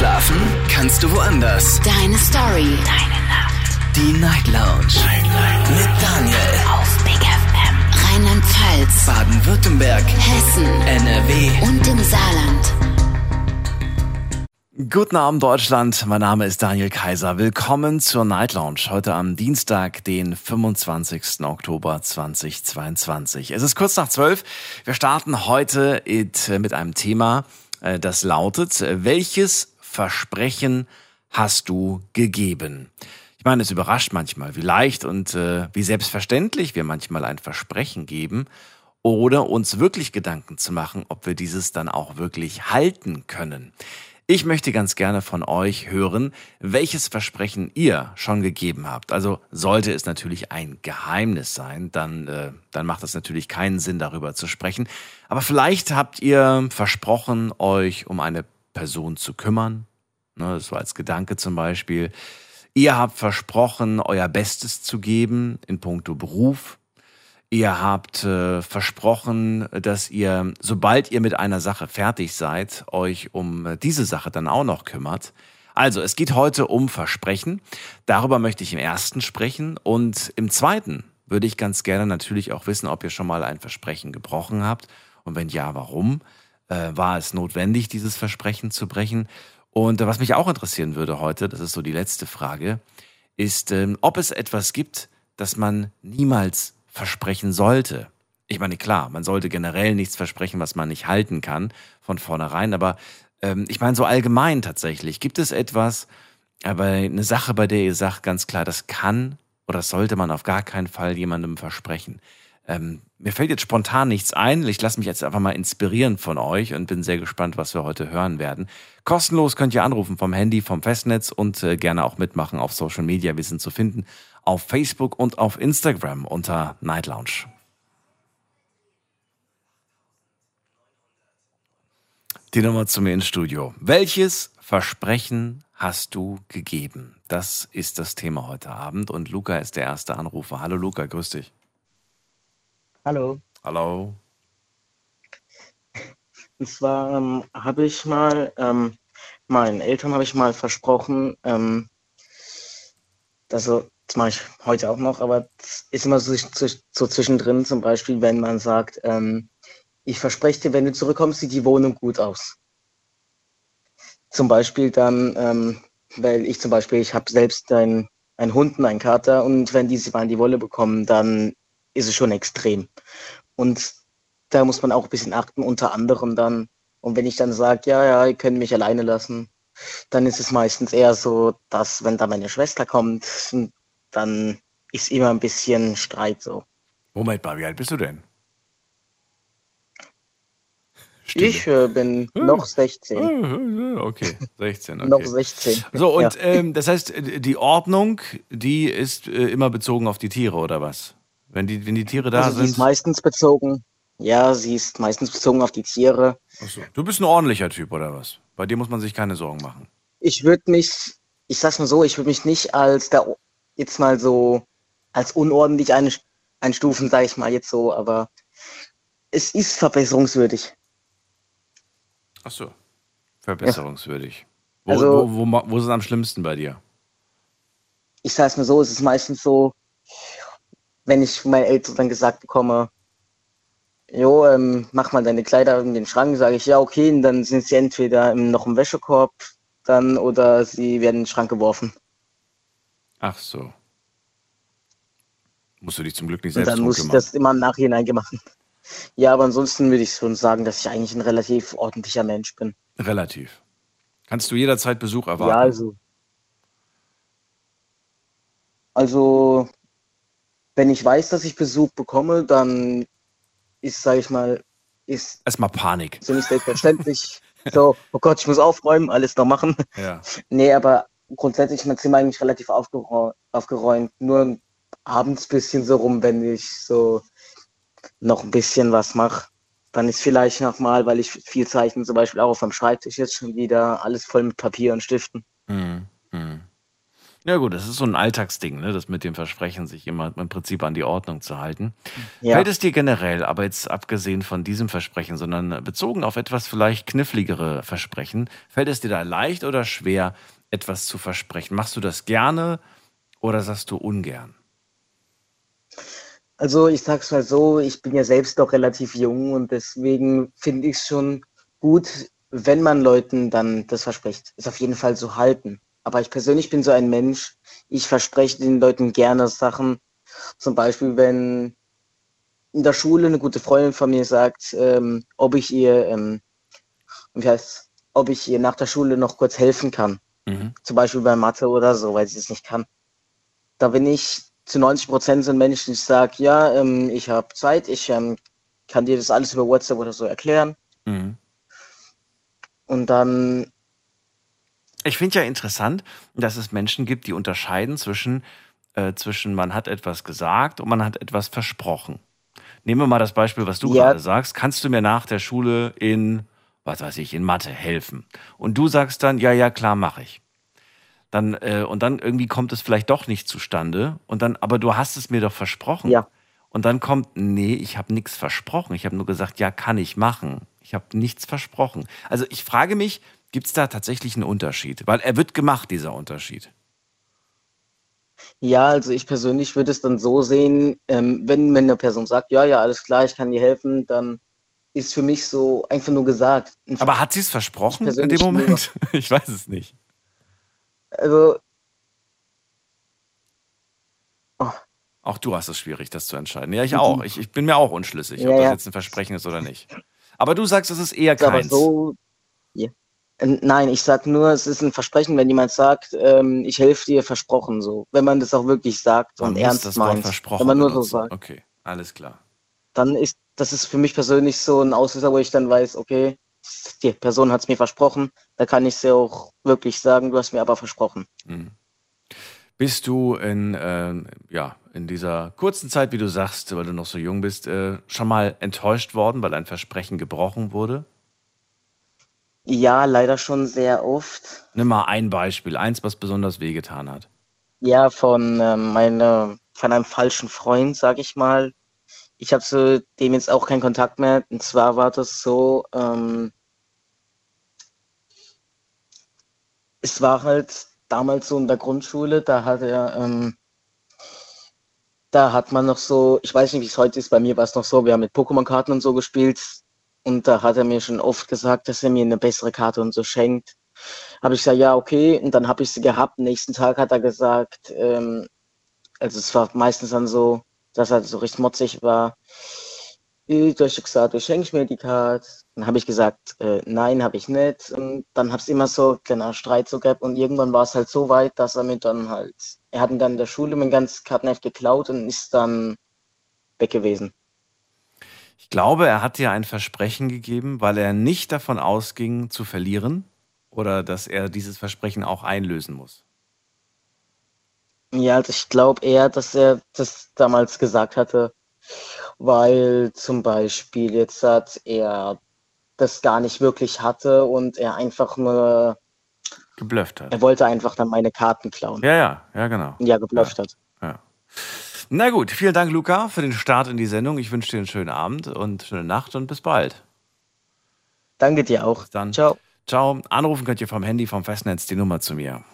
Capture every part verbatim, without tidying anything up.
Schlafen kannst du woanders. Deine Story. Deine Nacht. Die Night Lounge. Night, Night. Mit Daniel. Auf Big F M. Rheinland-Pfalz. Baden-Württemberg. Hessen. N R W. Und im Saarland. Guten Abend, Deutschland. Mein Name ist Daniel Kaiser. Willkommen zur Night Lounge. Heute am Dienstag, den fünfundzwanzigsten Oktober zweitausendzweiundzwanzig. Es ist kurz nach zwölf. Wir starten heute mit einem Thema, das lautet: Welches Versprechen hast du gegeben? Ich meine, es überrascht manchmal, wie leicht und äh, wie selbstverständlich wir manchmal ein Versprechen geben, oder uns wirklich Gedanken zu machen, ob wir dieses dann auch wirklich halten können. Ich möchte ganz gerne von euch hören, welches Versprechen ihr schon gegeben habt. Also sollte es natürlich ein Geheimnis sein, dann, äh, dann macht es natürlich keinen Sinn, darüber zu sprechen. Aber vielleicht habt ihr versprochen, euch um eine Person zu kümmern, ne, so als Gedanke zum Beispiel. Ihr habt versprochen, euer Bestes zu geben in puncto Beruf. Ihr habt äh, versprochen, dass ihr, sobald ihr mit einer Sache fertig seid, euch um diese Sache dann auch noch kümmert. Also, es geht heute um Versprechen. Darüber möchte ich im ersten sprechen. Und im zweiten würde ich ganz gerne natürlich auch wissen, ob ihr schon mal ein Versprechen gebrochen habt. Und wenn ja, warum? Äh, war es notwendig, dieses Versprechen zu brechen? Und äh, was mich auch interessieren würde heute, das ist so die letzte Frage, ist, äh, ob es etwas gibt, das man niemals versprechen sollte. Ich meine, klar, man sollte generell nichts versprechen, was man nicht halten kann, von vornherein, aber ähm, ich meine so allgemein tatsächlich, gibt es etwas, aber eine Sache, bei der ihr sagt ganz klar, das kann oder das sollte man auf gar keinen Fall jemandem versprechen. Ähm, mir fällt jetzt spontan nichts ein, ich lasse mich jetzt einfach mal inspirieren von euch und bin sehr gespannt, was wir heute hören werden. Kostenlos könnt ihr anrufen vom Handy, vom Festnetz und äh, gerne auch mitmachen auf Social Media. Wir sind zu finden auf Facebook und auf Instagram unter Night Lounge. Die Nummer zu mir ins Studio. Welches Versprechen hast du gegeben? Das ist das Thema heute Abend und Luca ist der erste Anrufer. Hallo Luca, grüß dich. Hallo. Hallo. Und zwar ähm, habe ich mal, ähm, meinen Eltern habe ich mal versprochen, ähm, also das mache ich heute auch noch, aber es ist immer so, so, so zwischendrin, zum Beispiel, wenn man sagt, ähm, ich verspreche dir, wenn du zurückkommst, sieht die Wohnung gut aus. Zum Beispiel dann, ähm, weil ich zum Beispiel, ich habe selbst einen, einen Hund und einen Kater und wenn die sie mal in die Wolle bekommen, dann ist es schon extrem. Und da muss man auch ein bisschen achten, unter anderem dann. Und wenn ich dann sage, ja, ja, ihr könnt mich alleine lassen, dann ist es meistens eher so, dass wenn da meine Schwester kommt, dann ist immer ein bisschen Streit so. Moment mal, wie alt bist du denn? Stille. Ich äh, bin Hm. noch sechzehn. Okay, sechzehn, okay. Noch sechzehn. So, und Ja. ähm, das heißt, die Ordnung, die ist äh, immer bezogen auf die Tiere, oder was? Wenn die, wenn die Tiere da Also sie ist sind. meistens bezogen, ja, sie ist meistens bezogen auf die Tiere. Achso. Du bist ein ordentlicher Typ, oder was? Bei dir muss man sich keine Sorgen machen. Ich würde mich, ich sag's mal so, ich würde mich nicht als da jetzt mal so als unordentlich ein, einstufen, sage ich mal jetzt so, aber es ist verbesserungswürdig. Achso. Verbesserungswürdig. Wo, Also- wo, wo, wo ist es am schlimmsten bei dir? Ich sag's mal so, es ist meistens so, wenn ich von meinen Eltern dann gesagt bekomme, jo, ähm, mach mal deine Kleider in den Schrank, sage ich, ja, okay, und dann sind sie entweder im, noch im Wäschekorb dann oder sie werden in den Schrank geworfen. Ach so. Musst du dich zum Glück nicht Und selbst dann drum muss ich kümmern. das immer im Nachhinein gemacht. Ja, aber ansonsten würde ich schon sagen, dass ich eigentlich ein relativ ordentlicher Mensch bin. Relativ. Kannst du jederzeit Besuch erwarten? Ja, also. Also, wenn ich weiß, dass ich Besuch bekomme, dann ist, sage ich mal, ist Erstmal Panik. so nicht selbstverständlich. So, oh Gott, ich muss aufräumen, alles noch machen. Ja. Nee, aber grundsätzlich ist mein Zimmer eigentlich relativ aufgeräumt, aufgeräumt. Nur abends ein bisschen so rum, wenn ich so noch ein bisschen was mache. Dann ist vielleicht nochmal, weil ich viel zeichne, zum Beispiel auch auf dem Schreibtisch jetzt schon wieder alles voll mit Papier und Stiften. Hm, hm. Ja gut, das ist so ein Alltagsding, ne? Das mit dem Versprechen, sich immer im Prinzip an die Ordnung zu halten. Ja, Fällt es dir generell, aber jetzt abgesehen von diesem Versprechen, sondern bezogen auf etwas vielleicht kniffligere Versprechen, fällt es dir da leicht oder schwer, etwas zu versprechen? Machst du das gerne oder sagst du ungern? also ich sag's mal so, ich bin ja selbst noch relativ jung und deswegen finde ich es schon gut, wenn man Leuten dann das verspricht, es auf jeden Fall so halten. Aber ich persönlich bin so ein Mensch, ich verspreche den Leuten gerne Sachen. Zum Beispiel, wenn in der Schule eine gute Freundin von mir sagt, ähm, ob ich ihr, ähm, wie heißt, ob ich ihr nach der Schule noch kurz helfen kann. Mhm. Zum Beispiel bei Mathe oder so, weil sie es nicht kann. Da bin ich zu neunzig Prozent so ein Mensch, ich sage, ja, ähm, ich habe Zeit, ich ähm, kann dir das alles über WhatsApp oder so erklären. Mhm. Und dann, Ich finde ja interessant, dass es Menschen gibt, die unterscheiden zwischen, äh, zwischen man hat etwas gesagt und man hat etwas versprochen. Nehmen wir mal das Beispiel, was du ja, gerade sagst. Kannst du mir nach der Schule in, was weiß ich, in Mathe helfen? Und du sagst dann, ja, ja, klar, mache ich. Dann, äh, und dann irgendwie kommt es vielleicht doch nicht zustande. Und dann, aber du hast es mir doch versprochen. ja, Und dann kommt, nee, ich habe nichts versprochen. Ich habe nur gesagt, ja, kann ich machen. Ich habe nichts versprochen. Also ich frage mich, gibt es da tatsächlich einen Unterschied? Weil er wird gemacht, dieser Unterschied. ja, also ich persönlich würde es dann so sehen, ähm, wenn, wenn eine Person sagt, ja, ja, alles klar, ich kann dir helfen, dann ist für mich so einfach nur gesagt. Ein Aber hat sie es Versprechen ich versprochen in dem persönlich nur, Moment? Ich weiß es nicht. also, oh, Auch du hast es schwierig, das zu entscheiden. Ja, ich die, auch. Ich, ich bin mir auch unschlüssig, ob ja, das ja, jetzt ein Versprechen ist oder nicht. Aber du sagst, es ist eher ist aber keins. so, ja. Äh, Nein, ich sag nur, es ist ein Versprechen, wenn jemand sagt, ähm, ich helfe dir, versprochen, so. Wenn man das auch wirklich sagt Man und muss ernst das Wort meint. Wenn versprochen man nur so benutzen. sagt, Okay, alles klar. dann ist, das ist für mich persönlich so ein Auslöser, wo ich dann weiß, okay, die Person hat es mir versprochen, da kann ich es ja auch wirklich sagen, du hast mir aber versprochen. Hm. Bist du in, äh, ja, in dieser kurzen Zeit, wie du sagst, weil du noch so jung bist, äh, schon mal enttäuscht worden, weil ein Versprechen gebrochen wurde? Ja, leider schon sehr oft. Nimm mal ein Beispiel, eins, was besonders wehgetan hat. Ja, von ähm, meine, von einem falschen Freund, sag ich mal. Ich habe zu dem jetzt auch keinen Kontakt mehr. Und zwar war das so, ähm, es war halt damals so in der Grundschule, da hat er, ähm, da hat man noch so, ich weiß nicht, wie es heute ist, bei mir war es noch so, wir haben mit Pokémon-Karten und so gespielt. Und da hat er mir schon oft gesagt, dass er mir eine bessere Karte und so schenkt. Habe ich gesagt, ja, okay. Und dann habe ich sie gehabt. Nächsten Tag hat er gesagt, ähm, also es war meistens dann so, dass er so richtig motzig war. Äh, Du hast ja gesagt, du schenkst mir die Karte. Dann habe ich gesagt, äh, nein, habe ich nicht. Und dann habe es immer so ein kleiner Streit so gehabt. Und irgendwann war es halt so weit, dass er mir dann halt, er hat ihn dann in der Schule mein ganzes Kartenheft geklaut und ist dann weg gewesen. Ich glaube, er hat dir ein Versprechen gegeben, weil er nicht davon ausging, zu verlieren oder dass er dieses Versprechen auch einlösen muss. Ja, also ich glaube eher, dass er das damals gesagt hatte, weil zum Beispiel jetzt hat er das gar nicht wirklich hatte und er einfach nur, Geblufft hat. er wollte einfach dann meine Karten klauen. Ja, ja, ja, genau. Ja, Ja, geblufft hat. ja. Na gut, vielen Dank, Luca, für den Start in die Sendung. Ich wünsche dir einen schönen Abend und schöne Nacht und bis bald. Danke dir auch. Bis dann. Ciao. Ciao. Anrufen könnt ihr vom Handy, vom Festnetz die Nummer zu mir.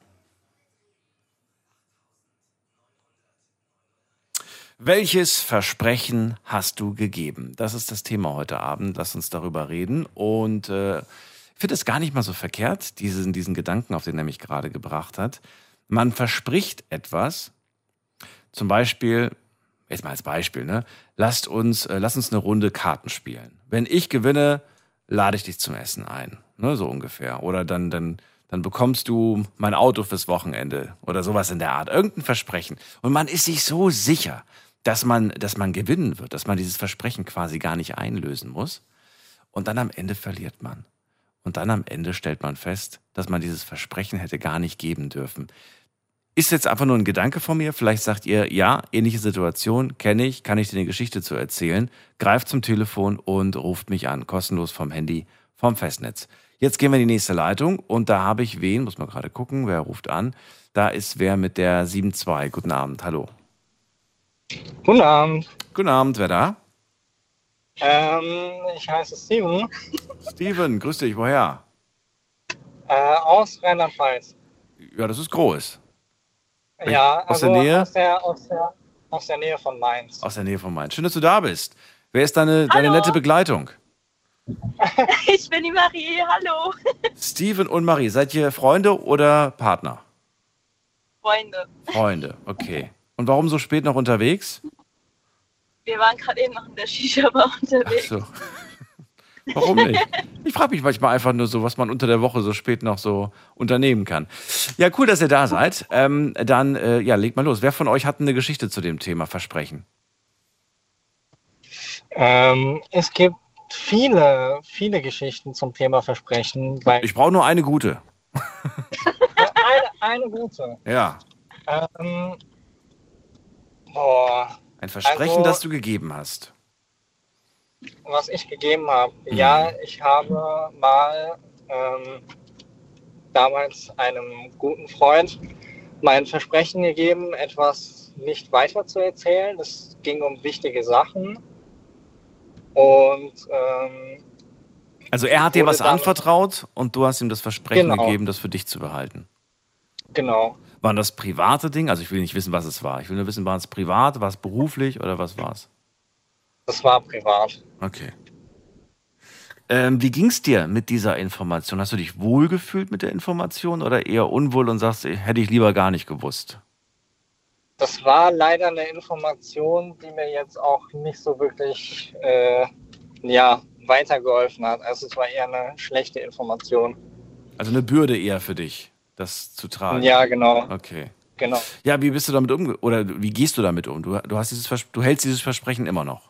Welches Versprechen hast du gegeben? Das ist das Thema heute Abend. Lass uns darüber reden. Und äh, ich finde es gar nicht mal so verkehrt, diesen, diesen Gedanken, auf den er mich gerade gebracht hat. Man verspricht etwas, zum Beispiel, jetzt mal als Beispiel, ne? Lasst uns, äh, lass uns eine Runde Karten spielen. Wenn ich gewinne, lade ich dich zum Essen ein. Ne? So ungefähr. Oder dann, dann, dann bekommst du mein Auto fürs Wochenende oder sowas in der Art. Irgendein Versprechen. Und man ist sich so sicher, dass man, dass man gewinnen wird, dass man dieses Versprechen quasi gar nicht einlösen muss. Und dann am Ende verliert man. Und dann am Ende stellt man fest, dass man dieses Versprechen hätte gar nicht geben dürfen. Ist jetzt einfach nur ein Gedanke von mir. Vielleicht sagt ihr, ja, ähnliche Situation, kenne ich, kann ich dir eine Geschichte zu erzählen. Greift zum Telefon und ruft mich an, kostenlos vom Handy, vom Festnetz. Jetzt gehen wir in die nächste Leitung und da habe ich wen, muss man gerade gucken, wer ruft an. Da ist wer mit der sieben zwei. Guten Abend, hallo. Guten Abend. Guten Abend, wer da? Ähm, ich heiße Steven. Steven, grüß dich, woher? Äh, aus Rheinland-Pfalz. Ja, das ist groß. Ja, Aus also der Nähe? Aus der, aus, der, aus der Nähe von Mainz. Aus der Nähe von Mainz. Schön, dass du da bist. Wer ist deine, deine nette Begleitung? Ich bin die Marie, hallo. Steven und Marie, seid ihr Freunde oder Partner? Freunde. Freunde, okay. Und warum so spät noch unterwegs? Wir waren gerade eben noch in der Shisha-Bar unterwegs. Ach so. Warum nicht? Ich frage mich manchmal einfach nur so, was man unter der Woche so spät noch so unternehmen kann. Ja, cool, dass ihr da seid. Ähm, dann, äh, ja, legt mal los. Wer von euch hat eine Geschichte zu dem Thema Versprechen? Ähm, es gibt viele, viele Geschichten zum Thema Versprechen. Weil Ich brauche nur eine gute. eine, eine gute. Ja. Ähm, boah, Ein Versprechen, Also- das du gegeben hast. was ich gegeben habe. Ja, ich habe mal ähm, damals einem guten Freund mein Versprechen gegeben, etwas nicht weiter zu erzählen. Es ging um wichtige Sachen. Und ähm, Also er hat dir Wurde was dann- anvertraut und du hast ihm das Versprechen Genau. gegeben, das für dich zu behalten. genau, Waren das private Dinge? Also ich will nicht wissen, was es war. Ich will nur wissen, war es privat, war es beruflich oder was war es? das war privat. Okay. Ähm, wie ging es dir mit dieser Information? Hast du dich wohlgefühlt mit der Information oder eher unwohl und sagst, hätte ich lieber gar nicht gewusst? Das war leider eine Information, die mir jetzt auch nicht so wirklich äh, ja, weitergeholfen hat. Also es war eher eine schlechte Information. Also eine Bürde eher für dich, das zu tragen? Ja, genau, Okay. genau. Ja, wie bist du damit umge... Oder wie gehst du damit um? Du, du, hast dieses Vers- du hältst dieses Versprechen immer noch?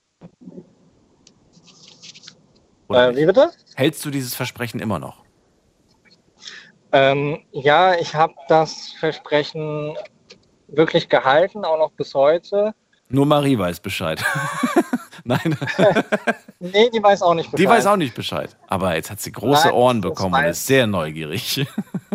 Oder Äh, nicht? wie bitte? Hältst du dieses Versprechen immer noch? Ähm, ja, ich habe das Versprechen wirklich gehalten, auch noch bis heute. Nur Marie weiß Bescheid. Nein, Nee, die weiß auch nicht Bescheid. die weiß auch nicht Bescheid. Aber jetzt hat sie große Nein, Ohren das bekommen und weiß- ist sehr neugierig.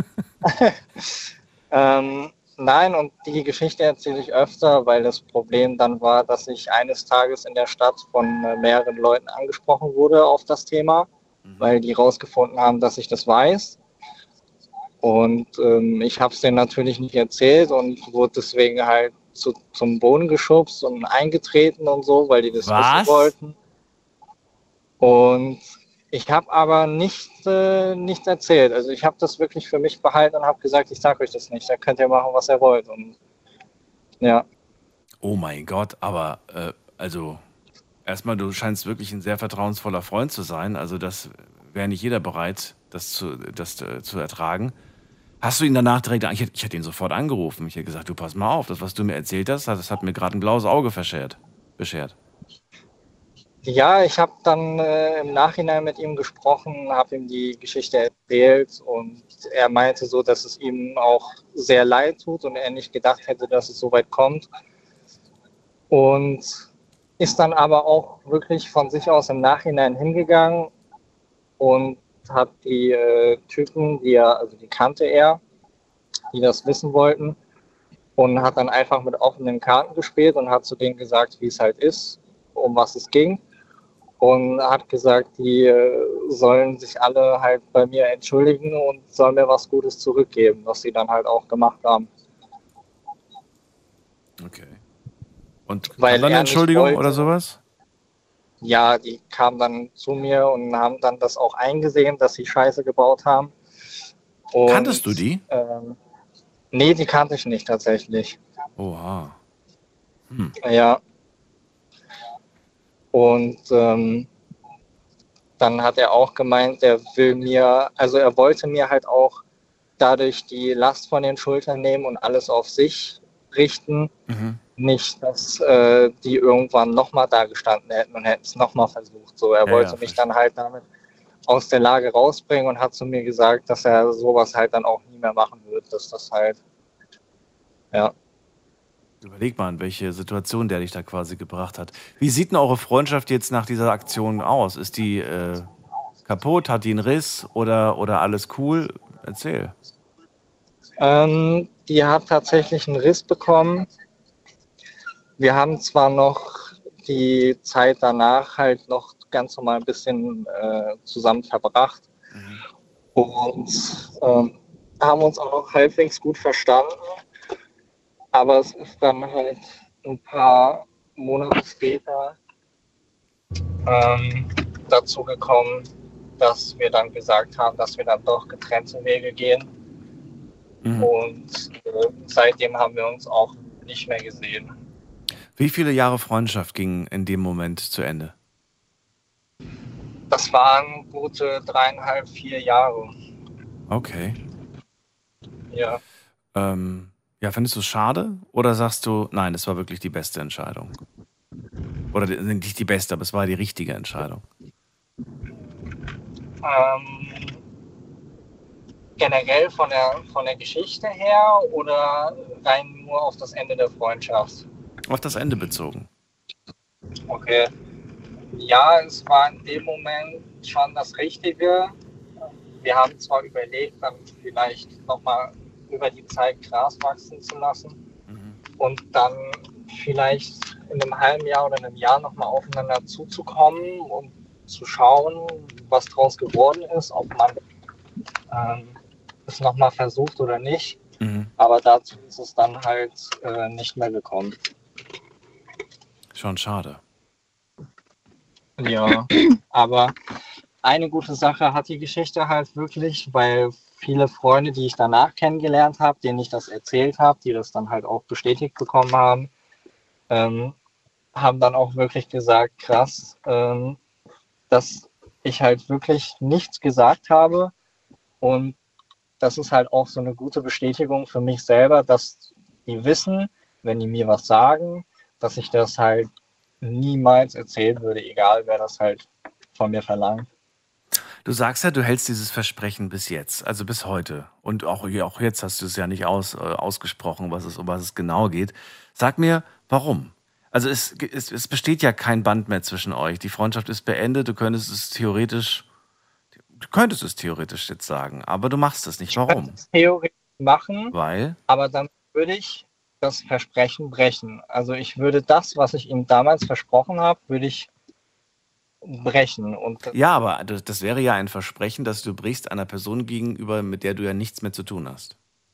Ähm, nein, und die Geschichte erzähle ich öfter, weil das Problem dann war, dass ich eines Tages in der Stadt von äh, mehreren Leuten angesprochen wurde auf das Thema, weil die rausgefunden haben, dass ich das weiß. Und ähm, ich habe es denen natürlich nicht erzählt und wurde deswegen halt zu, zum Boden geschubst und eingetreten und so, weil die das Was? wissen wollten. Und ich habe aber nicht, äh, nichts erzählt. Also ich habe das wirklich für mich behalten und habe gesagt, ich sage euch das nicht. Da könnt ihr machen, was ihr wollt. Und ja, Oh mein Gott, aber äh, also erstmal, du scheinst wirklich ein sehr vertrauensvoller Freund zu sein. Also das wäre nicht jeder bereit, das zu, das äh, zu ertragen. Hast du ihn danach direkt, ich hätte, ich hätte ihn sofort angerufen. Ich hätte gesagt, du pass mal auf, das, was du mir erzählt hast, das hat mir gerade ein blaues Auge verschert, beschert. ja, ich habe dann äh, im Nachhinein mit ihm gesprochen, habe ihm die Geschichte erzählt und er meinte so, dass es ihm auch sehr leid tut und er nicht gedacht hätte, dass es so weit kommt. Und ist dann aber auch wirklich von sich aus im Nachhinein hingegangen und hat die äh, Typen, die er, also die kannte er, die das wissen wollten, und hat dann einfach mit offenen Karten gespielt und hat zu denen gesagt, wie es halt ist, um was es ging. Und hat gesagt, die äh, sollen sich alle halt bei mir entschuldigen und sollen mir was Gutes zurückgeben, was sie dann halt auch gemacht haben. Okay. Und Weil kam dann eine er nicht Entschuldigung wollte. oder sowas? Ja, die kamen dann zu mir und haben dann das auch eingesehen, dass sie Scheiße gebaut haben. Und, Kanntest du die? Ähm, nee, die kannte ich nicht tatsächlich. Oha. Ja. Und ähm, dann hat er auch gemeint, er will mir, also er wollte mir halt auch dadurch die Last von den Schultern nehmen und alles auf sich richten. Mhm. Nicht, dass äh, die irgendwann nochmal da gestanden hätten und hätten es nochmal versucht. So, er Ja, wollte ja, mich verstehe. dann halt damit aus der Lage rausbringen und hat zu mir gesagt, dass er sowas halt dann auch nie mehr machen wird, dass das halt, ja. Überleg mal, in welche Situation der dich da quasi gebracht hat. Wie sieht denn eure Freundschaft jetzt nach dieser Aktion aus? Ist die, äh, kaputt? Hat die einen Riss oder, oder alles cool? Erzähl. Ähm, die hat tatsächlich einen Riss bekommen. Wir haben zwar noch die Zeit danach halt noch ganz normal ein bisschen äh, zusammen verbracht mhm. und ähm, haben uns auch noch halbwegs gut verstanden. Aber es ist dann halt ein paar Monate später ähm, dazu gekommen, dass wir dann gesagt haben, dass wir dann doch getrennte Wege gehen. Mhm. Und äh, seitdem haben wir uns auch nicht mehr gesehen. Wie viele Jahre Freundschaft gingen in dem Moment zu Ende? Das waren gute dreieinhalb, vier Jahre. Okay. Ja. Ähm, ja, findest du es schade? Oder sagst du, nein, das war wirklich die beste Entscheidung? Oder nicht die beste, aber es war die richtige Entscheidung? Ähm, generell von der, von der Geschichte her oder rein nur auf das Ende der Freundschaft? Auf das Ende bezogen. Okay. Ja, es war in dem Moment schon das Richtige. Wir haben zwar überlegt, dann vielleicht nochmal über die Zeit Gras wachsen zu lassen mhm. und dann vielleicht in einem halben Jahr oder einem Jahr nochmal aufeinander zuzukommen und zu schauen, was draus geworden ist, ob man ähm, es nochmal versucht oder nicht. Mhm. Aber dazu ist es dann halt äh, nicht mehr gekommen. Schon schade. Ja, aber eine gute Sache hat die Geschichte halt wirklich, weil viele Freunde, die ich danach kennengelernt habe, denen ich das erzählt habe, die das dann halt auch bestätigt bekommen haben, ähm, haben dann auch wirklich gesagt, krass, ähm, dass ich halt wirklich nichts gesagt habe. Und das ist halt auch so eine gute Bestätigung für mich selber, dass die wissen, wenn die mir was sagen, dass ich das halt niemals erzählen würde, egal wer das halt von mir verlangt. Du sagst ja, du hältst dieses Versprechen bis jetzt, also bis heute. Und auch, auch jetzt hast du es ja nicht aus, äh, ausgesprochen, was es, um was es genau geht. Sag mir, warum? Also es, es, es besteht ja kein Band mehr zwischen euch. Die Freundschaft ist beendet, du könntest es theoretisch, du könntest es theoretisch jetzt sagen, aber du machst es nicht. Warum? Ich könnte es theoretisch machen, weil? Aber dann würde ich das Versprechen brechen. Also ich würde das, was ich ihm damals versprochen habe, würde ich brechen. Und ja, aber das wäre ja ein Versprechen, das du brichst einer Person gegenüber, mit der du ja nichts mehr zu tun hast.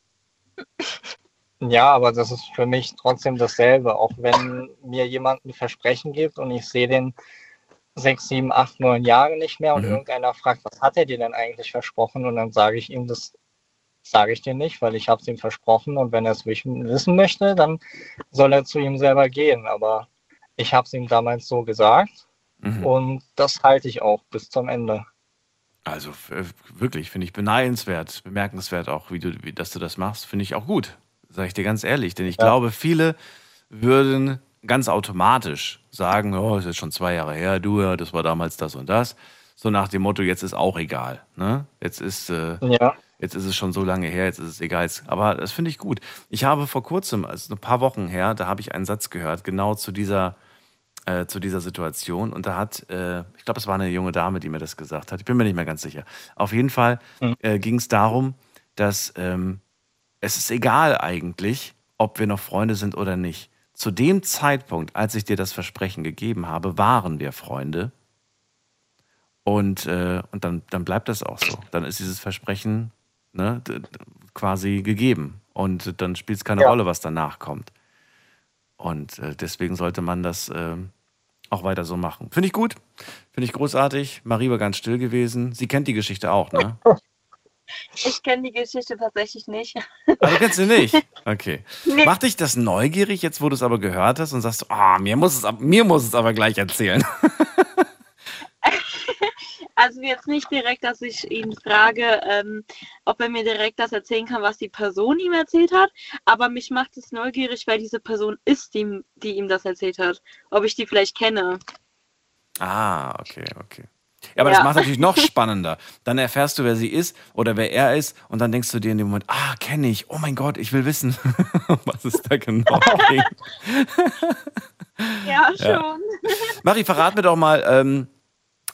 Ja, aber das ist für mich trotzdem dasselbe. Auch wenn mir jemand ein Versprechen gibt und ich sehe den sechs, sieben, acht, neun Jahre nicht mehr und mhm. irgendeiner fragt, was hat er dir denn eigentlich versprochen? Und dann sage ich ihm, das sage ich dir nicht, weil ich habe es ihm versprochen und wenn er es wissen möchte, dann soll er zu ihm selber gehen. Aber ich habe es ihm damals so gesagt mhm. und das halte ich auch bis zum Ende. Also äh, wirklich, finde ich beneidenswert, bemerkenswert auch, wie du, wie, dass du das machst, finde ich auch gut, sage ich dir ganz ehrlich. Denn ich ja. glaube, viele würden ganz automatisch sagen, oh, ist jetzt schon zwei Jahre her, du, ja, das war damals das und das. So nach dem Motto, jetzt ist auch egal. Ne? Jetzt ist... Äh, ja. Jetzt ist es schon so lange her, jetzt ist es egal. Aber das finde ich gut. Ich habe vor kurzem, also ein paar Wochen her, da habe ich einen Satz gehört, genau zu dieser, äh, zu dieser Situation. Und da hat, äh, ich glaube, es war eine junge Dame, die mir das gesagt hat. Ich bin mir nicht mehr ganz sicher. Auf jeden Fall äh, ging es darum, dass ähm, es ist egal eigentlich, ob wir noch Freunde sind oder nicht. Zu dem Zeitpunkt, als ich dir das Versprechen gegeben habe, waren wir Freunde. Und, äh, und dann, dann bleibt das auch so. Dann ist dieses Versprechen Ne, quasi gegeben. Und dann spielt es keine ja. Rolle, was danach kommt. Und äh, deswegen sollte man das äh, auch weiter so machen. Finde ich gut. Finde ich großartig. Marie war ganz still gewesen. Sie kennt die Geschichte auch, ne? Ich kenne die Geschichte tatsächlich nicht. Aber du kennst sie nicht? Okay. Nee. Macht dich das neugierig, jetzt wo du es aber gehört hast und sagst, oh, mir muss es, mir muss es aber gleich erzählen? Also jetzt nicht direkt, dass ich ihn frage, ähm, ob er mir direkt das erzählen kann, was die Person ihm erzählt hat, aber mich macht es neugierig, weil diese Person ist, die, die ihm das erzählt hat. Ob ich die vielleicht kenne. Ah, okay, okay. Ja, aber ja. das macht natürlich noch spannender. Dann erfährst du, wer sie ist oder wer er ist und dann denkst du dir in dem Moment, ah, kenne ich, oh mein Gott, ich will wissen, was es da genau ging. Ja, schon. Ja. Marie, verrat mir doch mal, ähm,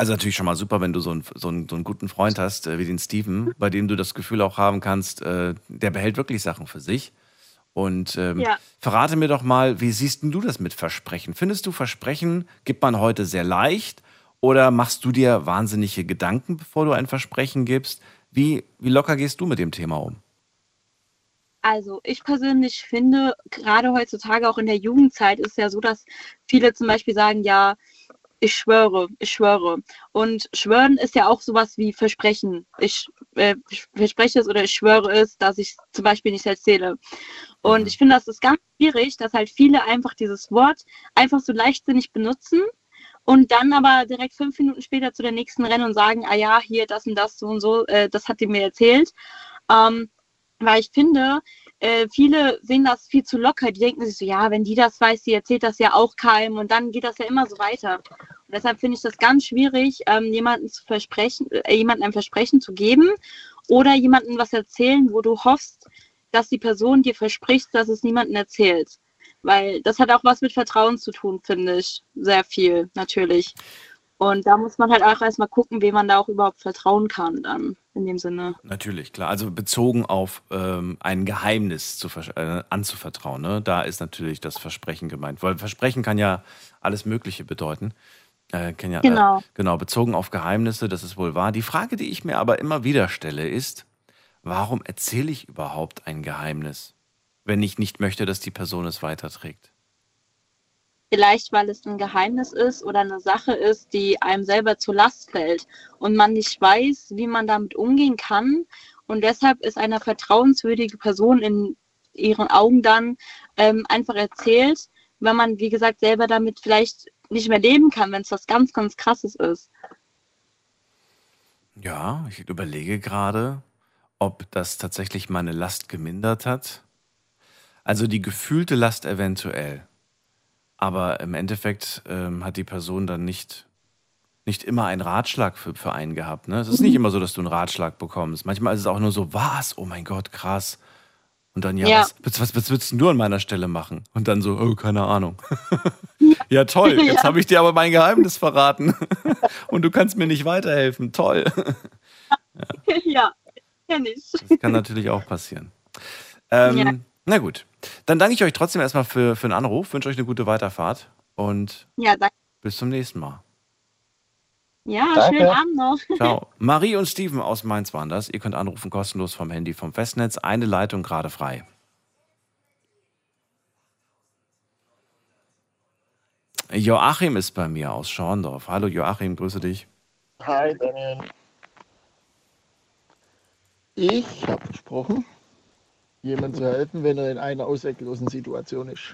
Also natürlich schon mal super, wenn du so einen, so einen, so einen guten Freund hast, äh, wie den Steven, bei dem du das Gefühl auch haben kannst, äh, der behält wirklich Sachen für sich. Und ähm, Ja. verrate mir doch mal, wie siehst denn du das mit Versprechen? Findest du, Versprechen gibt man heute sehr leicht oder machst du dir wahnsinnige Gedanken, bevor du ein Versprechen gibst? Wie, wie locker gehst du mit dem Thema um? Also ich persönlich finde, gerade heutzutage auch in der Jugendzeit ist ja so, dass viele zum Beispiel sagen, ja, ich schwöre, ich schwöre. Und schwören ist ja auch sowas wie Versprechen. Ich, äh, ich verspreche es oder ich schwöre es, dass ich es zum Beispiel nicht erzähle. Und ich finde, das ist ganz schwierig, dass halt viele einfach dieses Wort einfach so leichtsinnig benutzen und dann aber direkt fünf Minuten später zu der nächsten rennen und sagen, ah ja, hier das und das so und so, äh, das hat die mir erzählt. Ähm, weil ich finde, äh, viele sehen das viel zu locker. Die denken sich so, ja, wenn die das weiß, die erzählt das ja auch keinem und dann geht das ja immer so weiter. Und deshalb finde ich das ganz schwierig, ähm, jemanden zu versprechen, äh, jemandem ein Versprechen zu geben oder jemandem was erzählen, wo du hoffst, dass die Person dir verspricht, dass es niemandem erzählt. Weil das hat auch was mit Vertrauen zu tun, finde ich. Sehr viel, natürlich. Und da muss man halt auch erstmal gucken, wem man da auch überhaupt vertrauen kann, dann in dem Sinne. Natürlich, klar. Also bezogen auf ähm, ein Geheimnis zu vers- äh, anzuvertrauen, ne? Da ist natürlich das Versprechen gemeint. Weil Versprechen kann ja alles Mögliche bedeuten. Äh, kann ja, Genau. Äh, genau, bezogen auf Geheimnisse, das ist wohl wahr. Die Frage, die ich mir aber immer wieder stelle, ist, warum erzähle ich überhaupt ein Geheimnis, wenn ich nicht möchte, dass die Person es weiterträgt? Vielleicht, weil es ein Geheimnis ist oder eine Sache ist, die einem selber zur Last fällt und man nicht weiß, wie man damit umgehen kann. Und deshalb ist eine vertrauenswürdige Person in ihren Augen dann ähm, einfach erzählt, wenn man, wie gesagt, selber damit vielleicht nicht mehr leben kann, wenn es was ganz, ganz Krasses ist. Ja, ich überlege gerade, ob das tatsächlich meine Last gemindert hat. Also die gefühlte Last eventuell. Aber im Endeffekt ähm, hat die Person dann nicht, nicht immer einen Ratschlag für, für einen gehabt. Ne? Es ist nicht immer so, dass du einen Ratschlag bekommst. Manchmal ist es auch nur so, was? Oh mein Gott, krass. Und dann, ja, Ja. Was, was, was, was würdest denn du an meiner Stelle machen? Und dann so, oh, keine Ahnung. Ja, toll, jetzt Ja. habe ich dir aber mein Geheimnis verraten. Und du kannst mir nicht weiterhelfen. Toll. Ja, kenn ich. Das kann natürlich auch passieren. Ähm, Ja. Na gut, dann danke ich euch trotzdem erstmal für, für den Anruf, wünsche euch eine gute Weiterfahrt und Ja, danke. bis zum nächsten Mal. Ja, Danke. schönen Abend noch. Ciao. Marie und Steven aus Mainz waren das. Ihr könnt anrufen kostenlos vom Handy vom Festnetz. Eine Leitung gerade frei. Joachim ist bei mir aus Schorndorf. Hallo Joachim, grüße dich. Hi Daniel. Ich habe versprochen, jemandem zu helfen, wenn er in einer ausweglosen Situation ist.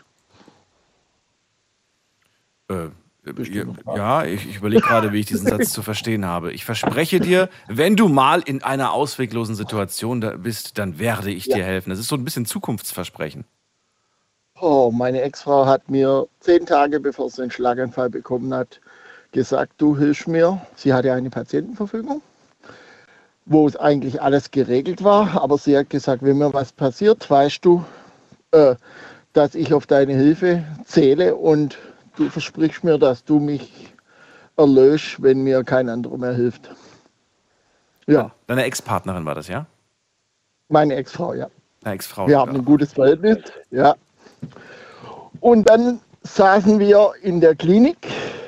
Äh, Bestimmt. ja, ich, ich überlege gerade, wie ich diesen Satz zu verstehen habe. Ich verspreche dir, wenn du mal in einer ausweglosen Situation da bist, dann werde ich dir Ja. helfen. Das ist so ein bisschen Zukunftsversprechen. Oh, meine Ex-Frau hat mir zehn Tage bevor sie einen Schlaganfall bekommen hat, gesagt, du hilfst mir. Sie hatte eine Patientenverfügung, wo es eigentlich alles geregelt war, aber sie hat gesagt, wenn mir was passiert, weißt du, äh, dass ich auf deine Hilfe zähle und du versprichst mir, dass du mich erlöst, wenn mir kein anderer mehr hilft. Ja, Deine Ex-Partnerin war das, ja? meine Ex-Frau, ja. Deine Ex-Frau. Wir haben ein gutes Verhältnis, ja. Und dann saßen wir in der Klinik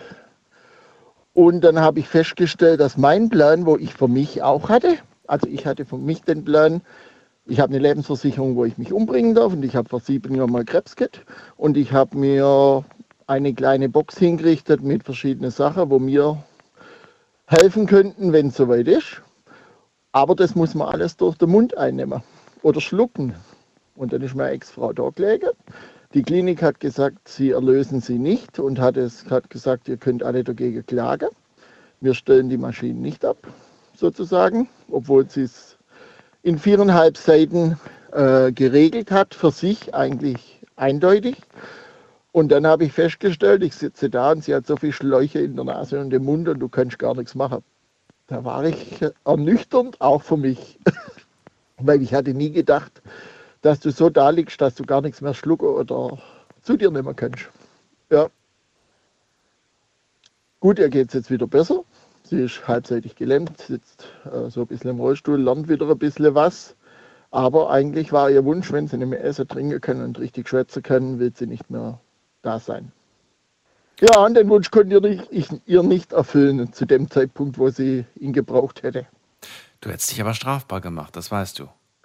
und dann habe ich festgestellt, dass mein Plan, wo ich für mich auch hatte, also ich hatte für mich den Plan, ich habe eine Lebensversicherung, wo ich mich umbringen darf und ich habe vor sieben Jahren mal Krebs gehabt und ich habe mir eine kleine Box hingerichtet mit verschiedenen Sachen, wo mir helfen könnten, wenn es soweit ist. Aber das muss man alles durch den Mund einnehmen oder schlucken. Und dann ist meine Ex-Frau da gelegen. Die Klinik hat gesagt, sie erlösen sie nicht und hat, es, hat gesagt, ihr könnt alle dagegen klagen. Wir stellen die Maschinen nicht ab, sozusagen, obwohl sie es in viereinhalb Seiten äh, geregelt hat, für sich eigentlich eindeutig. Und dann habe ich festgestellt, ich sitze da und sie hat so viele Schläuche in der Nase und im Mund und du kannst gar nichts machen. Da war ich ernüchternd, auch für mich, weil ich hatte nie gedacht, dass du so da liegst, dass du gar nichts mehr schlucken oder zu dir nehmen kannst. Ja. Gut, ihr geht es jetzt wieder besser. Sie ist halbseitig gelähmt, sitzt äh, so ein bisschen im Rollstuhl, lernt wieder ein bisschen was. Aber eigentlich war ihr Wunsch, wenn sie nicht mehr essen, trinken kann und richtig schwätzen kann, will sie nicht mehr da sein. Ja, und den Wunsch konnte ihr nicht, ich, ihr nicht erfüllen zu dem Zeitpunkt, wo sie ihn gebraucht hätte. Du hättest dich aber strafbar gemacht, das weißt du.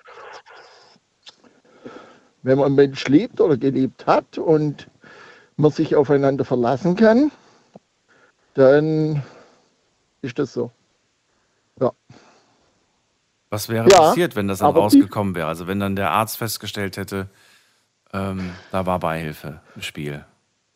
Wenn man einen Mensch liebt oder geliebt hat und man sich aufeinander verlassen kann, dann ist das so. Ja. Was wäre Ja, passiert, wenn das dann aber die- rausgekommen wäre? Also wenn dann der Arzt festgestellt hätte, ähm, da war Beihilfe im Spiel.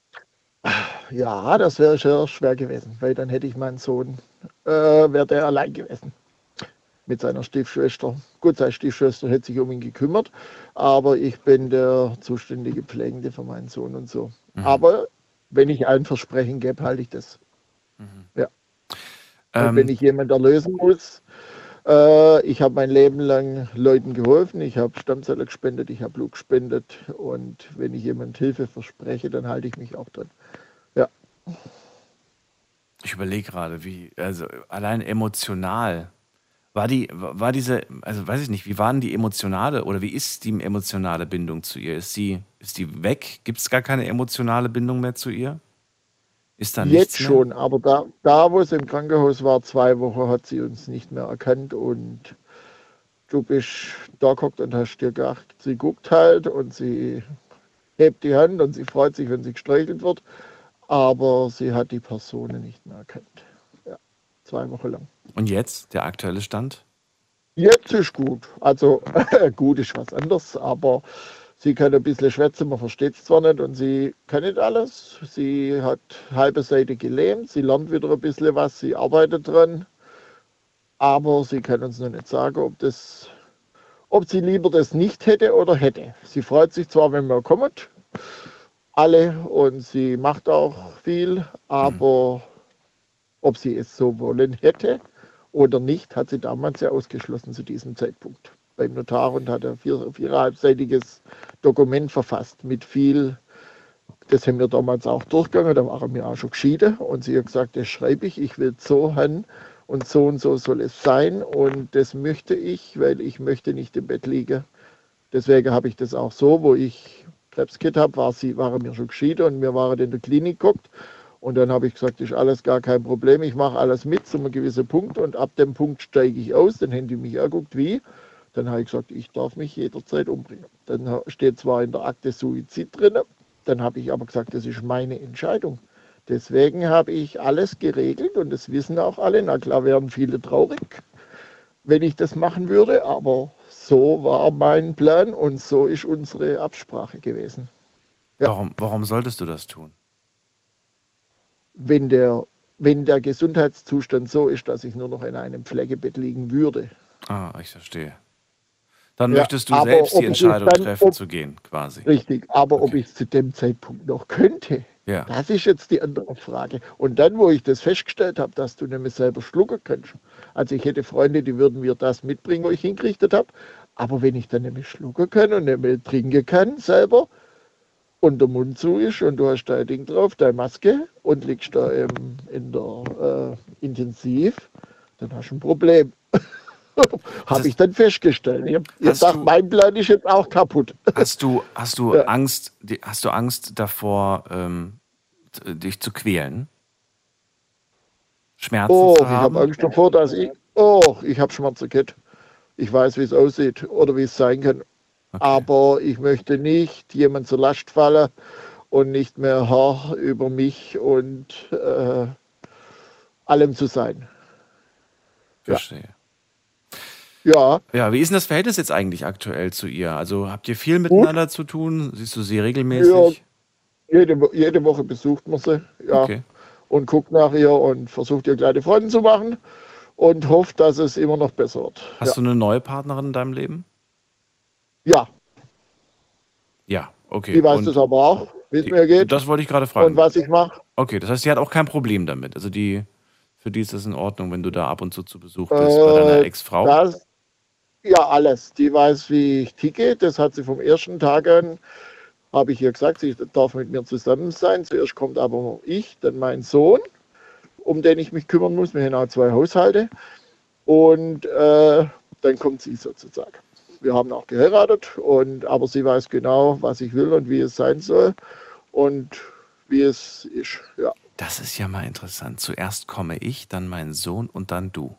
Ja, das wäre sehr schwer gewesen, weil dann hätte ich meinen Sohn, äh, wäre der allein gewesen mit seiner Stiefschwester. Gut, seine Stiefschwester hätte sich um ihn gekümmert, aber ich bin der zuständige Pflegende für meinen Sohn und so. Mhm. Aber wenn ich ein Versprechen gebe, halte ich das. Ja. Und Ähm, wenn ich jemanden erlösen muss, äh, ich habe mein Leben lang Leuten geholfen, ich habe Stammzellen gespendet, ich habe Blut gespendet und wenn ich jemand Hilfe verspreche, dann halte ich mich auch dran. Ja. Ich überlege gerade, wie, also allein emotional, war die, war diese, also weiß ich nicht, wie war denn die emotionale oder wie ist die emotionale Bindung zu ihr? Ist die, ist die weg? Gibt es gar keine emotionale Bindung mehr zu ihr? Ist da nichts Jetzt mehr? schon, aber da, da, wo sie im Krankenhaus war, zwei Wochen, hat sie uns nicht mehr erkannt und du bist da geguckt und hast dir gedacht, sie guckt halt und sie hebt die Hand und sie freut sich, wenn sie gestreichelt wird, aber sie hat die Person nicht mehr erkannt. Ja, zwei Wochen lang. Und jetzt, der aktuelle Stand? Jetzt ist gut. Also gut ist was anderes, aber sie kann ein bisschen schwätzen, man versteht es zwar nicht und sie kann nicht alles. Sie hat halbe Seite gelähmt, sie lernt wieder ein bisschen was, sie arbeitet dran, aber sie kann uns noch nicht sagen, ob, das, ob sie lieber das nicht hätte oder hätte. Sie freut sich zwar, wenn wir kommen, alle, und sie macht auch viel, aber ob sie es so wollen hätte oder nicht, hat sie damals ja ausgeschlossen zu diesem Zeitpunkt beim Notar und hat ein vier, viereinhalbseitiges Dokument verfasst mit viel, das haben wir damals auch durchgegangen, da waren wir auch schon geschieden und sie hat gesagt, das schreibe ich, ich will so hin und so und so soll es sein und das möchte ich, weil ich möchte nicht im Bett liegen. Deswegen habe ich das auch so, wo ich Krebskit habe, war sie, waren wir schon geschieden und wir waren in der Klinik geguckt. Und dann habe ich gesagt, das ist alles gar kein Problem, ich mache alles mit zu einem gewissen Punkt und ab dem Punkt steige ich aus. Dann haben die mich angeguckt, wie? Dann habe ich gesagt, ich darf mich jederzeit umbringen. Dann steht zwar in der Akte Suizid drin, dann habe ich aber gesagt, das ist meine Entscheidung. Deswegen habe ich alles geregelt und das wissen auch alle. Na klar wären viele traurig, wenn ich das machen würde, aber so war mein Plan und so ist unsere Absprache gewesen. Ja. Warum, warum solltest du das tun? Wenn der, wenn der Gesundheitszustand so ist, dass ich nur noch in einem Pflegebett liegen würde. Ah, ich verstehe. Dann Ja, möchtest du aber selbst ob die ich es Entscheidung dann- treffen ob- zu gehen, quasi. Richtig, aber ob Okay. ich es zu dem Zeitpunkt noch könnte, Ja. das ist jetzt die andere Frage. Und dann, wo ich das festgestellt habe, dass du nämlich selber schlucken kannst. Also ich hätte Freunde, die würden mir das mitbringen, wo ich hingerichtet habe. Aber wenn ich dann nämlich schlucken kann und nämlich trinken kann selber und der Mund zu ist und du hast dein Ding drauf, deine Maske und liegst da im, in der äh, Intensiv, dann hast du ein Problem. Das- Habe ich dann festgestellt. Ich, ich Hast sag, du- mein Plan ist jetzt auch kaputt. Hast du, hast du Ja. Angst, die- hast du Angst davor, ähm, t- dich zu quälen? Schmerzen Oh, zu ich haben? habe Angst davor, dass ich. Oh, ich habe Schmerzen gehabt. Ich weiß, wie es aussieht oder wie es sein kann. Okay. Aber ich möchte nicht jemand zur Last fallen und nicht mehr Herr über mich und äh, allem zu sein. Verstehe. Ja, Ja, wie ist denn das Verhältnis jetzt eigentlich aktuell zu ihr? Also habt ihr viel miteinander zu tun? Siehst du sie regelmäßig? jede, Wo- jede Woche besucht man sie. Ja. Okay. Und guckt nach ihr und versucht ihr kleine Freunde zu machen und hofft, dass es immer noch besser wird. Hast Ja. du eine neue Partnerin in deinem Leben? ja, Ja, okay. die weiß Und das aber auch, wie es mir geht das wollte ich gerade fragen. und was ich mache. Okay, das heißt, sie hat auch kein Problem damit. Also die, für die ist es in Ordnung, wenn du da ab und zu zu Besuch bist bei deiner Äh, Ex-Frau. Das, ja, alles. Die weiß, wie ich ticke. Das hat sie vom ersten Tag an, habe ich ihr gesagt, sie darf mit mir zusammen sein. Zuerst kommt aber ich, dann mein Sohn. um den ich mich kümmern muss. Wir haben auch zwei Haushalte. Und äh, dann kommt sie sozusagen. Wir haben auch geheiratet, und, aber sie weiß genau, was ich will und wie es sein soll und wie es ist. Ja. Das ist ja mal interessant. Zuerst komme ich, dann mein Sohn und dann du.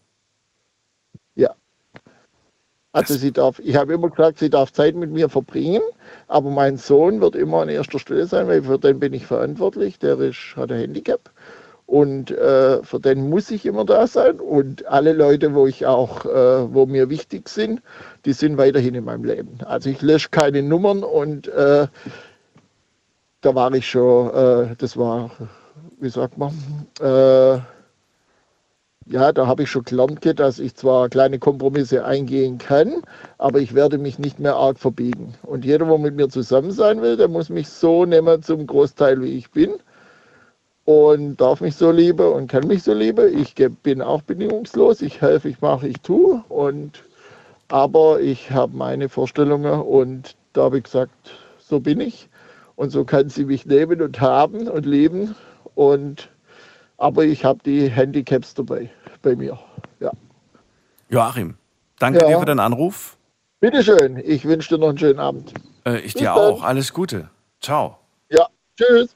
Ja. Also sie darf, ich habe immer gesagt, sie darf Zeit mit mir verbringen, aber mein Sohn wird immer an erster Stelle sein, weil für den bin ich verantwortlich. Der ist, hat ein Handicap. Und äh, für den muss ich immer da sein. Und alle Leute, wo ich auch, äh, wo mir wichtig sind, die sind weiterhin in meinem Leben. Also ich lösche keine Nummern, und äh, da war ich schon, äh, das war, wie sagt man, äh, ja, da habe ich schon gelernt, dass ich zwar kleine Kompromisse eingehen kann, aber ich werde mich nicht mehr arg verbiegen. Und jeder, der mit mir zusammen sein will, der muss mich so nehmen zum Großteil, wie ich bin. Und darf mich so lieben und kann mich so lieben. Ich bin auch bedingungslos. Ich helfe, ich mache, ich tue. Und, aber ich habe meine Vorstellungen, und da habe ich gesagt, so bin ich. Und so kann sie mich nehmen und haben und lieben. Und, aber ich habe die Handicaps dabei, bei mir. Ja. Joachim, danke Ja. dir für deinen Anruf. Bitteschön. Ich wünsche dir noch einen schönen Abend. Äh, ich Bis dir dann. auch. Alles Gute. Ciao. Ja. Tschüss.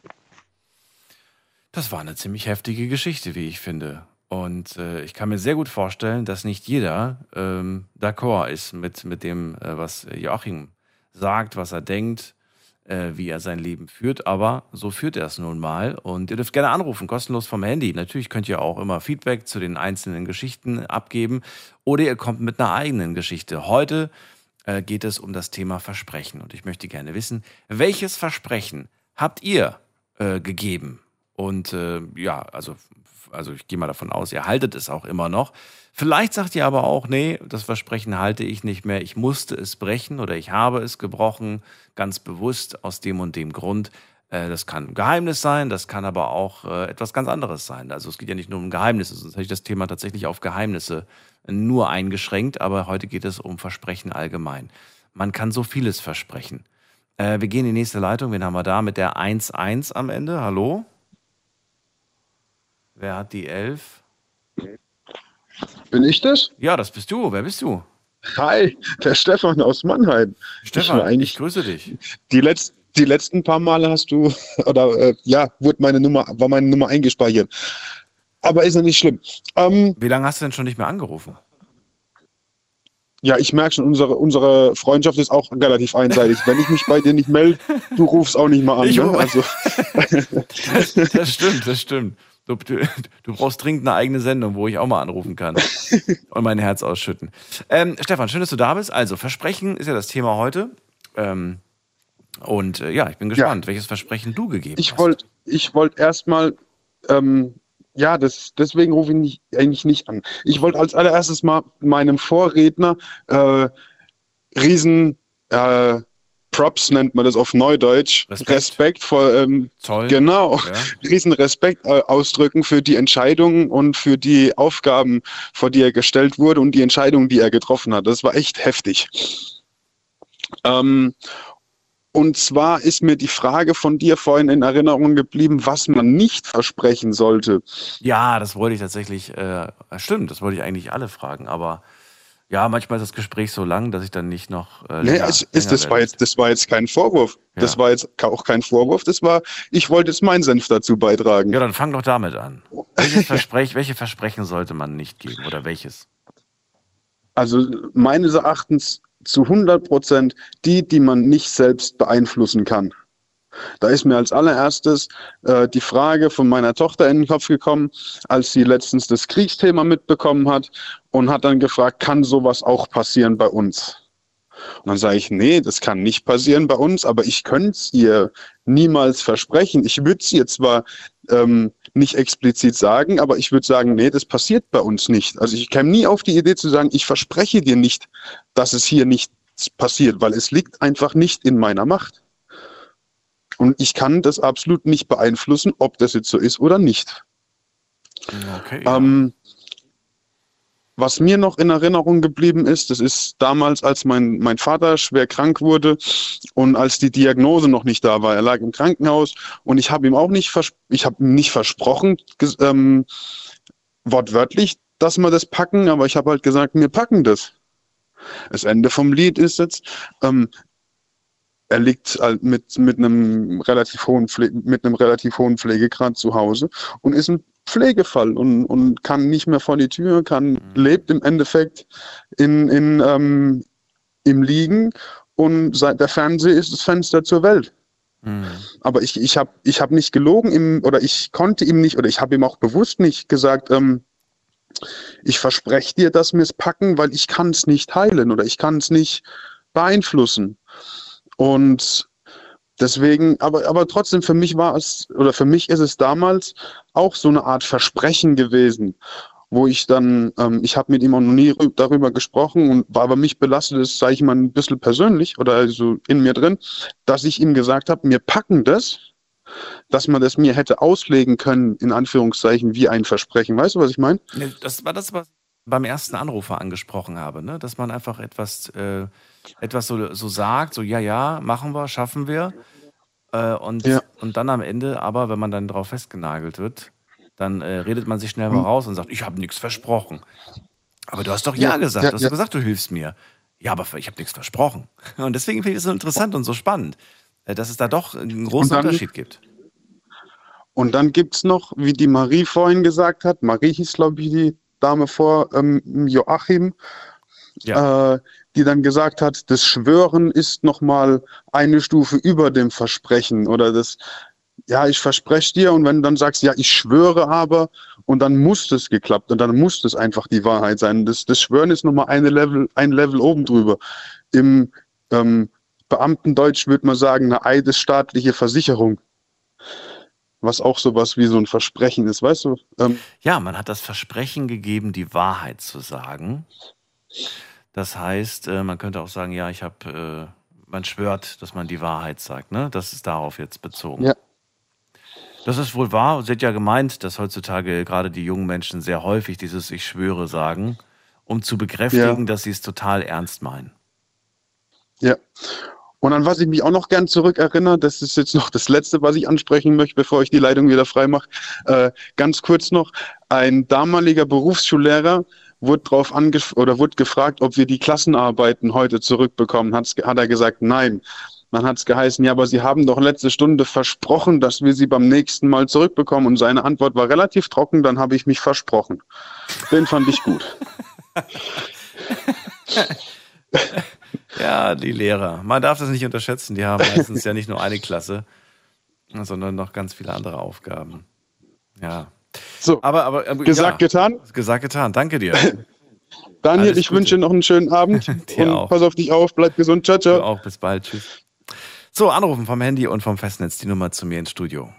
Das war eine ziemlich heftige Geschichte, wie ich finde. Und äh, ich kann mir sehr gut vorstellen, dass nicht jeder ähm, d'accord ist mit, mit dem, äh, was Joachim sagt, was er denkt, äh, wie er sein Leben führt. Aber so führt er es nun mal. Und ihr dürft gerne anrufen, kostenlos vom Handy. Natürlich könnt ihr auch immer Feedback zu den einzelnen Geschichten abgeben. Oder ihr kommt mit einer eigenen Geschichte. Heute äh, geht es um das Thema Versprechen. Und ich möchte gerne wissen, welches Versprechen habt ihr äh, gegeben? Und äh, ja, also, also ich gehe mal davon aus, ihr haltet es auch immer noch. Vielleicht sagt ihr aber auch, nee, das Versprechen halte ich nicht mehr. Ich musste es brechen oder ich habe es gebrochen, ganz bewusst aus dem und dem Grund. Äh, das kann ein Geheimnis sein, das kann aber auch äh, etwas ganz anderes sein. Also es geht ja nicht nur um Geheimnisse, sonst hätte ich das Thema tatsächlich auf Geheimnisse nur eingeschränkt. Aber heute geht es um Versprechen allgemein. Man kann so vieles versprechen. Äh, wir gehen in die nächste Leitung. Wen haben wir da mit der eins eins am Ende? Hallo? Wer hat die elf? Bin ich das? Ja, das bist du. Wer bist du? Hi, der Stefan aus Mannheim. Stefan, ich, ich, eigentlich, grüße dich. Die, Letz-, die letzten paar Male hast du, oder äh, ja, wurde meine Nummer, war meine Nummer eingespeichert. Aber ist ja nicht schlimm. Ähm, Wie lange hast du denn schon nicht mehr angerufen? ja, ich merke schon, unsere, unsere Freundschaft ist auch relativ einseitig. Wenn ich mich bei dir nicht melde, du rufst auch nicht mal an. Ich Ne? rufe- Also, Das, das stimmt, das stimmt. Du, du, du brauchst dringend eine eigene Sendung, wo ich auch mal anrufen kann und mein Herz ausschütten. Ähm, Stefan, schön, dass du da bist. Also, Versprechen ist ja das Thema heute. Ähm, und äh, ja, ich bin gespannt, welches Versprechen du gegeben ich hast. wollte ich wollt erstmal, ähm, ja, das, deswegen rufe ich nicht, eigentlich nicht an. Ich wollte als allererstes mal meinem Vorredner äh, riesen äh, Props nennt man das auf Neudeutsch. Respekt. Respekt vor, ähm, Zoll. genau, Ja. riesen Respekt äh, ausdrücken für die Entscheidungen und für die Aufgaben, vor die er gestellt wurde und die Entscheidungen, die er getroffen hat. Das war echt heftig. Ähm, und zwar ist mir die Frage von dir vorhin in Erinnerung geblieben, was man nicht versprechen sollte. Ja, das wollte ich tatsächlich, äh, stimmt, das wollte ich eigentlich alle fragen, aber ja, manchmal ist das Gespräch so lang, dass ich dann nicht noch äh, Nee, länger, es, ist, länger das, war werde. jetzt, das war jetzt kein Vorwurf. Das Ja. war jetzt auch kein Vorwurf. Das war, ich wollte jetzt meinen Senf dazu beitragen. Ja, dann fang doch damit an. Welches Versprech, welche Versprechen sollte man nicht geben oder welches? Also meines Erachtens zu hundert Prozent die, die man nicht selbst beeinflussen kann. Da ist mir als allererstes äh, die Frage von meiner Tochter in den Kopf gekommen, als sie letztens das Kriegsthema mitbekommen hat und hat dann gefragt, kann sowas auch passieren bei uns? Und dann sage ich, nee, das kann nicht passieren bei uns, aber ich könnte es ihr niemals versprechen. Ich würde es ihr zwar ähm, nicht explizit sagen, aber ich würde sagen, nee, das passiert bei uns nicht. Also ich käme nie auf die Idee zu sagen, ich verspreche dir nicht, dass es hier nichts passiert, weil es liegt einfach nicht in meiner Macht. Und ich kann das absolut nicht beeinflussen, ob das jetzt so ist oder nicht. Okay. Ja. Ähm, was mir noch in Erinnerung geblieben ist, das ist damals, als mein, mein Vater schwer krank wurde und als die Diagnose noch nicht da war. Er lag im Krankenhaus und ich habe ihm auch nicht, vers- ich habe ihm nicht versprochen, ges- ähm, wortwörtlich, dass wir das packen, aber ich habe halt gesagt, wir packen das. Das Ende vom Lied ist jetzt, ähm, er liegt halt mit, mit einem relativ hohen Pfle- mit einem relativ hohen Pflegegrad zu Hause und ist ein Pflegefall und, und kann nicht mehr vor die Tür, kann, lebt im Endeffekt in, in, ähm, im Liegen und seit der Fernseher ist das Fenster zur Welt. Mhm. Aber ich, ich habe ich hab nicht gelogen ihm, oder ich konnte ihm nicht, oder ich habe ihm auch bewusst nicht gesagt, ähm, ich verspreche dir, dass wir es packen, weil ich kann es nicht heilen oder ich kann es nicht beeinflussen. Und deswegen, aber, aber trotzdem, für mich war es, oder für mich ist es damals auch so eine Art Versprechen gewesen, wo ich dann, ähm, ich habe mit ihm auch noch nie rü- darüber gesprochen und war aber mich belastet, das sage ich mal ein bisschen persönlich oder also in mir drin, dass ich ihm gesagt habe, wir packen das, dass man das mir hätte auslegen können, in Anführungszeichen, wie ein Versprechen. Weißt du, was ich meine? Ne, das war das, was ich beim ersten Anrufer angesprochen habe, ne? Dass man einfach etwas, äh, etwas so, so sagt, so ja, ja, machen wir, schaffen wir. Äh, und, Ja. und dann am Ende, aber wenn man dann drauf festgenagelt wird, dann äh, redet man sich schnell mal raus und sagt, ich habe nichts versprochen. Aber du hast doch ja, Ja, gesagt, ja, du hast ja. doch gesagt, du hilfst mir. Ja, aber ich habe nichts versprochen. Und deswegen finde ich es so interessant und so spannend, äh, dass es da doch einen großen dann- Unterschied gibt. Und dann gibt's noch, wie die Marie vorhin gesagt hat, Marie hieß, glaube ich, die Dame vor ähm, Joachim, Ja. äh, die dann gesagt hat, das Schwören ist nochmal eine Stufe über dem Versprechen oder das, ja, ich verspreche dir und wenn du dann sagst, ja, ich schwöre aber und dann muss das geklappt und dann muss das einfach die Wahrheit sein. Das, das Schwören ist nochmal eine Level, ein Level oben drüber. Im ähm, Beamtendeutsch würde man sagen, eine eidesstaatliche Versicherung. Was auch sowas wie so ein Versprechen ist, weißt du? Ähm, Ja, man hat das Versprechen gegeben, die Wahrheit zu sagen. Das heißt, äh, man könnte auch sagen, ja, ich habe, äh, man schwört, dass man die Wahrheit sagt, ne? Das ist darauf jetzt bezogen. Ja. Das ist wohl wahr. Sie hat ja gemeint, dass heutzutage gerade die jungen Menschen sehr häufig dieses Ich schwöre sagen, um zu bekräftigen, Ja. dass sie es total ernst meinen. Ja. Und an was ich mich auch noch gern zurückerinnere, das ist jetzt noch das Letzte, was ich ansprechen möchte, bevor ich die Leitung wieder frei mache. Äh, ganz kurz noch, ein damaliger Berufsschullehrer wurde drauf angef- oder wurde gefragt, ob wir die Klassenarbeiten heute zurückbekommen. Hat's, ge- hat er gesagt, nein. Dann hat es geheißen, ja, aber Sie haben doch letzte Stunde versprochen, dass wir sie beim nächsten Mal zurückbekommen. Und seine Antwort war relativ trocken, dann habe ich mich versprochen. Den fand ich gut. Ja, die Lehrer. Man darf das nicht unterschätzen. Die haben meistens ja nicht nur eine Klasse, sondern noch ganz viele andere Aufgaben. Ja. So, Aber, aber, aber gesagt, ja, getan. gesagt, getan. Danke dir. Daniel, Alles ich Gute. wünsche dir noch einen schönen Abend Dir und auch. pass auf dich auf, bleib gesund, ciao, Du ciao. auch. Bis bald. Tschüss. So, anrufen vom Handy und vom Festnetz die Nummer zu mir ins Studio.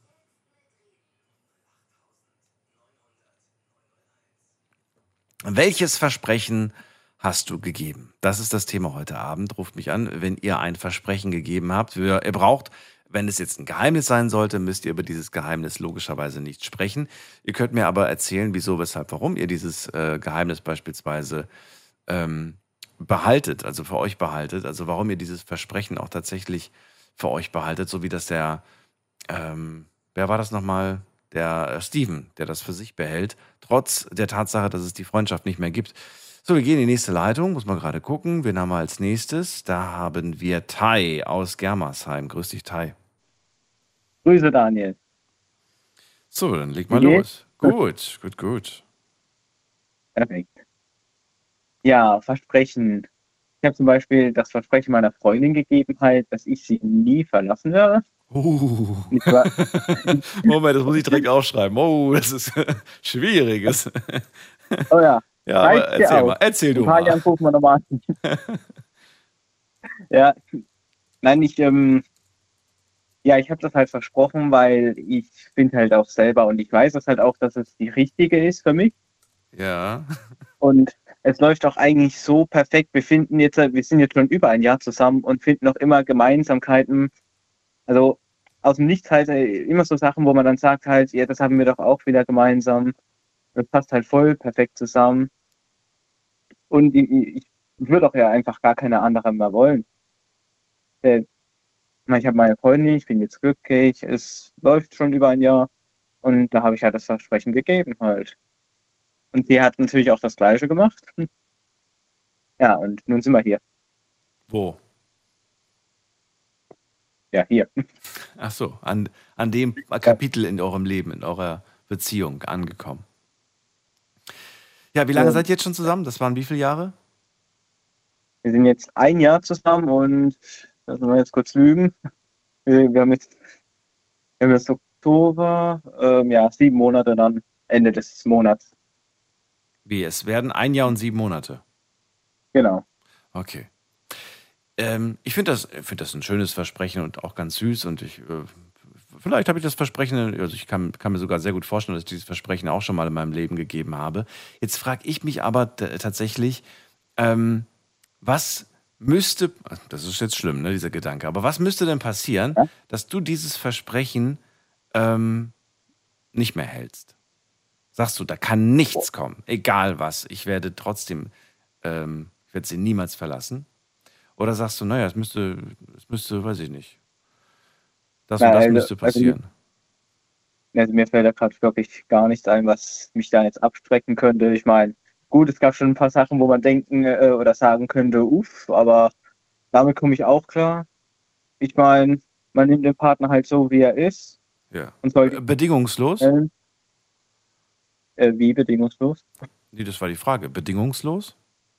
Welches Versprechen hast du gegeben? Das ist das Thema heute Abend. Ruft mich an, wenn ihr ein Versprechen gegeben habt. Wir- Ihr braucht, wenn es jetzt ein Geheimnis sein sollte, müsst ihr über dieses Geheimnis logischerweise nicht sprechen. Ihr könnt mir aber erzählen, wieso, weshalb, warum ihr dieses äh, Geheimnis beispielsweise ähm, behaltet, also für euch behaltet, also warum ihr dieses Versprechen auch tatsächlich für euch behaltet, so wie das der, ähm, wer war das nochmal? Der äh, Steven, der das für sich behält, trotz der Tatsache, dass es die Freundschaft nicht mehr gibt. So, wir gehen in die nächste Leitung, muss man gerade gucken. Wen haben wir als nächstes? Da haben wir Tai aus Germersheim. Grüß dich, Tai. Grüße, Daniel. So, dann leg mal Wie geht's? los. Gut, gut, gut. Perfekt. Ja, Versprechen. Ich habe zum Beispiel das Versprechen meiner Freundin gegeben, halt, dass ich sie nie verlassen werde. Uh. Ich war, Moment, das muss ich direkt aufschreiben. Oh, das ist schwieriges. oh ja, Ja, aber reicht dir erzähl auch. mal, erzähl In du ein paar mal. Jahren gucken wir nochmal an. Ja, nein, ich, ähm, ja, ich habe das halt versprochen, weil ich finde halt auch selber und ich weiß es halt auch, dass es die richtige ist für mich. Ja. Und es läuft auch eigentlich so perfekt. Wir finden jetzt, wir sind jetzt schon über ein Jahr zusammen und finden auch immer Gemeinsamkeiten. Also aus dem Nichts halt äh, immer so Sachen, wo man dann sagt halt, ja, das haben wir doch auch wieder gemeinsam. Das passt halt voll perfekt zusammen. Und ich, ich würde auch ja einfach gar keine andere mehr wollen. Äh, Ich meine, ich habe meine Freundin, ich bin jetzt glücklich, es läuft schon über ein Jahr und da habe ich halt das Versprechen gegeben halt. Und sie hat natürlich auch das Gleiche gemacht. Ja, und nun sind wir hier. Wo? Ja, hier. Ach so, an, an dem Kapitel in eurem Leben, in eurer Beziehung angekommen. Ja, wie lange Ähm, seid ihr jetzt schon zusammen? Das waren wie viele Jahre? Wir sind jetzt ein Jahr zusammen und lassen wir jetzt kurz lügen. Wir, wir haben jetzt, wir haben jetzt Oktober, ähm, ja, sieben Monate dann, Ende des Monats. Wie, es werden ein Jahr und sieben Monate. Genau. Okay. Ähm, ich finde das, find das ein schönes Versprechen und auch ganz süß und ich, äh, vielleicht habe ich das Versprechen, also ich kann, kann mir sogar sehr gut vorstellen, dass ich dieses Versprechen auch schon mal in meinem Leben gegeben habe. Jetzt frage ich mich aber t- tatsächlich, ähm, was müsste, das ist jetzt schlimm, ne, dieser Gedanke, aber was müsste denn passieren, Ja? dass du dieses Versprechen ähm, nicht mehr hältst? Sagst du, da kann nichts kommen, egal was, ich werde trotzdem, ähm, ich werde sie niemals verlassen? Oder sagst du, naja, es müsste, es müsste, weiß ich nicht, das und Na, das also, müsste also, mir- passieren? also mir fällt da gerade wirklich gar nichts ein, was mich da jetzt abschrecken könnte. Ich meine, gut, es gab schon ein paar Sachen, wo man denken äh, oder sagen könnte, uff, aber damit komme ich auch klar. Ich meine, man nimmt den Partner halt so, wie er ist Ja. und sollte Äh, Bedingungslos? äh, äh, wie bedingungslos. Nee, das war die Frage. Bedingungslos?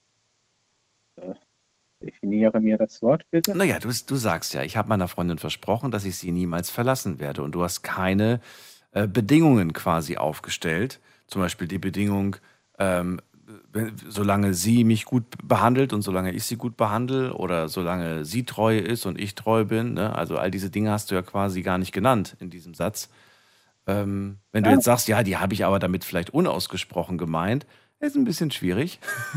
Definiere mir das Wort, bitte. Naja, du, du sagst ja, ich habe meiner Freundin versprochen, dass ich sie niemals verlassen werde. Und du hast keine äh, Bedingungen quasi aufgestellt. Zum Beispiel die Bedingung, ähm, wenn, solange sie mich gut behandelt und solange ich sie gut behandle oder solange sie treu ist und ich treu bin. Ne? Also all diese Dinge hast du ja quasi gar nicht genannt in diesem Satz. Ähm, wenn du Ja. jetzt sagst, ja, die habe ich aber damit vielleicht unausgesprochen gemeint, ist ein bisschen schwierig.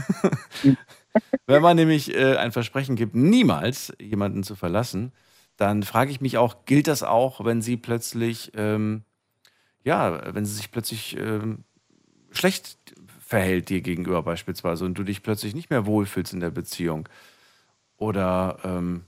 Wenn man nämlich äh, ein Versprechen gibt, niemals jemanden zu verlassen, dann frage ich mich auch, gilt das auch, wenn sie plötzlich, ähm, ja, wenn sie sich plötzlich ähm, schlecht verhält dir gegenüber beispielsweise und du dich plötzlich nicht mehr wohlfühlst in der Beziehung? Oder ähm,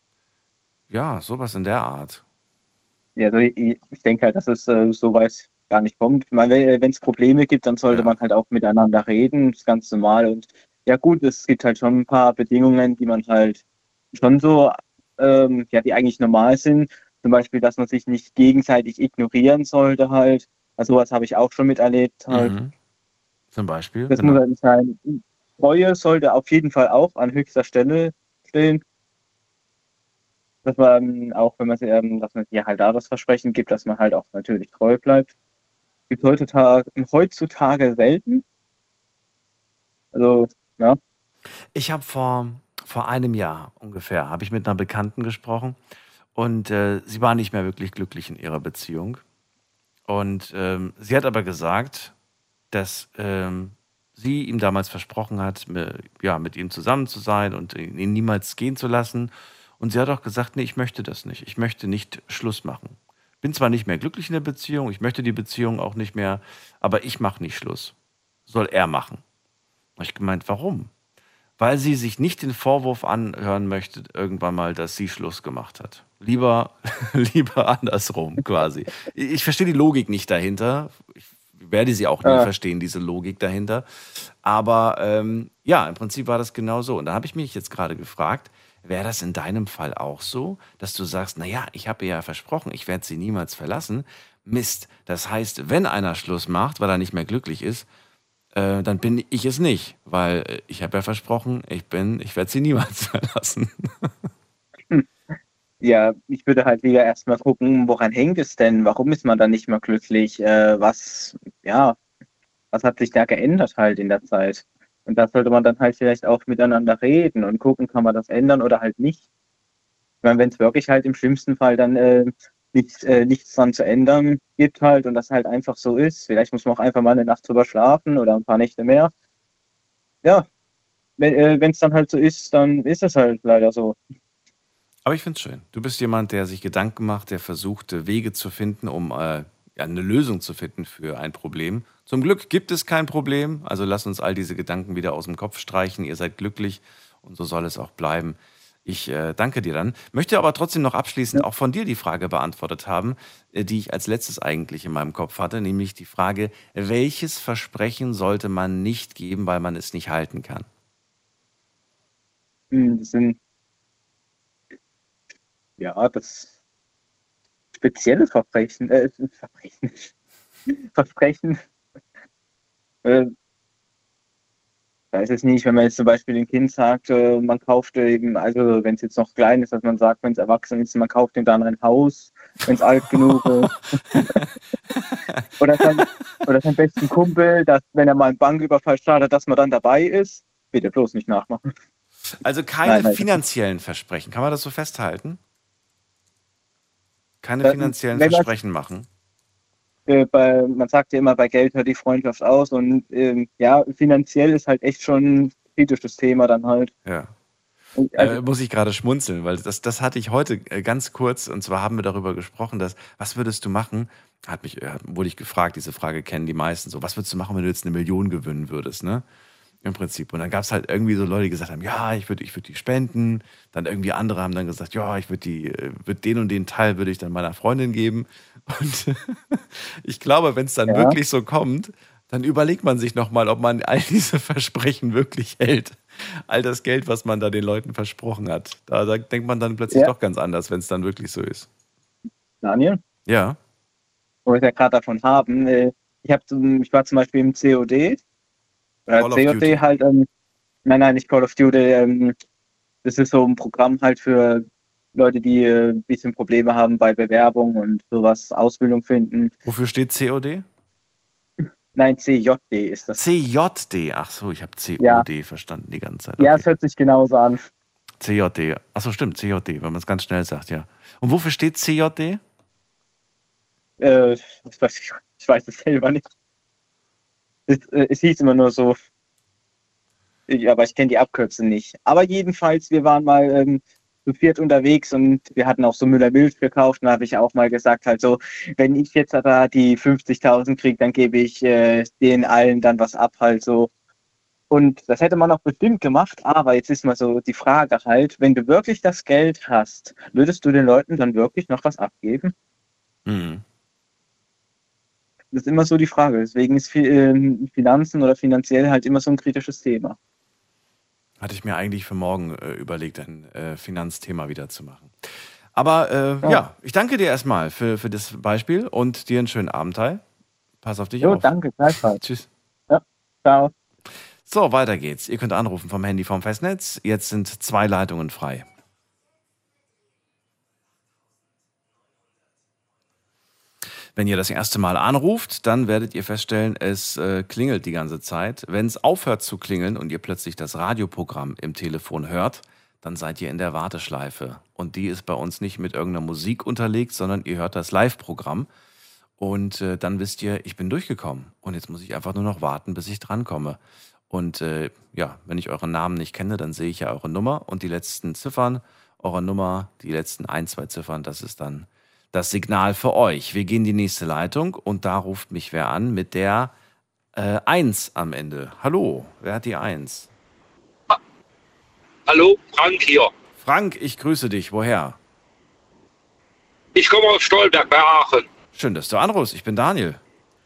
ja, sowas in der Art. Ja, also ich, ich denke halt, dass es äh, so weit gar nicht kommt. Ich meine, wenn es Probleme gibt, dann sollte Ja. man halt auch miteinander reden, das ist ganz normal. Und ja gut, es gibt halt schon ein paar Bedingungen, die man halt schon so, ähm, ja, die eigentlich normal sind. Zum Beispiel, dass man sich nicht gegenseitig ignorieren sollte halt. Also sowas habe ich auch schon miterlebt halt. Mhm. Zum Beispiel, Das muss genau. halt nicht sein. Treue sollte auf jeden Fall auch an höchster Stelle stehen. Dass man auch, wenn man ähm, dass man dir halt da das Versprechen gibt, dass man halt auch natürlich treu bleibt. Gibt heutzutage, heutzutage selten. Also, ja. Ich habe vor, vor einem Jahr ungefähr, habe ich mit einer Bekannten gesprochen und äh, sie war nicht mehr wirklich glücklich in ihrer Beziehung. Und ähm, sie hat aber gesagt, dass ähm, sie ihm damals versprochen hat, mit, ja, mit ihm zusammen zu sein und ihn niemals gehen zu lassen. Und sie hat auch gesagt, nee, ich möchte das nicht. Ich möchte nicht Schluss machen. Bin zwar nicht mehr glücklich in der Beziehung, ich möchte die Beziehung auch nicht mehr, aber ich mache nicht Schluss. Soll er machen. Habe ich gemeint, warum? Weil sie sich nicht den Vorwurf anhören möchte, irgendwann mal, dass sie Schluss gemacht hat. Lieber, lieber andersrum quasi. Ich verstehe die Logik nicht dahinter. Ich werde sie auch nie Ja. verstehen, diese Logik dahinter. Aber ähm, ja, im Prinzip war das genau so. Und da habe ich mich jetzt gerade gefragt, wäre das in deinem Fall auch so, dass du sagst, naja, ich habe ihr ja versprochen, ich werde sie niemals verlassen. Mist, das heißt, wenn einer Schluss macht, weil er nicht mehr glücklich ist, äh, dann bin ich es nicht, weil äh, ich habe ja versprochen, ich bin, ich werde sie niemals verlassen. Ja, ich würde halt wieder erstmal gucken, woran hängt es denn? Warum ist man dann nicht mehr glücklich? Äh, was, ja, was hat sich da geändert halt in der Zeit? Und da sollte man dann halt vielleicht auch miteinander reden und gucken, kann man das ändern oder halt nicht. Ich meine, wenn es wirklich halt im schlimmsten Fall dann äh, nichts, äh, nichts dran zu ändern gibt halt und das halt einfach so ist, vielleicht muss man auch einfach mal eine Nacht drüber schlafen oder ein paar Nächte mehr. Ja, wenn äh, es dann halt so ist, dann ist es halt leider so. Aber ich finde es schön. Du bist jemand, der sich Gedanken macht, der versucht, äh, Wege zu finden, um äh, ja, eine Lösung zu finden für ein Problem. Zum Glück gibt es kein Problem, also lasst uns all diese Gedanken wieder aus dem Kopf streichen. Ihr seid glücklich und so soll es auch bleiben. Ich äh, danke dir dann. Möchte aber trotzdem noch abschließend auch von dir die Frage beantwortet haben, äh, die ich als letztes eigentlich in meinem Kopf hatte, nämlich die Frage, welches Versprechen sollte man nicht geben, weil man es nicht halten kann? Hm, Das sind, ja, das spezielle Verbrechen, äh, Verbrechen, Versprechen, äh, weiß es nicht, wenn man jetzt zum Beispiel dem Kind sagt, äh, man kauft eben, also wenn es jetzt noch klein ist, dass man sagt, wenn es erwachsen ist, man kauft ihm dann ein Haus, wenn es alt genug ist. Oder sein, oder sein besten Kumpel, dass wenn er mal einen Banküberfall startet, dass man dann dabei ist. Bitte bloß nicht nachmachen. Also keine Nein, nein. finanziellen Versprechen. Kann man das so festhalten? Keine Äh, finanziellen wenn man- Versprechen machen. Äh, bei, man sagt ja immer, bei Geld hört die Freundschaft aus und ähm, ja, finanziell ist halt echt schon ein kritisches Thema dann halt. Ja. Und, also, Äh, muss ich gerade schmunzeln, weil das, das hatte ich heute äh, ganz kurz, und zwar haben wir darüber gesprochen, dass, was würdest du machen, hat mich, äh, wurde ich gefragt, diese Frage kennen die meisten so, was würdest du machen, wenn du jetzt eine Million gewinnen würdest, ne? Im Prinzip. Und dann gab es halt irgendwie so Leute, die gesagt haben, ja, ich würde ich würd die spenden. Dann irgendwie andere haben dann gesagt, ja, ich würde die, äh, würd den und den Teil würde ich dann meiner Freundin geben. Und ich glaube, wenn es dann Ja. wirklich so kommt, dann überlegt man sich nochmal, ob man all diese Versprechen wirklich hält. All das Geld, was man da den Leuten versprochen hat. Da, da denkt man dann plötzlich Ja. doch ganz anders, wenn es dann wirklich so ist. Daniel, Ja. wo wir es ja gerade davon haben, äh, ich, hab zum, ich war zum Beispiel im C O D. Oder Call of C O D Duty. halt, ähm, nein, nein, nicht Call of Duty. Ähm, das ist so ein Programm halt für Leute, die äh, ein bisschen Probleme haben bei Bewerbung und sowas, Ausbildung finden. Wofür steht C O D? Nein, C J D ist das. C J D. Ach so, ich habe C O D verstanden die ganze Zeit. Ja, Okay. es hört sich genauso an. C J D. Achso, stimmt, C J D, wenn man es ganz schnell sagt, ja. Und wofür steht C J D? Äh, ich, weiß, ich, ich weiß es selber nicht. Es, äh, es hieß immer nur so. Ich, aber ich kenne die Abkürzung nicht. Aber jedenfalls, wir waren mal ähm, zu viert unterwegs und wir hatten auch so Müller-Milch gekauft. Und da habe ich auch mal gesagt, halt so, wenn ich jetzt da die fünfzigtausend kriege, dann gebe ich äh, denen allen dann was ab, halt so. Und das hätte man auch bestimmt gemacht, aber jetzt ist mal so die Frage halt, wenn du wirklich das Geld hast, würdest du den Leuten dann wirklich noch was abgeben? Mhm. Das ist immer so die Frage. Deswegen ist fi- ähm, Finanzen oder finanziell halt immer so ein kritisches Thema. Hatte ich mir eigentlich für morgen äh, überlegt, ein äh, Finanzthema wieder zu machen. Aber äh, ja. Ja. ich danke dir erstmal für, für das Beispiel und dir einen schönen Abendteil. Pass auf dich Jo, auf. danke, gleichfalls. Tschüss. Ciao. So, weiter geht's. Ihr könnt anrufen vom Handy vom Festnetz. Jetzt sind zwei Leitungen frei. Wenn ihr das erste Mal anruft, dann werdet ihr feststellen, es äh, klingelt die ganze Zeit. Wenn es aufhört zu klingeln und ihr plötzlich das Radioprogramm im Telefon hört, dann seid ihr in der Warteschleife. Und die ist bei uns nicht mit irgendeiner Musik unterlegt, sondern ihr hört das Live-Programm. Und äh, dann wisst ihr, ich bin durchgekommen. Und jetzt muss ich einfach nur noch warten, bis ich drankomme. Und äh, ja, wenn ich euren Namen nicht kenne, dann sehe ich ja eure Nummer. Und die letzten Ziffern eurer Nummer, die letzten ein, zwei Ziffern, das ist dann das Signal für euch. Wir gehen in die nächste Leitung und da ruft mich wer an mit der äh, eins am Ende. Hallo, wer hat die eins? Hallo, Frank hier. Frank, ich grüße dich. Woher? Ich komme aus Stolberg bei Aachen. Schön, dass du anrufst. Ich bin Daniel.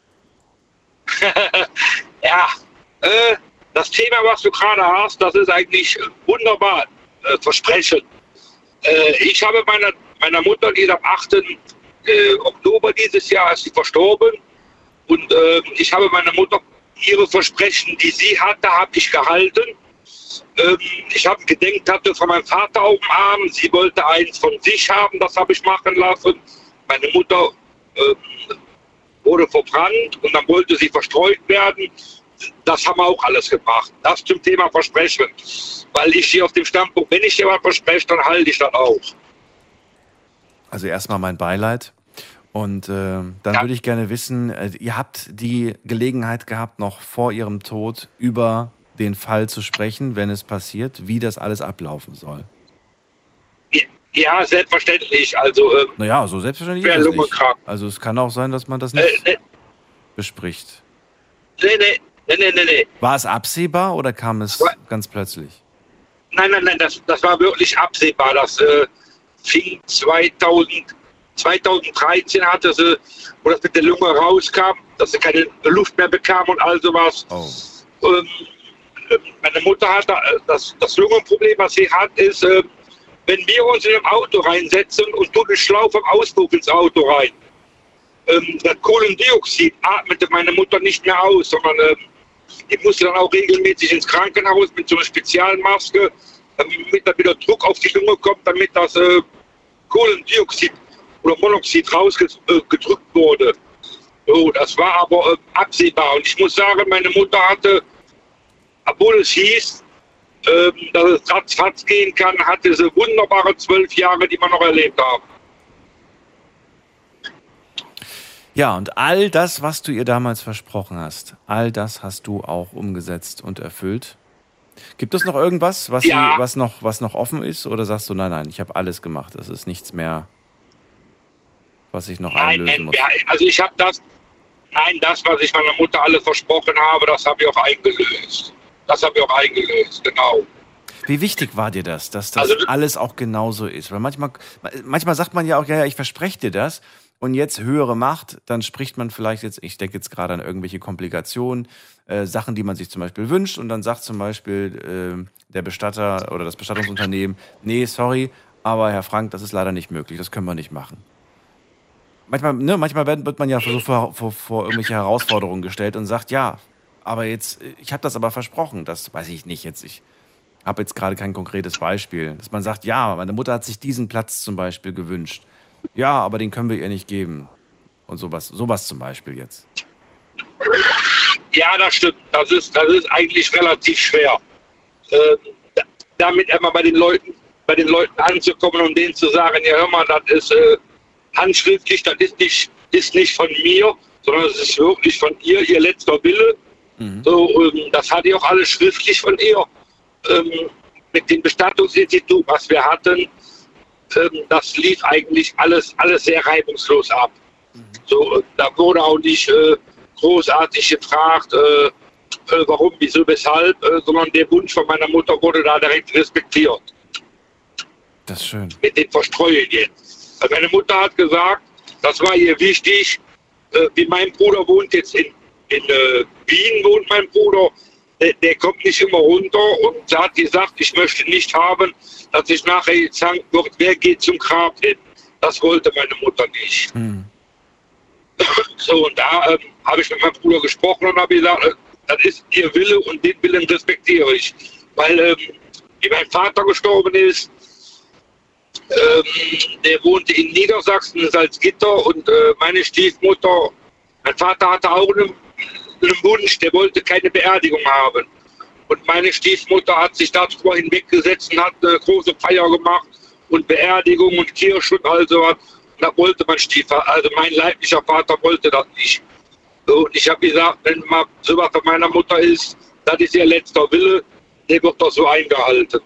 Ja, äh, das Thema, was du gerade hast, das ist eigentlich wunderbar. Äh, Versprechen. Äh, ich habe meiner, meiner Mutter, die ist am achten Äh, Oktober dieses Jahr ist sie verstorben. Und äh, ich habe meiner Mutter ihre Versprechen, die sie hatte, habe ich gehalten. Ähm, ich habe ein Gedenktafel von meinem Vater auf dem Arm. Sie wollte eins von sich haben, das habe ich machen lassen. Meine Mutter ähm, wurde verbrannt und dann wollte sie verstreut werden. Das haben wir auch alles gemacht. Das zum Thema Versprechen. Weil ich hier auf dem Standpunkt, wenn ich dir was verspreche, dann halte ich das auch. Also erstmal mein Beileid. Und äh, dann Ja. würde ich gerne wissen, äh, ihr habt die Gelegenheit gehabt, noch vor ihrem Tod über den Fall zu sprechen, wenn es passiert, wie das alles ablaufen soll. Ja, Ja, selbstverständlich. Also, ähm, Naja, so selbstverständlich schwer ist es nicht. lungenkrank. Also es kann auch sein, dass man das nicht Äh, ne, bespricht. nee, nee, nee, nee, nee, nee. War es absehbar oder kam es Wa- ganz plötzlich? Nein, nein, nein, das, das war wirklich absehbar. Das äh, fing zweitausend, zweitausenddreizehn hatte sie, wo das mit der Lunge rauskam, dass sie keine Luft mehr bekam und all sowas. Oh. Ähm, äh, meine Mutter hat da, äh, das, das Lungenproblem, was sie hat, ist, äh, wenn wir uns in ein Auto reinsetzen und du den Schlauch vom Auspuff ins Auto rein, ähm, das Kohlendioxid atmete meine Mutter nicht mehr aus, sondern ähm, die musste dann auch regelmäßig ins Krankenhaus mit so einer Spezialmaske, damit da wieder Druck auf die Lunge kommt, damit das äh, Kohlendioxid oder Monoxid rausgedrückt wurde. So, das war aber äh, absehbar. Und ich muss sagen, meine Mutter hatte, obwohl es hieß, äh, dass es ratzfatz gehen kann, hatte sie wunderbare zwölf Jahre, die wir noch erlebt haben. Ja, und all das, was du ihr damals versprochen hast, all das hast du auch umgesetzt und erfüllt. Gibt es noch irgendwas, was, Ja. sie, was, noch, was noch offen ist? Oder sagst du, nein, nein, ich habe alles gemacht, es ist nichts mehr, was ich noch Nein, einlösen nein, muss? ja, also ich habe das, nein, das, was ich meiner Mutter alles versprochen habe, das habe ich auch eingelöst. Das habe ich auch eingelöst, genau. Wie wichtig war dir das, dass das Also- alles auch genauso ist? Weil manchmal, manchmal sagt man ja auch, ja, ja, ich verspreche dir das. Und jetzt höhere Macht, dann spricht man vielleicht jetzt, ich denke jetzt gerade an irgendwelche Komplikationen, äh, Sachen, die man sich zum Beispiel wünscht. Und dann sagt zum Beispiel äh, der Bestatter oder das Bestattungsunternehmen, nee, sorry, aber Herr Frank, das ist leider nicht möglich, das können wir nicht machen. Manchmal, ne, manchmal wird wird man ja so vor, vor, vor irgendwelche Herausforderungen gestellt und sagt, ja, aber jetzt, ich habe das aber versprochen, das weiß ich nicht jetzt, ich habe jetzt gerade kein konkretes Beispiel, dass man sagt, ja, meine Mutter hat sich diesen Platz zum Beispiel gewünscht. Ja, aber den können wir ihr nicht geben. Und sowas, sowas zum Beispiel jetzt. Ja, das stimmt. Das ist, das ist eigentlich relativ schwer. Ähm, da- damit einmal bei den Leuten, bei den Leuten anzukommen und denen zu sagen, ja hör mal, das ist äh, handschriftlich, das ist nicht, ist nicht von mir, sondern es ist wirklich von ihr, ihr letzter Wille. Mhm. So, ähm, das hatte ich auch alles schriftlich von ihr. Ähm, mit dem Bestattungsinstitut, was wir hatten, ähm, das lief eigentlich alles, alles sehr reibungslos ab. So, äh, da wurde auch nicht äh, großartig gefragt, äh, äh, warum, wieso, weshalb, äh, sondern der Wunsch von meiner Mutter wurde da direkt respektiert. Das ist schön. Mit den Verstreuungen. Also meine Mutter hat gesagt, das war ihr wichtig, äh, wie mein Bruder wohnt jetzt in, in äh, Wien, wohnt mein Bruder, der, der kommt nicht immer runter und sie hat gesagt, ich möchte nicht haben, dass sich nachher gezankt wird, wer geht zum Grab hin. Das wollte meine Mutter nicht. Mhm. So, und da ähm, habe ich mit meinem Bruder gesprochen und habe gesagt, äh, das ist ihr Wille und den Willen respektiere ich. Weil, ähm, wie mein Vater gestorben ist, ähm, der wohnte in Niedersachsen, in Salzgitter, und äh, meine Stiefmutter, mein Vater hatte auch einen, einen Wunsch, der wollte keine Beerdigung haben. Und meine Stiefmutter hat sich darüber hinweggesetzt und hat eine große Feier gemacht und Beerdigung und Kirche und all sowas. Und da wollte mein Stiefvater, also mein leiblicher Vater wollte das nicht. So, und ich habe gesagt, wenn mal sowas von meiner Mutter ist, das ist ihr letzter Wille, der wird doch so eingehalten.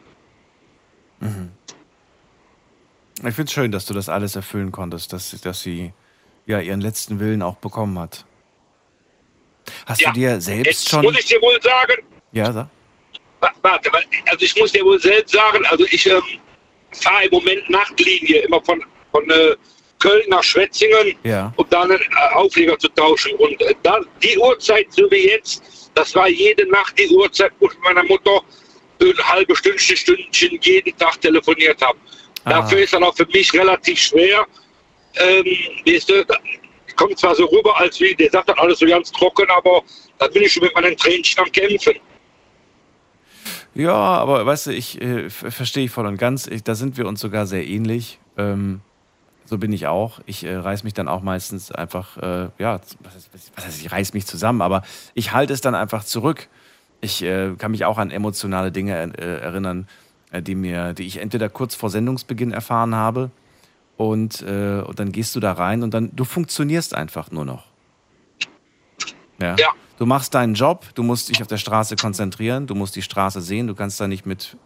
Ich finde es schön, dass du das alles erfüllen konntest, dass, dass sie ja ihren letzten Willen auch bekommen hat. Hast Ja, du dir selbst Jetzt schon... muss ich dir wohl sagen, Ja, sag. wa- warte, wa- also ich muss dir wohl selbst sagen, also ich ähm, fahre im Moment Nachtlinie immer von, von äh, Köln nach Schwetzingen, Ja. um da einen äh, Auflieger zu tauschen. Und äh, da, die Uhrzeit, so wie jetzt, das war jede Nacht die Uhrzeit, wo ich mit meiner Mutter ein halbe Stündchen, Stündchen jeden Tag telefoniert habe. Ah. Dafür ist dann auch für mich relativ schwer. Ähm, weißt du, da- kommt zwar so rüber, als wie, der sagt dann alles so ganz trocken, aber da bin ich schon mit meinen Tränchen am Kämpfen. Ja, aber weißt du, ich äh, f- verstehe ich voll und ganz. Ich, da sind wir uns sogar sehr ähnlich. Ähm, so bin ich auch. Ich äh, reiß mich dann auch meistens einfach, äh, ja, was heißt, was heißt, ich reiß mich zusammen, aber ich halte es dann einfach zurück. Ich äh, kann mich auch an emotionale Dinge äh, erinnern, äh, die mir, die ich entweder kurz vor Sendungsbeginn erfahren habe und, äh, und dann gehst du da rein und dann, du funktionierst einfach nur noch. Ja. Ja. Du machst deinen Job, du musst dich auf der Straße konzentrieren, du musst die Straße sehen, du kannst da nicht mit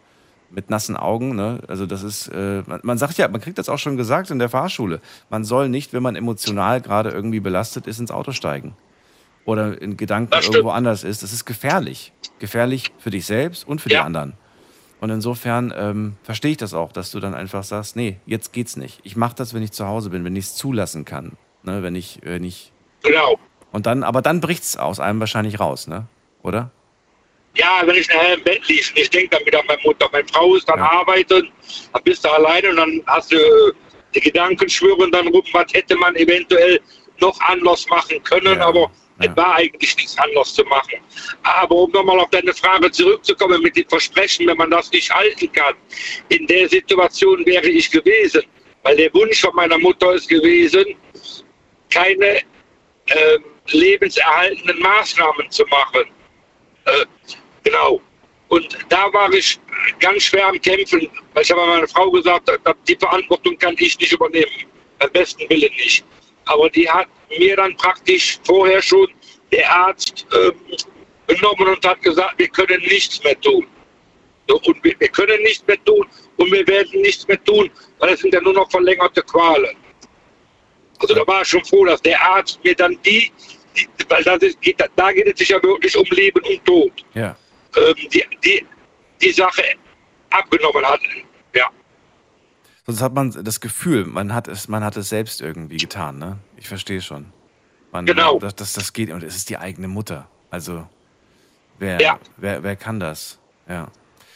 mit nassen Augen, ne? Also das ist, äh, man, man sagt ja, man kriegt das auch schon gesagt in der Fahrschule. Man soll nicht, wenn man emotional gerade irgendwie belastet ist, ins Auto steigen. Oder in Gedanken irgendwo anders ist. Das ist gefährlich. Gefährlich für dich selbst und für Ja. die anderen. Und insofern ähm, verstehe ich das auch, dass du dann einfach sagst, nee, jetzt geht's nicht. Ich mache das, wenn ich zu Hause bin, wenn ich es zulassen kann. Ne? Wenn ich, wenn ich. Genau. Und dann, aber dann bricht's aus einem wahrscheinlich raus, ne? Oder? Ja, wenn ich nachher im Bett liege und ich denke dann wieder an meine Mutter. Meine Frau ist dann Ja. arbeiten, dann bist du alleine und dann hast du äh, die Gedanken schwören dann rum, was hätte man eventuell noch anders machen können, Ja. aber Ja. es war eigentlich nichts anders zu machen. Aber um nochmal auf deine Frage zurückzukommen mit den Versprechen, wenn man das nicht halten kann, in der Situation wäre ich gewesen, weil der Wunsch von meiner Mutter ist gewesen, keine äh, lebenserhaltenden Maßnahmen zu machen. Äh, genau. Und da war ich ganz schwer am Kämpfen, weil ich habe meiner Frau gesagt, die Verantwortung kann ich nicht übernehmen. Beim besten Willen nicht. Aber die hat mir dann praktisch vorher schon der Arzt ähm, genommen und hat gesagt, wir können nichts mehr tun. So, und wir, wir können nichts mehr tun und wir werden nichts mehr tun, weil es sind ja nur noch verlängerte Qualen. Also da war ich schon froh, dass der Arzt mir dann die, die weil das ist, geht, da geht es sich ja wirklich um Leben und Tod, Ja. ähm, die, die, die Sache abgenommen hat. Ja, Sonst hat man das Gefühl, man hat es, man hat es selbst irgendwie getan, ne? Ich verstehe schon. Man, Genau. Das, das, das geht, und es ist die eigene Mutter. Also, wer, Ja. wer, wer kann das? Ja.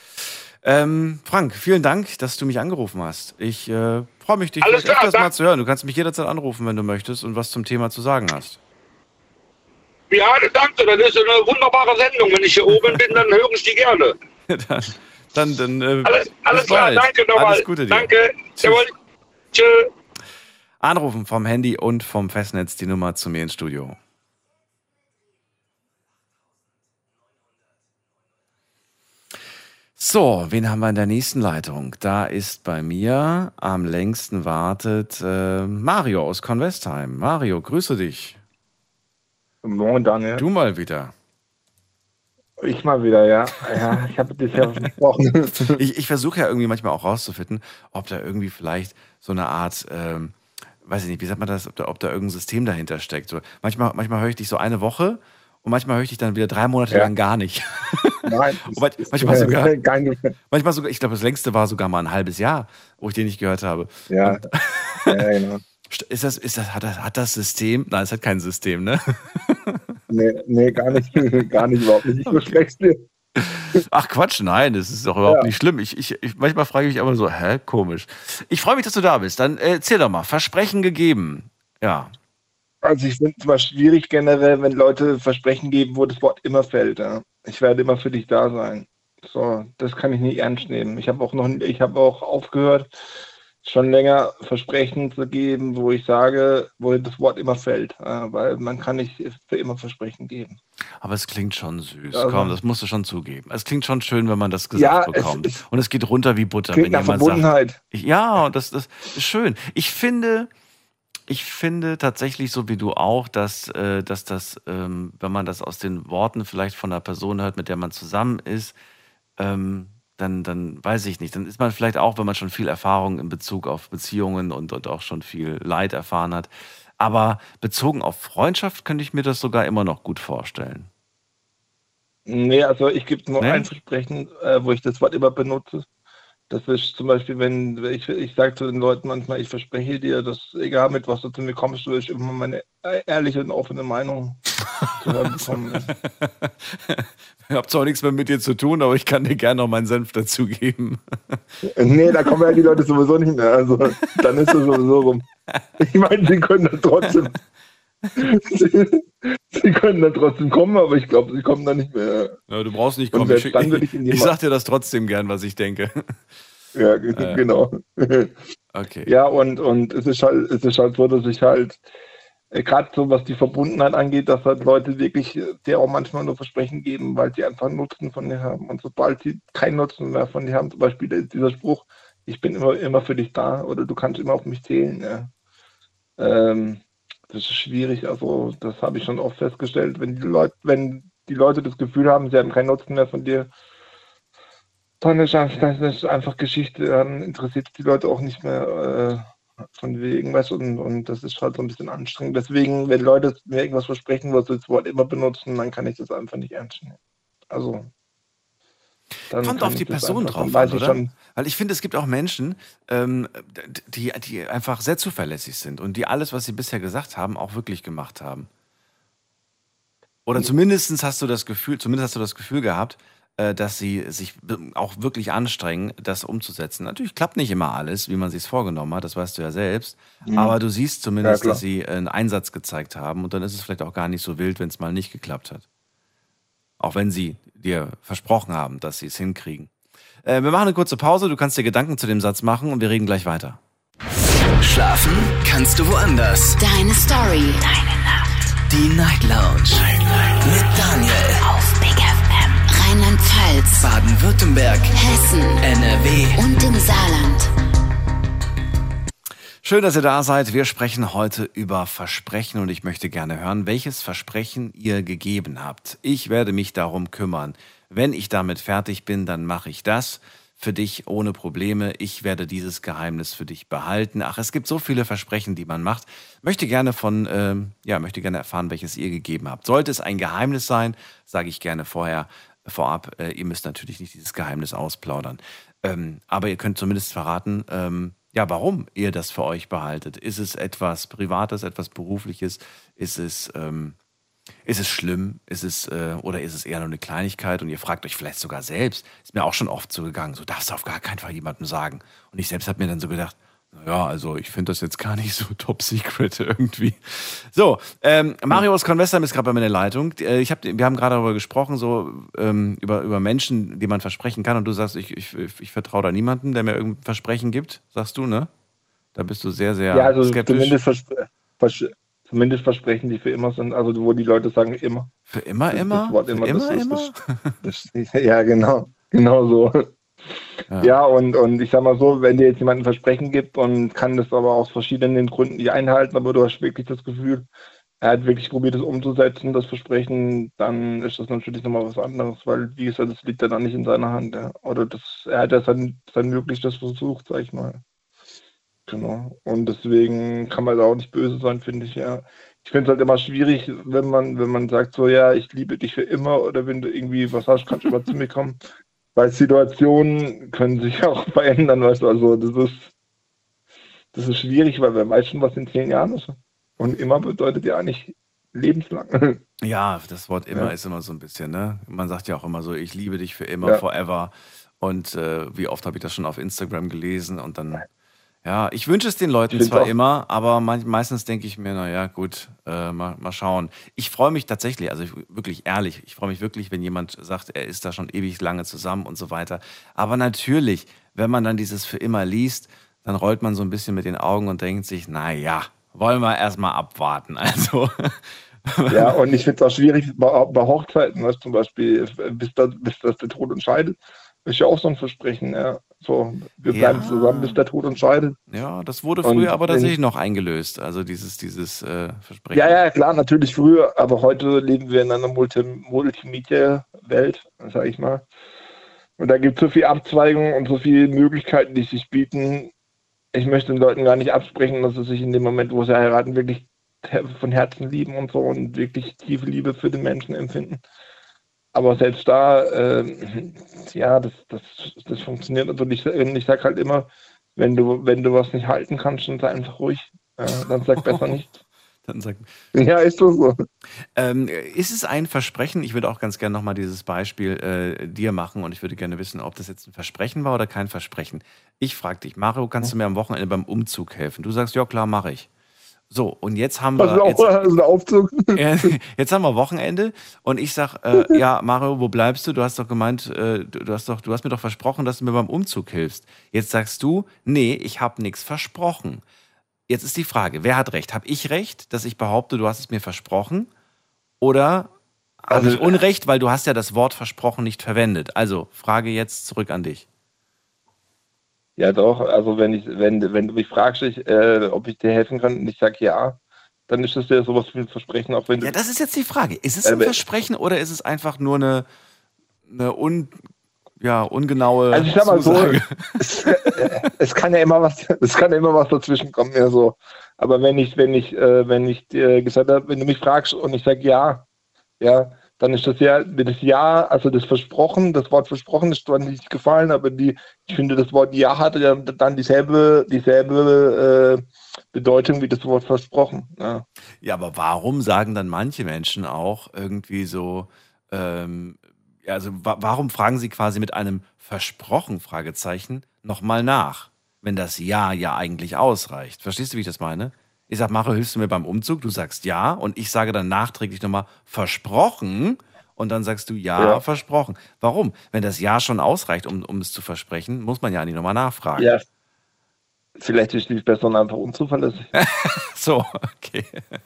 Ähm, Frank, vielen Dank, dass du mich angerufen hast. Ich äh, freue mich, dich Alles vielleicht klar, öfters mal danke. zu hören. Du kannst mich jederzeit anrufen, wenn du möchtest und was zum Thema zu sagen hast. ja, danke, das ist eine wunderbare Sendung. Wenn ich hier oben bin, dann höre ich die gerne. dann, dann, dann äh, Alles, alles bis klar, bald. danke nochmal. Alles Gute dir. Danke. Tschüss. Jawohl. Tschö. Anrufen vom Handy und vom Festnetz die Nummer zu mir ins Studio. So, wen haben wir in der nächsten Leitung? Da ist bei mir am längsten wartet äh, Mario aus Convestheim. Mario, grüße dich. Moin, Daniel. Du mal wieder. Ich mal wieder, ja. Ja, ich habe das ja versprochen. Ich, ich versuche ja irgendwie manchmal auch rauszufinden, ob da irgendwie vielleicht so eine Art, ähm, weiß ich nicht, wie sagt man das, ob da, ob da irgendein System dahinter steckt. So, manchmal, manchmal höre ich dich so eine Woche und manchmal höre ich dich dann wieder drei Monate Ja. lang gar nicht. Nein, Und man- manchmal sogar, Kein, manchmal sogar, ich glaube, das längste war sogar mal ein halbes Jahr, wo ich den nicht gehört habe. ja, ja, genau. Ist das, ist das, hat das, hat das System? Nein, es hat kein System, ne? Nee, nee, gar nicht, gar nicht, überhaupt nicht. Ich verspreche es dir. Ach Quatsch, nein, das ist doch überhaupt Ja. nicht schlimm. Ich, ich, ich, manchmal frage ich mich aber so, hä, komisch. Ich freue mich, dass du da bist. Dann äh, erzähl doch mal, Versprechen gegeben. Ja. Also ich finde es immer schwierig generell, wenn Leute Versprechen geben, wo das Wort immer fällt. Ja. Ich werde immer für dich da sein. So, das kann ich nicht ernst nehmen. Ich habe auch noch, ich habe auch aufgehört, schon länger Versprechen zu geben, wo ich sage, wo das Wort immer fällt, ja, weil man kann nicht für immer Versprechen geben. Aber es klingt schon süß. Also- Komm, das musst du schon zugeben. Es klingt schon schön, wenn man das Ja, gesagt es bekommt. ist- Und es geht runter wie Butter, Klingt wenn nach jemand sagt. Verbundenheit. Ja, und das, das ist schön. Ich finde, ich finde tatsächlich, so wie du auch, dass, äh, dass das, ähm, wenn man das aus den Worten vielleicht von einer Person hört, mit der man zusammen ist, ähm, dann, dann weiß ich nicht. Dann ist man vielleicht auch, wenn man schon viel Erfahrung in Bezug auf Beziehungen und, und auch schon viel Leid erfahren hat. Aber bezogen auf Freundschaft könnte ich mir das sogar immer noch gut vorstellen. Nee, also ich gebe nur Nee? ein Versprechen, äh, wo ich das Wort immer benutze. Das ist zum Beispiel, wenn wenn ich, ich sage zu den Leuten manchmal, ich verspreche dir, dass egal mit was du zu mir kommst, du wirst immer meine äh, ehrliche und offene Meinung zu hören bekommen. Ich habe zwar nichts mehr mit dir zu tun, aber ich kann dir gerne noch meinen Senf dazugeben. Nee, da kommen ja die Leute sowieso nicht mehr. Also dann ist es sowieso rum. Ich meine, sie können dann trotzdem. Sie, sie können dann trotzdem kommen, aber ich glaube, sie kommen dann nicht mehr. Ja, du brauchst nicht Und kommen. selbst Ich, dann würde ich in die ich Ma- sag dir das trotzdem gern, was ich denke. Ja, g- Äh. genau. Okay. Ja, und, und es ist halt, es ist halt so, dass ich halt, äh, gerade so was die Verbundenheit angeht, dass halt Leute wirklich äh, dir auch manchmal nur Versprechen geben, weil sie einfach Nutzen von dir haben. Und sobald sie keinen Nutzen mehr von dir haben, zum Beispiel der- dieser Spruch, ich bin immer, immer für dich da oder du kannst immer auf mich zählen, ja. Ähm, das ist schwierig, also das habe ich schon oft festgestellt, wenn die Leute, wenn die Leute das Gefühl haben, sie haben keinen Nutzen mehr von dir, dann ist das, das ist einfach Geschichte, dann interessiert die Leute auch nicht mehr äh, von wegen was und, und das ist halt so ein bisschen anstrengend. Deswegen, wenn Leute mir irgendwas versprechen, was sie das Wort immer benutzen, dann kann ich das einfach nicht ernst nehmen. Also dann Kommt kann auf die ich das Person einfach, dann drauf weiß an, ich oder? schon, Weil ich finde, es gibt auch Menschen, ähm, die, die einfach sehr zuverlässig sind und die alles, was sie bisher gesagt haben, auch wirklich gemacht haben. Oder zumindest hast du das Gefühl, zumindest hast du das Gefühl gehabt, äh, dass sie sich be- auch wirklich anstrengen, das umzusetzen. Natürlich klappt nicht immer alles, wie man sich es vorgenommen hat, das weißt du ja selbst. Mhm. Aber du siehst Ja, zumindest, klar. dass sie einen Einsatz gezeigt haben und dann ist es vielleicht auch gar nicht so wild, wenn es mal nicht geklappt hat. Auch wenn sie dir versprochen haben, dass sie es hinkriegen. Äh, wir machen eine kurze Pause, du kannst dir Gedanken zu dem Satz machen und wir reden gleich weiter. Schlafen kannst du woanders. Deine Story. Deine Nacht. Die Night Lounge. Night, Night. Mit Daniel. Auf Big F M. Rheinland-Pfalz. Baden-Württemberg. Hessen. N R W. Und im Saarland. Schön, dass ihr da seid. Wir sprechen heute über Versprechen und ich möchte gerne hören, welches Versprechen ihr gegeben habt. Ich werde mich darum kümmern. Wenn ich damit fertig bin, dann mache ich das für dich ohne Probleme. Ich werde dieses Geheimnis für dich behalten. Ach, es gibt so viele Versprechen, die man macht. Möchte gerne von, ähm, ja, möchte gerne erfahren, welches ihr gegeben habt. Sollte es ein Geheimnis sein, sage ich gerne vorher, vorab. Äh, ihr müsst natürlich nicht dieses Geheimnis ausplaudern. Ähm, aber ihr könnt zumindest verraten, ähm, ja, warum ihr das für euch behaltet. Ist es etwas Privates, etwas Berufliches? Ist es, ähm, ist es schlimm? Ist es, äh, oder ist es eher nur eine Kleinigkeit? Und ihr fragt euch vielleicht sogar selbst, ist mir auch schon oft so gegangen, so darfst du auf gar keinen Fall jemandem sagen. Und ich selbst habe mir dann so gedacht, naja, also ich finde das jetzt gar nicht so top secret irgendwie. So, ähm, Mario aus Convestheim ist gerade bei mir in der Leitung. Äh, Ich hab, wir haben gerade darüber gesprochen, so ähm, über, über Menschen, die man versprechen kann. Und du sagst, ich, ich, ich vertraue da niemandem, der mir irgendein Versprechen gibt, sagst du, ne? Da bist du sehr, sehr ja, also skeptisch. zumindest, verspre vers zumindest Versprechen, die für immer sind, also wo die Leute sagen immer. Für immer, Das, immer? das Wort Für immer, immer, das ist, immer? das, das, ja, genau, genau so. Ja. Ja, und, und ich sag mal so, wenn dir jetzt jemand ein Versprechen gibt und kann das aber aus verschiedenen Gründen nicht einhalten, aber du hast wirklich das Gefühl, er hat wirklich probiert, das umzusetzen, das Versprechen, dann ist das natürlich nochmal was anderes, weil, wie gesagt, das liegt ja dann nicht in seiner Hand. Ja. Oder das, er hat ja sein, sein Möglichstes versucht, sag ich mal. Genau. Und deswegen kann man da auch nicht böse sein, finde ich, ja. Ich finde es halt immer schwierig, wenn man, wenn man sagt so, ja, ich liebe dich für immer, oder wenn du irgendwie was hast, kannst du immer zu mir kommen. Weil Situationen können sich auch verändern, weißt du, also das ist, das ist schwierig, weil wer weiß schon, was in zehn Jahren ist. Und immer bedeutet ja nicht lebenslang. Ja, das Wort immer Ja. ist immer so ein bisschen, ne? Man sagt ja auch immer so, ich liebe dich für immer, Ja. forever. Und äh, wie oft habe ich das schon auf Instagram gelesen und dann, ja, ich wünsche es den Leuten Ich find's zwar auch- immer, aber man, meistens denke ich mir, naja, gut, äh, mal, mal schauen. Ich freue mich tatsächlich, also ich, wirklich ehrlich, ich freue mich wirklich, wenn jemand sagt, er ist da schon ewig lange zusammen und so weiter. Aber natürlich, wenn man dann dieses für immer liest, dann rollt man so ein bisschen mit den Augen und denkt sich, naja, wollen wir erstmal abwarten. Also, Ja, und ich finde es auch schwierig bei, bei Hochzeiten, was zum Beispiel, bis das, bis das der Tod entscheidet, ist ja auch so ein Versprechen. Ja. So, wir bleiben Ja. zusammen, bis der Tod entscheidet. ja, das wurde Und früher aber wenn- tatsächlich noch eingelöst. Also dieses, dieses äh, Versprechen. Ja, ja, klar, natürlich früher, aber heute leben wir in einer Multi Multimedia-Welt, sage ich mal. Und da gibt es so viel Abzweigungen und so viele Möglichkeiten, die sich bieten. Ich möchte den Leuten gar nicht absprechen, dass sie sich in dem Moment, wo sie heiraten, wirklich her- von Herzen lieben und so und wirklich tiefe Liebe für den Menschen empfinden. Aber selbst da, ähm, ja, das, das, das funktioniert. Also ich, ich sage halt immer, wenn du, wenn du was nicht halten kannst, dann sei einfach ruhig. Äh, dann sag besser nichts. Dann sagt, Ja, ist doch so. ähm, ist es ein Versprechen? Ich würde auch ganz gerne nochmal dieses Beispiel äh, dir machen und ich würde gerne wissen, ob das jetzt ein Versprechen war oder kein Versprechen. Ich frage dich, Mario, kannst du mir am Wochenende beim Umzug helfen? Du sagst, ja klar, mache ich. So, und jetzt haben Was ist wir... auch Jetzt, das ist ein Aufzug? Ja, jetzt haben wir Wochenende und ich sag, äh, ja, Mario, wo bleibst du? Du hast doch gemeint, äh, du, du hast doch, du hast mir doch versprochen, dass du mir beim Umzug hilfst. Jetzt sagst du, nee, ich habe nichts versprochen. Jetzt ist die Frage, wer hat recht? Habe ich recht, dass ich behaupte, du hast es mir versprochen? Oder habe Also- ich Unrecht, weil du hast ja das Wort versprochen nicht verwendet? Also, Frage jetzt zurück an dich. Ja, doch. Also wenn ich, wenn, wenn du mich fragst, ich, äh, ob ich dir helfen kann und ich sage ja, dann ist das ja sowas wie ein Versprechen, auch wenn du. Ja, das ist jetzt die Frage. Ist es ein Aber- Versprechen oder ist es einfach nur eine, eine un, ja, ungenaue Also ich sag mal Zusage. so, es, äh, es kann ja immer was, es kann ja immer was dazwischen kommen, ja so. Aber wenn ich, wenn ich, äh, wenn ich dir gesagt habe, wenn du mich fragst und ich sage ja, ja, dann ist das ja, das Ja, also das Versprochen, das Wort versprochen ist zwar nicht gefallen, aber die, ich finde, das Wort Ja hatte ja dann dieselbe, dieselbe äh, Bedeutung wie das Wort versprochen. Ja. Ja, aber warum sagen dann manche Menschen auch irgendwie so, ähm, ja, also wa warum fragen sie quasi mit einem versprochen Fragezeichen nochmal nach, wenn das Ja ja eigentlich ausreicht? Verstehst du, wie ich das meine? Ich sag, Maro, hilfst du mir beim Umzug? Du sagst ja und ich sage dann nachträglich nochmal versprochen und dann sagst du ja, Ja. versprochen. Warum? Wenn das Ja schon ausreicht, um, um es zu versprechen, muss man ja nicht nochmal nachfragen. Ja, vielleicht ist die Person einfach unzuverlässig. So, okay.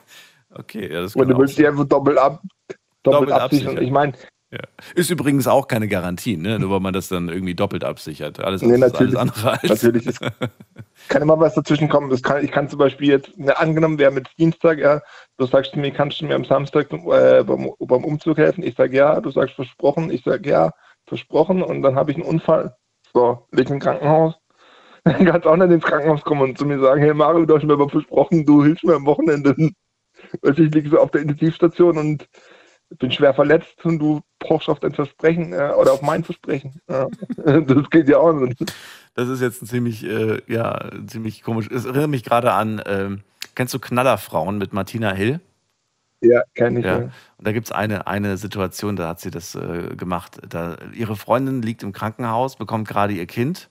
Okay, ja, das Und kann du auch willst die sein. einfach doppelt ab, doppelt, Doppelt absichern. absichern. Ich meine, Ja. Ist übrigens auch keine Garantie, ne? Nur weil man das dann irgendwie doppelt absichert. Alles, nee, das ist alles natürlich, andere als. natürlich ist, kann immer was dazwischen kommen. Das kann, ich kann zum Beispiel jetzt, ne, angenommen, wir haben jetzt Dienstag, ja, du sagst mir, kannst du mir am Samstag äh, beim, beim Umzug helfen? Ich sage ja, du sagst versprochen, ich sage ja, versprochen und dann habe ich einen Unfall. So, leg im Krankenhaus. Dann kannst du auch nicht ins Krankenhaus kommen und zu mir sagen, hey Mario, du hast mir aber versprochen, du hilfst mir am Wochenende. Also ich liege so auf der Intensivstation und bin schwer verletzt und du brauchst auf dein Versprechen äh, oder auf mein Versprechen. Ja. Das geht ja auch nicht. Das ist jetzt ein ziemlich, äh, ja, ziemlich komisch. Es erinnert mich gerade an, ähm, kennst du Knallerfrauen mit Martina Hill? Ja, kenn ich. Ja. Ja. Und da gibt es eine, eine Situation, da hat sie das äh, gemacht. Da, ihre Freundin liegt im Krankenhaus, bekommt gerade ihr Kind.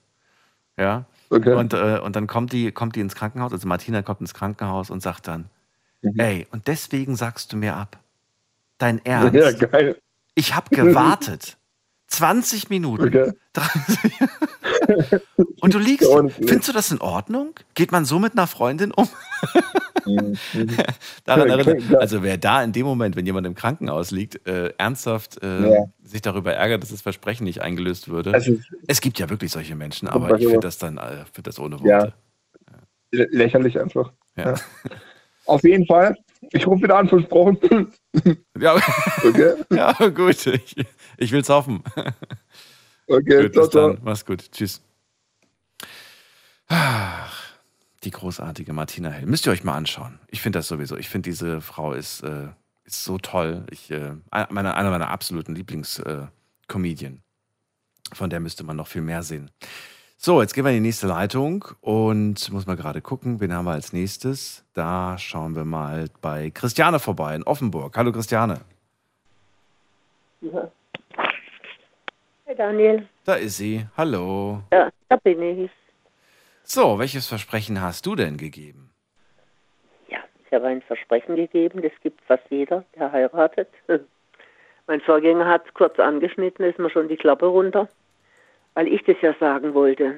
Ja. Okay. Und, äh, und dann kommt die, kommt die ins Krankenhaus, also Martina kommt ins Krankenhaus und sagt dann, Mhm. ey, und deswegen sagst du mir ab. Dein Ernst? Ja, geil. Ich habe gewartet. zwanzig Minuten. Okay. dreißig Und du liegst. Ja, und- Findest du das in Ordnung? Geht man so mit einer Freundin um? Mhm. Daran Ja, erinnert, klar. also wer da in dem Moment, wenn jemand im Krankenhaus liegt, äh, ernsthaft äh, Ja. sich darüber ärgert, dass das Versprechen nicht eingelöst würde. Also, Es gibt ja wirklich solche Menschen, Kommt aber bei ich finde sowas. das dann äh, find das ohne Ja. Worte. lä- lächerlich einfach. Ja. Ja. Auf jeden Fall. Ich rufe wieder an, versprochen. Ja, Okay. ja gut. Ich, ich will's hoffen. Okay, Gut, ciao, bis ciao. dann. Mach's gut. Tschüss. Ach, die großartige Martina Hill. Müsst ihr euch mal anschauen. Ich finde das sowieso. Ich finde, diese Frau ist, äh, ist so toll. Ich, äh, meine, einer meiner absoluten Lieblings-Comedien. Von der müsste man noch viel mehr sehen. So, jetzt gehen wir in die nächste Leitung und muss mal gerade gucken, wen haben wir als nächstes. Da schauen wir mal bei Christiane vorbei in Offenburg. Hallo Christiane. Ja. Hey Daniel, Da ist sie. Hallo. ja, da bin ich. So, welches Versprechen hast du denn gegeben? Ja, ich habe ein Versprechen gegeben, das gibt fast jeder, der heiratet. Mein Vorgänger hat es kurz angeschnitten, ist mir schon die Klappe runter, weil ich das ja sagen wollte.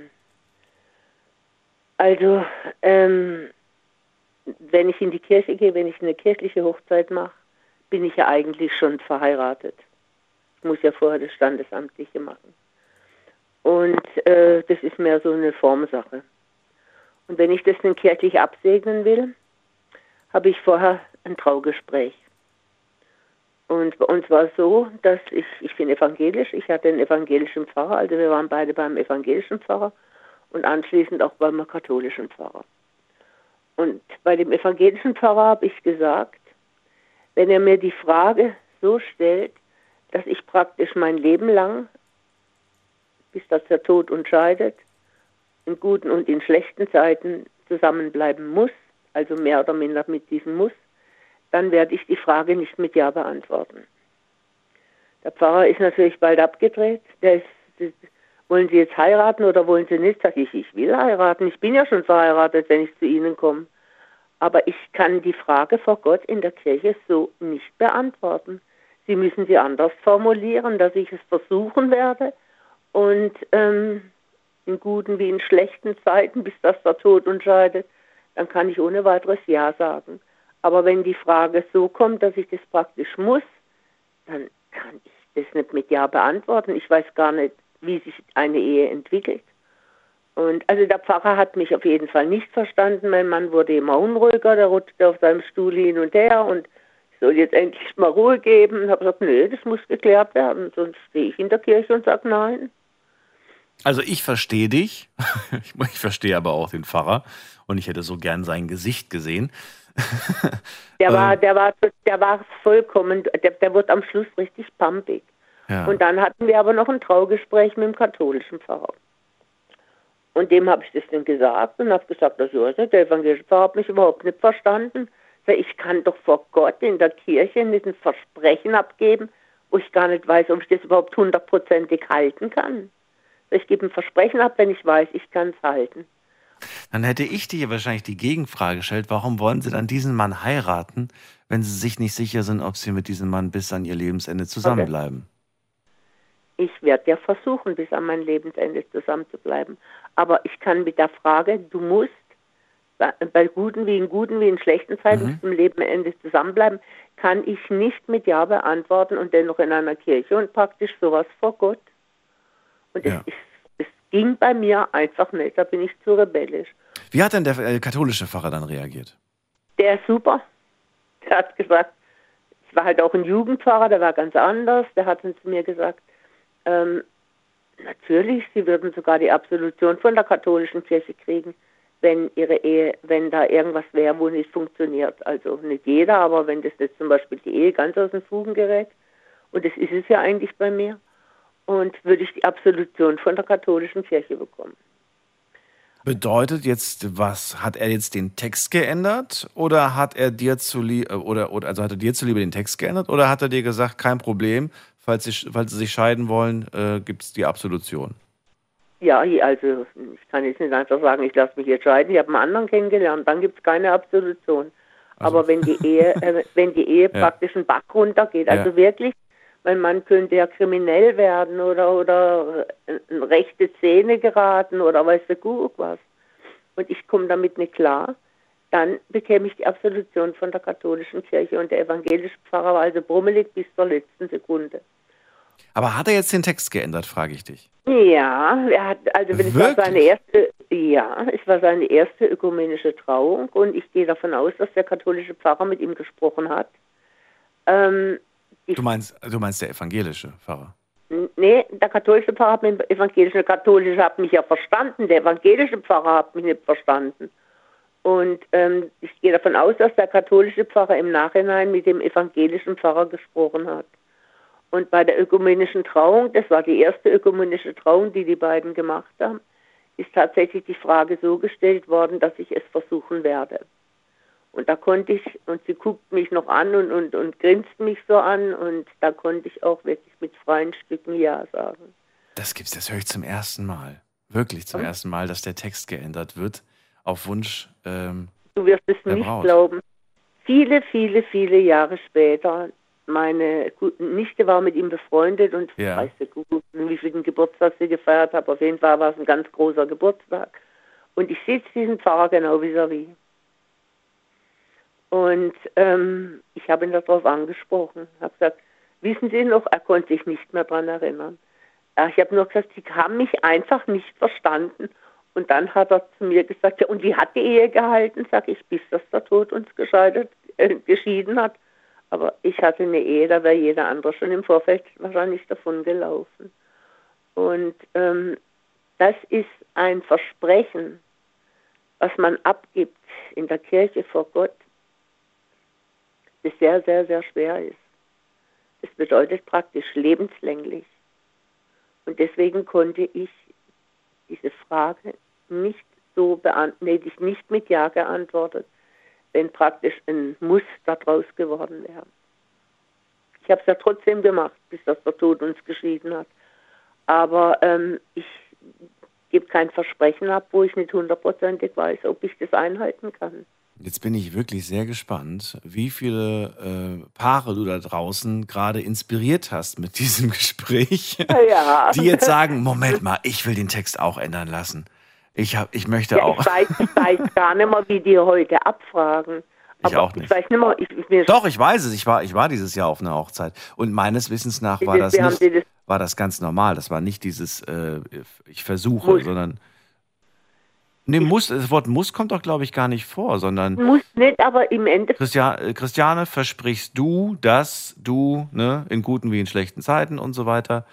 Also, ähm, wenn ich in die Kirche gehe, wenn ich eine kirchliche Hochzeit mache, bin ich ja eigentlich schon verheiratet. Ich muss ja vorher das Standesamtliche machen. Und äh, das ist mehr so eine Formsache. Und wenn ich das dann kirchlich absegnen will, habe ich vorher ein Traugespräch. Und bei uns war es so, dass ich, ich bin evangelisch, ich hatte einen evangelischen Pfarrer, also wir waren beide beim evangelischen Pfarrer und anschließend auch beim katholischen Pfarrer. Und bei dem evangelischen Pfarrer habe ich gesagt, wenn er mir die Frage so stellt, dass ich praktisch mein Leben lang, bis das der Tod uns scheidet, in guten und in schlechten Zeiten zusammenbleiben muss, also mehr oder minder mit diesem Muss, dann werde ich die Frage nicht mit Ja beantworten. Der Pfarrer ist natürlich bald abgedreht. Der ist, das, wollen Sie jetzt heiraten oder wollen Sie nicht? Sag ich, ich will heiraten. Ich bin ja schon verheiratet, wenn ich zu Ihnen komme. Aber ich kann die Frage vor Gott in der Kirche so nicht beantworten. Sie müssen sie anders formulieren, dass ich es versuchen werde. Und ähm, in guten wie in schlechten Zeiten, bis das der Tod uns scheidet, dann kann ich ohne weiteres Ja sagen. Aber wenn die Frage so kommt, dass ich das praktisch muss, dann kann ich das nicht mit Ja beantworten. Ich weiß gar nicht, wie sich eine Ehe entwickelt. Und also der Pfarrer hat mich auf jeden Fall nicht verstanden. Mein Mann wurde immer unruhiger, der rutschte auf seinem Stuhl hin und her und ich soll jetzt endlich mal Ruhe geben. Ich habe gesagt, nö, das muss geklärt werden. Sonst stehe ich in der Kirche und sage nein. Also ich verstehe dich, ich, ich verstehe aber auch den Pfarrer und ich hätte so gern sein Gesicht gesehen. Der war, der war, der war vollkommen, der, der wurde am Schluss richtig pampig. Ja. Und dann hatten wir aber noch ein Traugespräch mit dem katholischen Pfarrer. Und dem habe ich das dann gesagt und habe gesagt, das ist der evangelische Pfarrer hat mich überhaupt nicht verstanden. Ich kann doch vor Gott in der Kirche nicht ein Versprechen abgeben, wo ich gar nicht weiß, ob ich das überhaupt hundertprozentig halten kann. Ich gebe ein Versprechen ab, wenn ich weiß, ich kann es halten. Dann hätte ich dir wahrscheinlich die Gegenfrage gestellt, warum wollen Sie dann diesen Mann heiraten, wenn Sie sich nicht sicher sind, ob Sie mit diesem Mann bis an Ihr Lebensende zusammenbleiben? Ich werde ja versuchen, bis an mein Lebensende zusammenzubleiben. Aber ich kann mit der Frage, du musst bei guten wie in guten wie in schlechten Zeiten Mhm. bis zum Lebensende zusammenbleiben, kann ich nicht mit Ja beantworten und dennoch in einer Kirche und praktisch sowas vor Gott. Und es, Ja. ist, es ging bei mir einfach nicht, da bin ich zu rebellisch. Wie hat denn der äh, katholische Pfarrer dann reagiert? Der ist super. Der hat gesagt, es war halt auch ein Jugendpfarrer, der war ganz anders. Der hat dann zu mir gesagt, ähm, natürlich, sie würden sogar die Absolution von der katholischen Kirche kriegen, wenn ihre Ehe, wenn da irgendwas wäre, wo nicht funktioniert. Also nicht jeder, aber wenn das jetzt zum Beispiel die Ehe ganz aus den Fugen gerät, und das ist es ja eigentlich bei mir, und würde ich die Absolution von der katholischen Kirche bekommen. Bedeutet jetzt, was, hat er jetzt den Text geändert oder hat er dir zuliebe, oder, oder, also hat er dir zuliebe den Text geändert oder hat er dir gesagt, kein Problem, falls sie, falls sie sich scheiden wollen, äh, gibt es die Absolution? Ja, also ich kann jetzt nicht einfach sagen, ich lasse mich jetzt scheiden, ich habe einen anderen kennengelernt, dann gibt es keine Absolution. Also. Aber wenn die Ehe, äh, wenn die Ehe Ja. praktisch einen Bach runtergeht, also Ja. wirklich, mein Mann könnte ja kriminell werden oder, oder in rechte Szene geraten oder weiß der Kuckuck was. Und ich komme damit nicht klar, dann bekäme ich die Absolution von der katholischen Kirche und der evangelische Pfarrer war also brummelig bis zur letzten Sekunde. Aber hat er jetzt den Text geändert, frage ich dich. Ja, er hat, also wenn es war Wirklich? seine erste, ja, es war seine erste ökumenische Trauung und ich gehe davon aus, dass der katholische Pfarrer mit ihm gesprochen hat. Ähm, Du meinst, du meinst der evangelische Pfarrer? n- nee, der katholische Pfarrer hat mit dem evangelischen, der katholische hat mich ja verstanden, der evangelische Pfarrer hat mich nicht verstanden. Und ähm, ich gehe davon aus, dass der katholische Pfarrer im Nachhinein mit dem evangelischen Pfarrer gesprochen hat. Und bei der ökumenischen Trauung, das war die erste ökumenische Trauung, die die beiden gemacht haben, ist tatsächlich die Frage so gestellt worden, dass ich es versuchen werde. Und da konnte ich, und sie guckt mich noch an und, und, und grinst mich so an und da konnte ich auch wirklich mit freien Stücken Ja sagen. Das gibt's, das höre ich zum ersten Mal. Wirklich zum Hm? ersten Mal, dass der Text geändert wird auf Wunsch ähm, Du wirst es der nicht Braut. glauben. Viele, viele, viele Jahre später, meine Gu- Nichte war mit ihm befreundet und Ja. weiß der Kuckuck, wie viel Geburtstag sie gefeiert hat. Auf jeden Fall war es ein ganz großer Geburtstag. Und ich sitze diesen Pfarrer genau vis-à-vis. Und ähm, ich habe ihn darauf angesprochen. habe gesagt, wissen Sie noch, er konnte sich nicht mehr daran erinnern. Ja, ich habe nur gesagt, Sie haben mich einfach nicht verstanden. Und dann hat er zu mir gesagt, ja, und wie hat die Ehe gehalten? Sag ich, bis dass der Tod uns gescheitert, äh, geschieden hat. Aber ich hatte eine Ehe, da wäre jeder andere schon im Vorfeld wahrscheinlich davon gelaufen. Und ähm, das ist ein Versprechen, was man abgibt in der Kirche vor Gott, das sehr, sehr, sehr schwer ist. Das bedeutet praktisch lebenslänglich. Und deswegen konnte ich diese Frage nicht so beantworten, nee, ich nicht mit Ja geantwortet, wenn praktisch ein Muss daraus geworden wäre. Ich habe es ja trotzdem gemacht, bis das der Tod uns geschieden hat. Aber ähm, ich gebe kein Versprechen ab, wo ich nicht hundertprozentig weiß, ob ich das einhalten kann. Jetzt bin ich wirklich sehr gespannt, wie viele äh, Paare du da draußen gerade inspiriert hast mit diesem Gespräch, Ja. die jetzt sagen, Moment mal, ich will den Text auch ändern lassen. Ich, hab, ich möchte Ja, auch. ich weiß, ich weiß gar nicht mehr, wie die heute abfragen. Ich Aber auch nicht. Ich weiß nicht mehr, ich, ich, mir Doch, ich weiß es. Ich war, ich war dieses Jahr auf einer Hochzeit. Und meines Wissens nach war Wie- das wie haben nicht, Sie das- war das ganz normal. Das war nicht dieses, äh, ich versuche, Muss. sondern. Nee, muss, das Wort muss kommt doch, glaube ich, gar nicht vor, sondern muss nicht, aber im Endeffekt, Christian, äh, Christiane, versprichst du, dass du, ne, in guten wie in schlechten Zeiten und so weiter,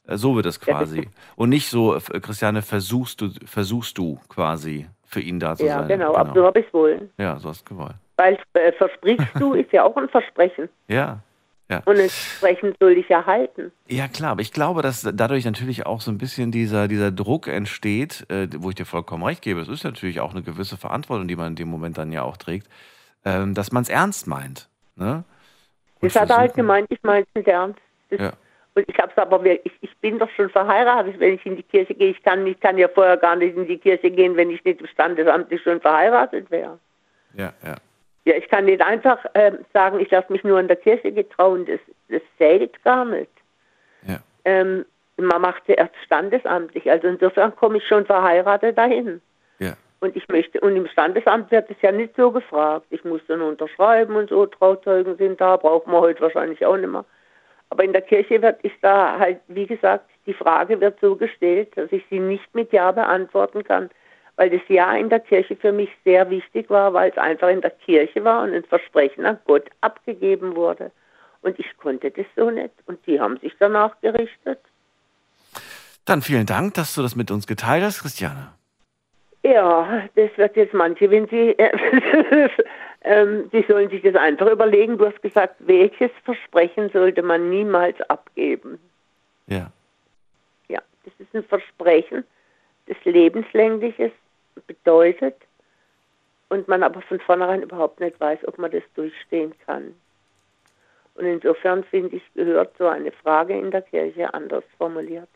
Äh, So wird es Ja, das quasi. Und nicht so, äh, Christiane, versuchst du, versuchst du quasi für ihn da zu ja, sein. genau, aber so Genau. habe ich es wollen. Ja, so hast du gewollt. Weil äh, versprichst du, ist ja auch ein Versprechen. Ja, ja. Und ein Versprechen soll ich ja halten. Ja, klar, aber ich glaube, dass dadurch natürlich auch so ein bisschen dieser, dieser Druck entsteht, äh, wo ich dir vollkommen recht gebe. Es ist natürlich auch eine gewisse Verantwortung, die man in dem Moment dann ja auch trägt, ähm, dass man es ernst meint. Ne? Und Das hat er halt versuchen. gemeint, ich meine es nicht ernst. Das, Ja. Und ich habe es aber, wirklich- ich, ich bin doch schon verheiratet, wenn ich in die Kirche gehe. Ich kann, ich kann ja vorher gar nicht in die Kirche gehen, wenn ich nicht standesamtlich schon verheiratet wäre. Ja, ja. Ja, ich kann nicht einfach ähm, sagen, ich lasse mich nur in der Kirche getrauen. Das, das zählt gar nicht. Ja. Ähm, man macht sie erst standesamtlich. Also insofern komme ich schon verheiratet dahin. Ja. Und ich möchte, und im Standesamt wird es ja nicht so gefragt. Ich muss dann unterschreiben und so, Trauzeugen sind da, braucht man heute wahrscheinlich auch nicht mehr. Aber in der Kirche wird ich da halt, wie gesagt, die Frage wird so gestellt, dass ich sie nicht mit Ja beantworten kann, weil das Ja in der Kirche für mich sehr wichtig war, weil es einfach in der Kirche war und ein Versprechen an Gott abgegeben wurde. Und ich konnte das so nicht. Und die haben sich danach gerichtet. Dann vielen Dank, dass du das mit uns geteilt hast, Christiane. Ja, das wird jetzt manche, wenn sie, äh, ähm, die sollen sich das einfach überlegen. Du hast gesagt, welches Versprechen sollte man niemals abgeben? Ja. Ja, das ist ein Versprechen, das lebenslängliches bedeutet und man aber von vornherein überhaupt nicht weiß, ob man das durchstehen kann. Und insofern finde ich, gehört so eine Frage in der Kirche anders formuliert.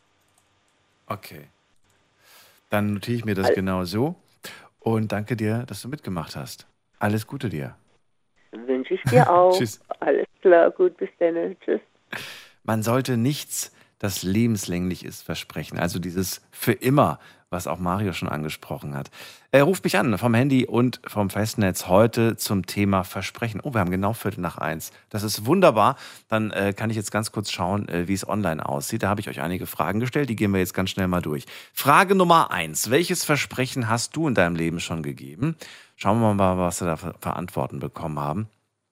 Okay. Dann notiere ich mir das Al- genau so und danke dir, dass du mitgemacht hast. Alles Gute dir. Wünsche ich dir auch. Tschüss. Alles klar, gut, bis dann. Tschüss. Man sollte nichts, das lebenslänglich ist, versprechen. Also dieses für immer, was auch Mario schon angesprochen hat. Er ruft mich an vom Handy und vom Festnetz heute zum Thema Versprechen. Oh, wir haben genau Viertel nach eins. Das ist wunderbar. Dann äh, kann ich jetzt ganz kurz schauen, äh, wie es online aussieht. Da habe ich euch einige Fragen gestellt. Die gehen wir jetzt ganz schnell mal durch. Frage Nummer eins. Welches Versprechen hast du in deinem Leben schon gegeben? Schauen wir mal, was wir da für, für Antworten bekommen haben.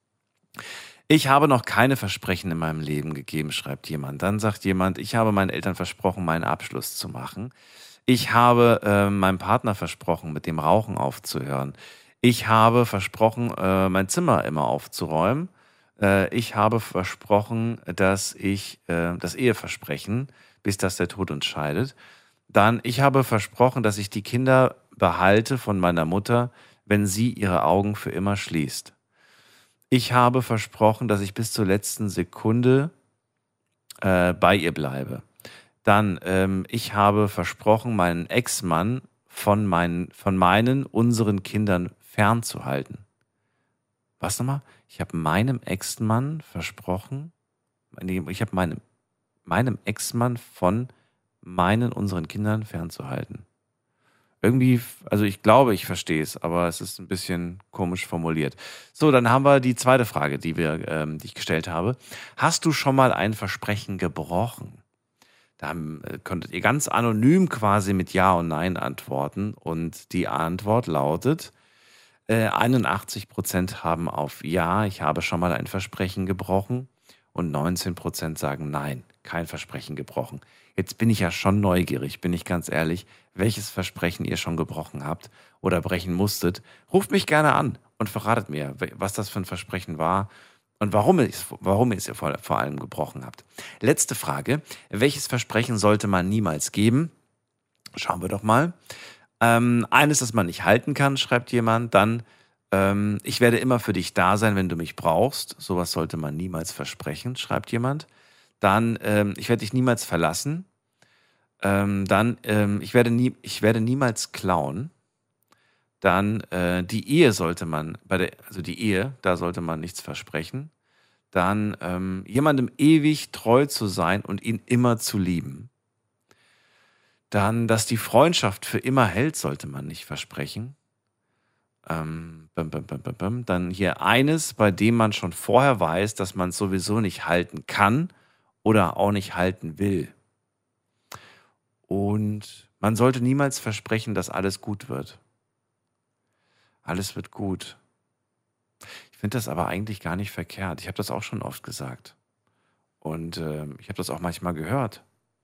Ich habe noch keine Versprechen in meinem Leben gegeben, schreibt jemand. Dann sagt jemand, ich habe meinen Eltern versprochen, meinen Abschluss zu machen. Ich habe äh, meinem Partner versprochen, mit dem Rauchen aufzuhören. Ich habe versprochen, äh, mein Zimmer immer aufzuräumen. Äh, ich habe versprochen, dass ich äh, das Eheversprechen, bis dass der Tod uns scheidet. Dann, ich habe versprochen, dass ich die Kinder behalte von meiner Mutter, wenn sie ihre Augen für immer schließt. Ich habe versprochen, dass ich bis zur letzten Sekunde äh, bei ihr bleibe. Dann, ähm, ich habe versprochen, meinen Ex-Mann von meinen, von meinen, unseren Kindern fernzuhalten. Was nochmal? Ich habe meinem Ex-Mann versprochen, nee, ich habe meinem, meinem Ex-Mann von meinen, unseren Kindern fernzuhalten. Irgendwie, also ich glaube, ich verstehe es, aber es ist ein bisschen komisch formuliert. So, dann haben wir die zweite Frage, die, wir, ähm, die ich gestellt habe. Hast du schon mal ein Versprechen gebrochen? Da äh, könntet ihr ganz anonym quasi mit Ja und Nein antworten. Und die Antwort lautet, äh, einundachtzig Prozent haben auf Ja, ich habe schon mal ein Versprechen gebrochen. Und neunzehn Prozent sagen Nein, kein Versprechen gebrochen. Jetzt bin ich ja schon neugierig, bin ich ganz ehrlich, welches Versprechen ihr schon gebrochen habt oder brechen musstet. Ruft mich gerne an und verratet mir, was das für ein Versprechen war und warum ihr es, warum ihr es vor, vor allem gebrochen habt. Letzte Frage, welches Versprechen sollte man niemals geben? Schauen wir doch mal. Ähm, eines, das man nicht halten kann, schreibt jemand. Dann, ähm, ich werde immer für dich da sein, wenn du mich brauchst. Sowas sollte man niemals versprechen, schreibt jemand. Dann, ähm, ich werde dich niemals verlassen. Ähm, dann, ähm, ich, werde nie, ich werde niemals klauen. Dann, äh, die Ehe sollte man, bei der, also die Ehe, da sollte man nichts versprechen. Dann, ähm, jemandem ewig treu zu sein und ihn immer zu lieben. Dann, dass die Freundschaft für immer hält, sollte man nicht versprechen. Ähm, bum, bum, bum, bum, bum. Dann hier eines, bei dem man schon vorher weiß, dass man es sowieso nicht halten kann oder auch nicht halten will. Und man sollte niemals versprechen, dass alles gut wird. Alles wird gut. Ich finde das aber eigentlich gar nicht verkehrt. Ich habe das auch schon oft gesagt. Und äh, ich habe das auch manchmal gehört.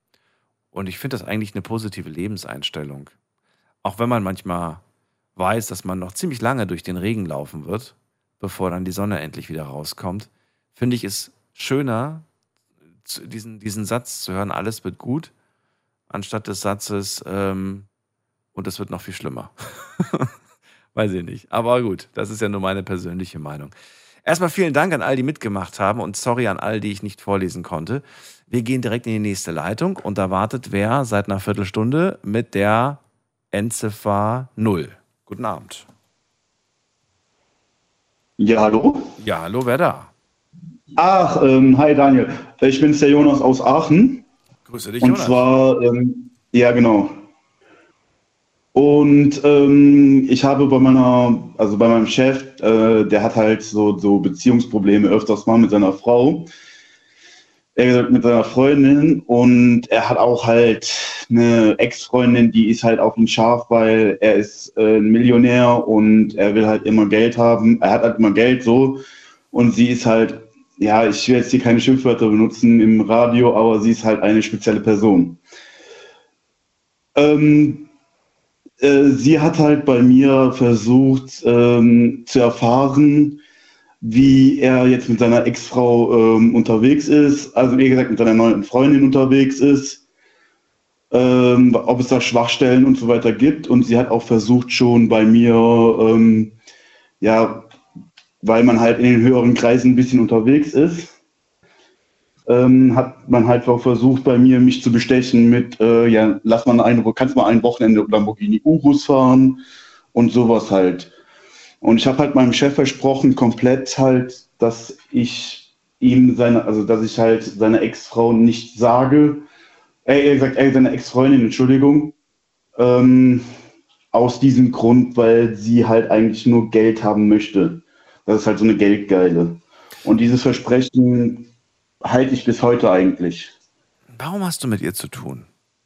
Und ich finde das eigentlich eine positive Lebenseinstellung. Auch wenn man manchmal weiß, dass man noch ziemlich lange durch den Regen laufen wird, bevor dann die Sonne endlich wieder rauskommt, finde ich es schöner, diesen, diesen Satz zu hören, alles wird gut, anstatt des Satzes, ähm, und es wird noch viel schlimmer. Weiß ich nicht. Aber gut, das ist ja nur meine persönliche Meinung. Erstmal vielen Dank an all, die mitgemacht haben und sorry an all, die ich nicht vorlesen konnte. Wir gehen direkt in die nächste Leitung und da wartet wer seit einer Viertelstunde mit der Endziffer null. Guten Abend. Ja, hallo? Ja, hallo, wer da? Ach, ähm, hi Daniel. Ich bin's, der Jonas aus Aachen. Grüße dich, Und Jonas. zwar, ähm, ja genau. Und ähm, ich habe bei meiner, also bei meinem Chef, äh, der hat halt so, so Beziehungsprobleme öfters mal mit seiner Frau. Er gesagt, mit seiner Freundin und er hat auch halt eine Ex-Freundin, die ist halt auf ihn scharf, weil er ist äh, ein Millionär und er will halt immer Geld haben. Er hat halt immer Geld so und sie ist halt, ja, ich will jetzt hier keine Schimpfwörter benutzen im Radio, aber sie ist halt eine spezielle Person. Ähm, äh, sie hat halt bei mir versucht ähm, zu erfahren, wie er jetzt mit seiner Ex-Frau ähm, unterwegs ist, also wie gesagt mit seiner neuen Freundin unterwegs ist, ähm, ob es da Schwachstellen und so weiter gibt. Und sie hat auch versucht schon bei mir, ähm, ja, weil man halt in den höheren Kreisen ein bisschen unterwegs ist, ähm, hat man halt auch versucht bei mir mich zu bestechen mit, äh, ja, lass mal eine, kannst mal ein Wochenende Lamborghini Urus fahren und sowas halt. Und ich habe halt meinem Chef versprochen, komplett halt, dass ich ihm seine, also dass ich halt seiner Ex-Frau nicht sage, äh, er sagt, er seine Ex-Freundin, Entschuldigung, ähm, aus diesem Grund, weil sie halt eigentlich nur Geld haben möchte. Das ist halt so eine Geldgeile. Und dieses Versprechen halte ich bis heute eigentlich. Warum hast du mit ihr zu tun?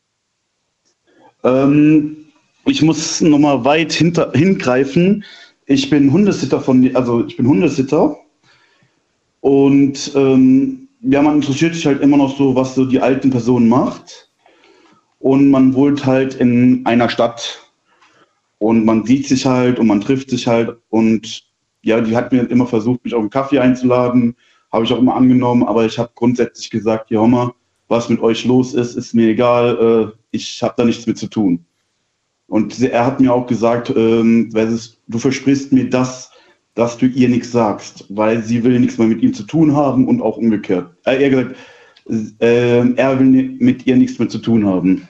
Ähm, ich muss nochmal weit hinter, hingreifen. Ich bin Hundesitter von, also ich bin Hundesitter und ähm, ja, man interessiert sich halt immer noch so, was so die alten Personen macht und man wohnt halt in einer Stadt und man sieht sich halt und man trifft sich halt und ja, die hat mir immer versucht, mich auf einen Kaffee einzuladen, habe ich auch immer angenommen, aber ich habe grundsätzlich gesagt, ja, hör mal, was mit euch los ist, ist mir egal, äh, ich habe da nichts mit zu tun. Und er hat mir auch gesagt, ähm, du versprichst mir das, dass du ihr nichts sagst, weil sie will nichts mehr mit ihm zu tun haben und auch umgekehrt. Äh, er hat gesagt, äh, er will mit ihr nichts mehr zu tun haben.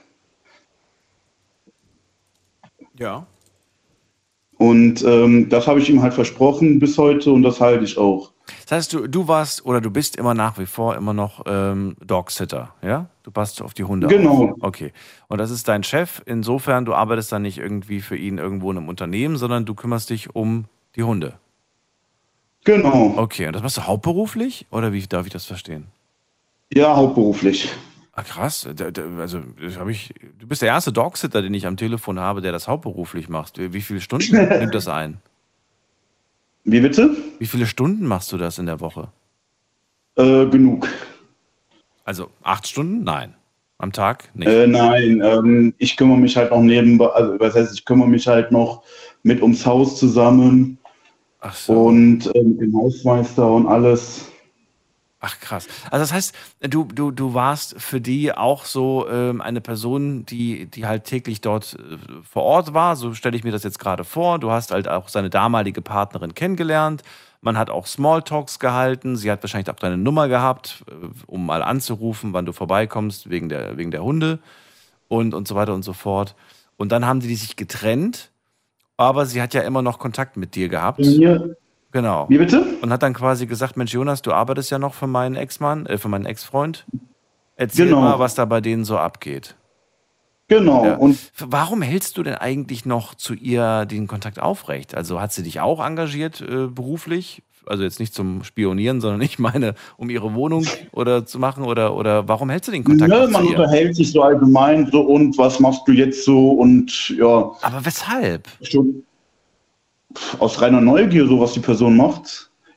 Ja. Und ähm, das habe ich ihm halt versprochen bis heute und das halte ich auch. Das heißt, du, du warst oder du bist immer nach wie vor immer noch ähm, Dogsitter, ja? Du passt auf die Hunde Genau. auf. Okay. Und das ist dein Chef. Insofern, du arbeitest dann nicht irgendwie für ihn irgendwo in einem Unternehmen, sondern du kümmerst dich um die Hunde. Genau. Okay. Und das machst du hauptberuflich oder wie darf ich das verstehen? Ja, hauptberuflich. Ah, krass. Da, da, also, das hab ich, du bist der erste Dogsitter, den ich am Telefon habe, der das hauptberuflich macht. Wie, wie viele Stunden nimmt das ein? Wie bitte? Wie viele Stunden machst du das in der Woche? Äh, genug. Also acht Stunden? Nein. Am Tag? Nicht. Äh, nein, ähm, ich kümmere mich halt noch nebenbei, also das heißt, ich kümmere mich halt noch mit ums Haus zusammen. Ach so. Und äh, mit dem Hausmeister und alles. Ach krass. Also das heißt, du, du, du warst für die auch so ähm, eine Person, die, die halt täglich dort äh, vor Ort war. So stelle ich mir das jetzt gerade vor. Du hast halt auch seine damalige Partnerin kennengelernt. Man hat auch Smalltalks gehalten. Sie hat wahrscheinlich auch deine Nummer gehabt, äh, um mal anzurufen, wann du vorbeikommst, wegen der, wegen der Hunde und, und so weiter und so fort. Und dann haben die sich getrennt, aber sie hat ja immer noch Kontakt mit dir gehabt. Ja. Genau. Wie bitte? Und hat dann quasi gesagt, Mensch Jonas, du arbeitest ja noch für meinen Ex-Mann, äh, für meinen Ex-Freund. Erzähl Genau. mal, was da bei denen so abgeht. Genau. Ja. Und warum hältst du denn eigentlich noch zu ihr den Kontakt aufrecht? Also hat sie dich auch engagiert äh, beruflich? Also jetzt nicht zum Spionieren, sondern ich meine, um ihre Wohnung oder zu machen oder, oder warum hältst du den Kontakt ne, noch zu man ihr? unterhält sich so allgemein so und was machst du jetzt so und ja. Aber weshalb? Schon aus reiner Neugier, so was die Person macht.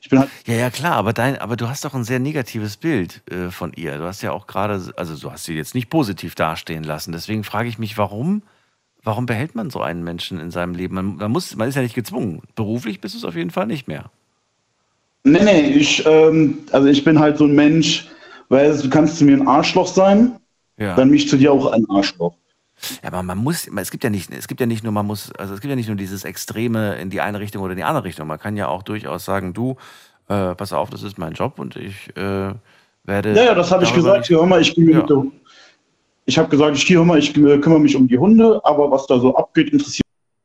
Ich bin halt Ja, ja, klar, aber dein, aber du hast doch ein sehr negatives Bild äh, von ihr. Du hast ja auch gerade, also du hast sie jetzt nicht positiv dastehen lassen. Deswegen frage ich mich, warum, warum behält man so einen Menschen in seinem Leben? Man, man muss, man ist ja nicht gezwungen. Beruflich bist du es auf jeden Fall nicht mehr. Nee, nee, ich, ähm, also ich bin halt so ein Mensch, weil du kannst zu mir ein Arschloch sein, Ja. dann bin ich zu dir auch ein Arschloch. Ja, aber man muss, es gibt ja nicht, es gibt ja nicht nur, man muss, also es gibt ja nicht nur dieses Extreme in die eine Richtung oder in die andere Richtung. Man kann ja auch durchaus sagen, du, äh, pass auf, das ist mein Job und ich äh, werde. Ja, ja, das habe ich darüber gesagt. nicht- Hier, hör mal, ich gehe Ja. mit der, ich habe gesagt, ich hier, hör mal, ich äh, kümmere mich um die Hunde, aber was da so abgeht, interessiert.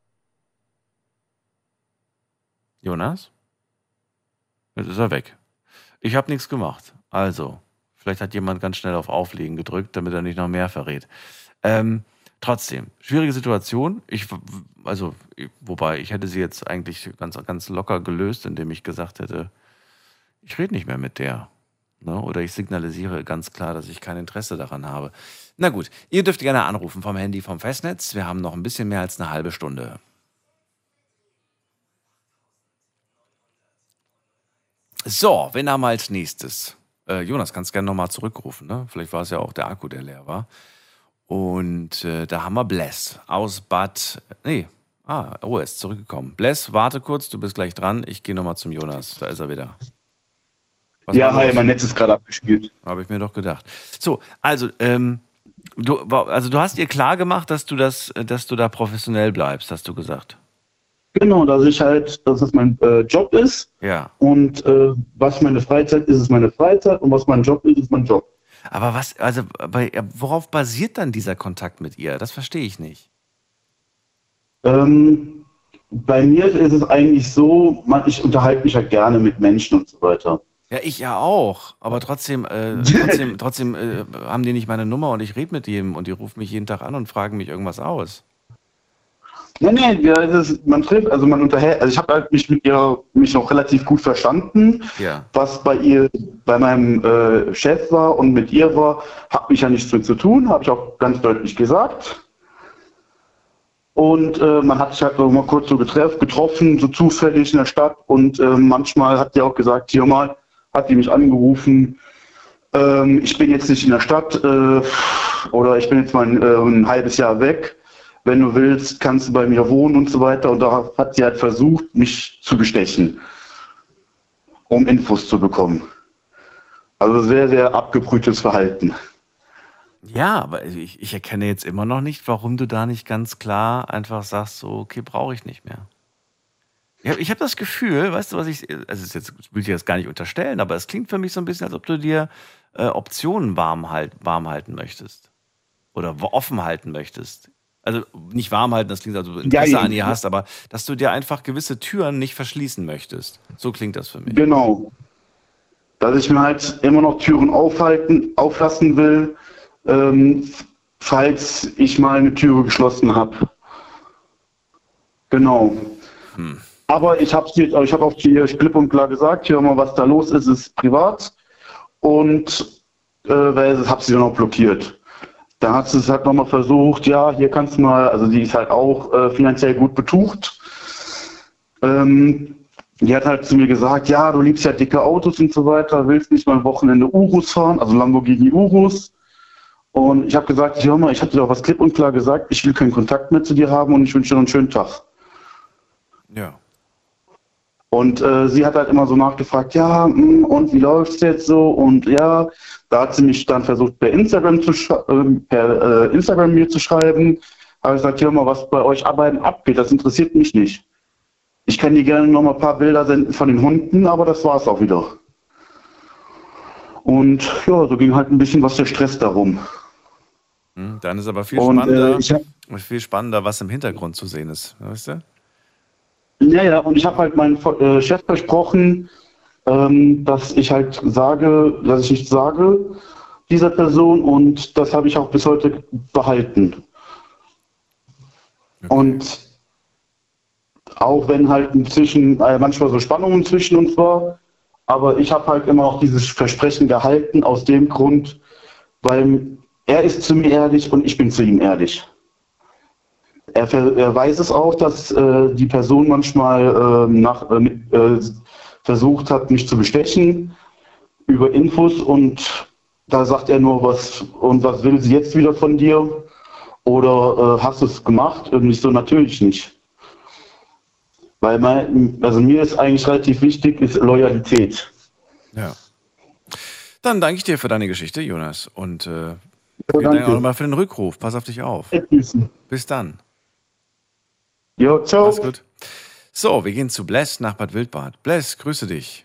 Jonas? Jetzt ist er weg. Ich habe nichts gemacht. Also, vielleicht hat jemand ganz schnell auf Auflegen gedrückt, damit er nicht noch mehr verrät. Ähm, trotzdem, schwierige Situation. Ich, also, wobei, ich hätte sie jetzt eigentlich ganz, ganz locker gelöst, indem ich gesagt hätte, ich rede nicht mehr mit der. Ne? Oder ich signalisiere ganz klar, dass ich kein Interesse daran habe. Na gut, ihr dürft gerne anrufen vom Handy, vom Festnetz. Wir haben noch ein bisschen mehr als eine halbe Stunde. So, wen haben wir als nächstes? Äh, Jonas, kannst gerne nochmal zurückrufen. Ne? Vielleicht war es ja auch der Akku, der leer war. Und äh, da haben wir Bless aus Bad. Nee, ah, oh, er ist zurückgekommen. Bless, warte kurz, du bist gleich dran. Ich gehe nochmal zum Jonas. Da ist er wieder. Was Ja, war hi, los? mein Netz ist gerade abgespielt. Habe ich mir doch gedacht. So, also, ähm, du, also du hast ihr klar gemacht, dass du das, dass du da professionell bleibst, hast du gesagt. Genau, dass ich halt, dass es mein äh, Job ist Ja. und äh, was meine Freizeit ist, ist meine Freizeit und was mein Job ist, ist mein Job. Aber was, also bei, worauf basiert dann dieser Kontakt mit ihr? Das verstehe ich nicht. Ähm, bei mir ist es eigentlich so, man, ich unterhalte mich ja gerne mit Menschen und so weiter. Ja, ich ja auch. Aber trotzdem, äh, trotzdem, trotzdem äh, haben die nicht meine Nummer und ich rede mit jedem und die rufen mich jeden Tag an und fragen mich irgendwas aus. Nee, nee, ja, das ist, man trifft, also man unterhält, also ich habe halt mich mit ihr mich noch relativ gut verstanden. Ja. Was bei ihr, bei meinem äh, Chef war und mit ihr war, hat mich ja nichts mit zu tun, habe ich auch ganz deutlich gesagt. Und äh, man hat sich halt so mal kurz so getreff, getroffen, so zufällig in der Stadt und äh, manchmal hat die auch gesagt, hier mal, hat die mich angerufen, ähm, ich bin jetzt nicht in der Stadt äh, oder ich bin jetzt mal ein, äh, ein halbes Jahr weg. Wenn du willst, kannst du bei mir wohnen und so weiter. Und da hat sie halt versucht, mich zu bestechen, um Infos zu bekommen. Also sehr, sehr abgebrühtes Verhalten. Ja, aber ich, ich erkenne jetzt immer noch nicht, warum du da nicht ganz klar einfach sagst, so, okay, brauche ich nicht mehr. Ja, ich habe das Gefühl, weißt du, was ich, also es ist jetzt, ich will dir das gar nicht unterstellen, aber es klingt für mich so ein bisschen, als ob du dir äh, Optionen warm, halt, warm halten möchtest. Oder offen halten möchtest. Also nicht warm halten, das klingt, als ob du Interesse Ja, ja. an ihr hast, aber dass du dir einfach gewisse Türen nicht verschließen möchtest. So klingt das für mich. Genau. Dass ich mir halt immer noch Türen aufhalten, auflassen will, ähm, falls ich mal eine Türe geschlossen habe. Genau. Hm. Aber ich habe ich hab auch zu ihr klipp und klar gesagt, hör mal, was da los ist, ist privat. Und äh, weil habe sie dann auch blockiert. Da hat sie es halt nochmal versucht, ja, hier kannst du mal, also die ist halt auch äh, finanziell gut betucht. Ähm, die hat halt zu mir gesagt, ja, du liebst ja dicke Autos und so weiter, willst nicht mal ein Wochenende Urus fahren, also Lamborghini Urus. Und ich habe gesagt, hör mal, ich habe dir doch was klipp und klar gesagt, ich will keinen Kontakt mehr zu dir haben und ich wünsche dir noch einen schönen Tag. Ja. Und äh, sie hat halt immer so nachgefragt, ja, mh, und wie läuft's jetzt so? Und ja, da hat sie mich dann versucht, per Instagram zu sch- äh, per äh, Instagram mir zu schreiben. Habe ich gesagt, hör mal, was bei euch beiden abgeht, das interessiert mich nicht. Ich kann dir gerne noch mal ein paar Bilder senden von den Hunden, aber das war's auch wieder. Und ja, so ging halt ein bisschen was der Stress darum. Hm, dann ist aber viel Und, spannender, äh, ich hab- viel spannender, was im Hintergrund zu sehen ist. Weißt du? Ja, ja, und ich habe halt meinem äh, Chef versprochen, ähm, dass ich halt sage, dass ich nicht sage dieser Person und das habe ich auch bis heute behalten. Und auch wenn halt inzwischen äh, manchmal so Spannungen zwischen uns war, aber ich habe halt immer auch dieses Versprechen gehalten aus dem Grund, weil er ist zu mir ehrlich und ich bin zu ihm ehrlich. Er, ver- er weiß es auch, dass äh, die Person manchmal äh, nach, äh, mit, äh, versucht hat, mich zu bestechen über Infos und da sagt er nur, was und was will sie jetzt wieder von dir? Oder äh, hast du es gemacht? Und ich so, natürlich nicht. Weil mein, also mir ist eigentlich relativ wichtig, ist Loyalität. Ja. Dann danke ich dir für deine Geschichte, Jonas. Und äh, ja, vielen Dank danke. auch nochmal für den Rückruf. Pass auf dich auf. Bis dann. Jo, ciao. Mach's gut. So, wir gehen zu Bless nach Bad Wildbad. Bless, grüße dich.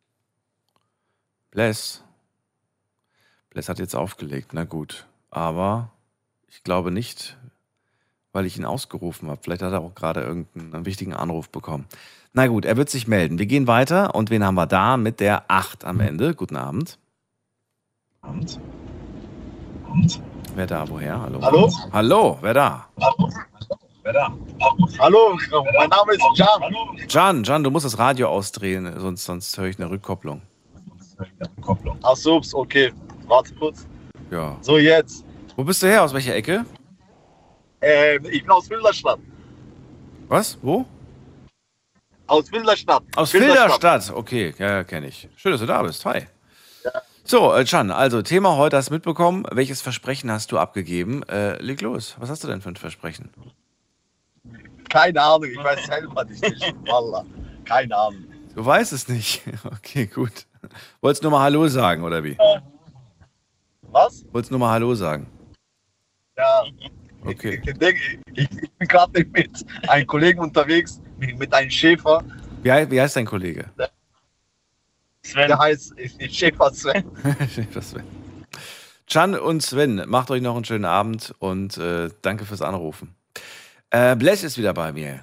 Bless. Bless hat jetzt aufgelegt, na gut. Aber ich glaube nicht, weil ich ihn ausgerufen habe. Vielleicht hat er auch gerade irgendeinen wichtigen Anruf bekommen. Na gut, er wird sich melden. Wir gehen weiter und wen haben wir da mit der acht am Ende? Guten Abend. Abend. Abend. Wer da? Woher? Hallo? Hallo? Hallo, wer da? Hallo? Wer da? Hallo, mein Name ist Can. Can, Can, du musst das Radio ausdrehen, sonst, sonst höre ich eine Rückkopplung. Ach so, okay. Warte kurz. Ja. So, jetzt. Wo bist du her? Aus welcher Ecke? Ähm, ich bin aus Wilderstadt. Was? Wo? Aus Wilderstadt. Aus Wilderstadt. Okay, ja, ja kenne ich. Schön, dass du da bist. Hi. Ja. So, äh, Can, also Thema heute hast du mitbekommen. Welches Versprechen hast du abgegeben? Äh, leg los. Was hast du denn für ein Versprechen? Keine Ahnung, ich weiß selber nicht. Wallah. Keine Ahnung. Du weißt es nicht. Okay, gut. Wolltest du nur mal Hallo sagen, oder wie? Was? Wolltest du nur mal Hallo sagen? Ja. Okay. Ich, ich, ich, ich bin gerade mit einem Kollegen unterwegs, mit, mit einem Schäfer. Wie, he- wie heißt dein Kollege? Sven. Der heißt ich, ich Schäfer Sven. Schäfer Sven. Can und Sven, macht euch noch einen schönen Abend und äh, danke fürs Anrufen. Äh, Bless ist wieder bei mir.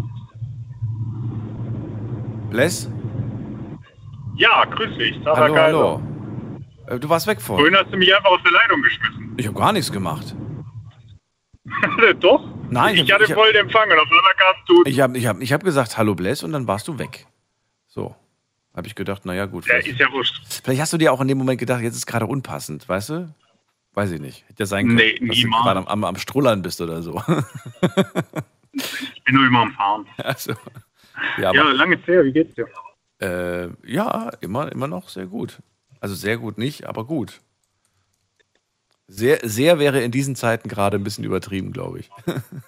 Bless? Ja, grüß dich. Tata Hallo, Kaiser. hallo. Äh, Du warst weg vorhin. Vorhin hast du mich einfach aus der Leitung geschmissen. Ich habe gar nichts gemacht. Doch? Nein, ich, ich hab- hatte ich hab- voll den Empfang und auf einmal kamst du. Ich habe ich hab, ich hab gesagt, hallo Bless, und dann warst du weg. So. Habe ich gedacht, naja, gut. Ja, Vielleicht, ist ja wurscht. vielleicht hast du dir auch in dem Moment gedacht, jetzt ist gerade unpassend, weißt du? Weiß ich nicht. Hätte ja sein können, Nee, dass du niemals. gerade am, am, am Strullern bist oder so. Ich bin nur immer am Fahren. Also, Ja, ja, aber, lange her, wie geht's dir? äh, ja, immer, immer noch sehr gut. Also sehr gut nicht, aber gut. Sehr, sehr wäre in diesen Zeiten gerade ein bisschen übertrieben, glaube ich.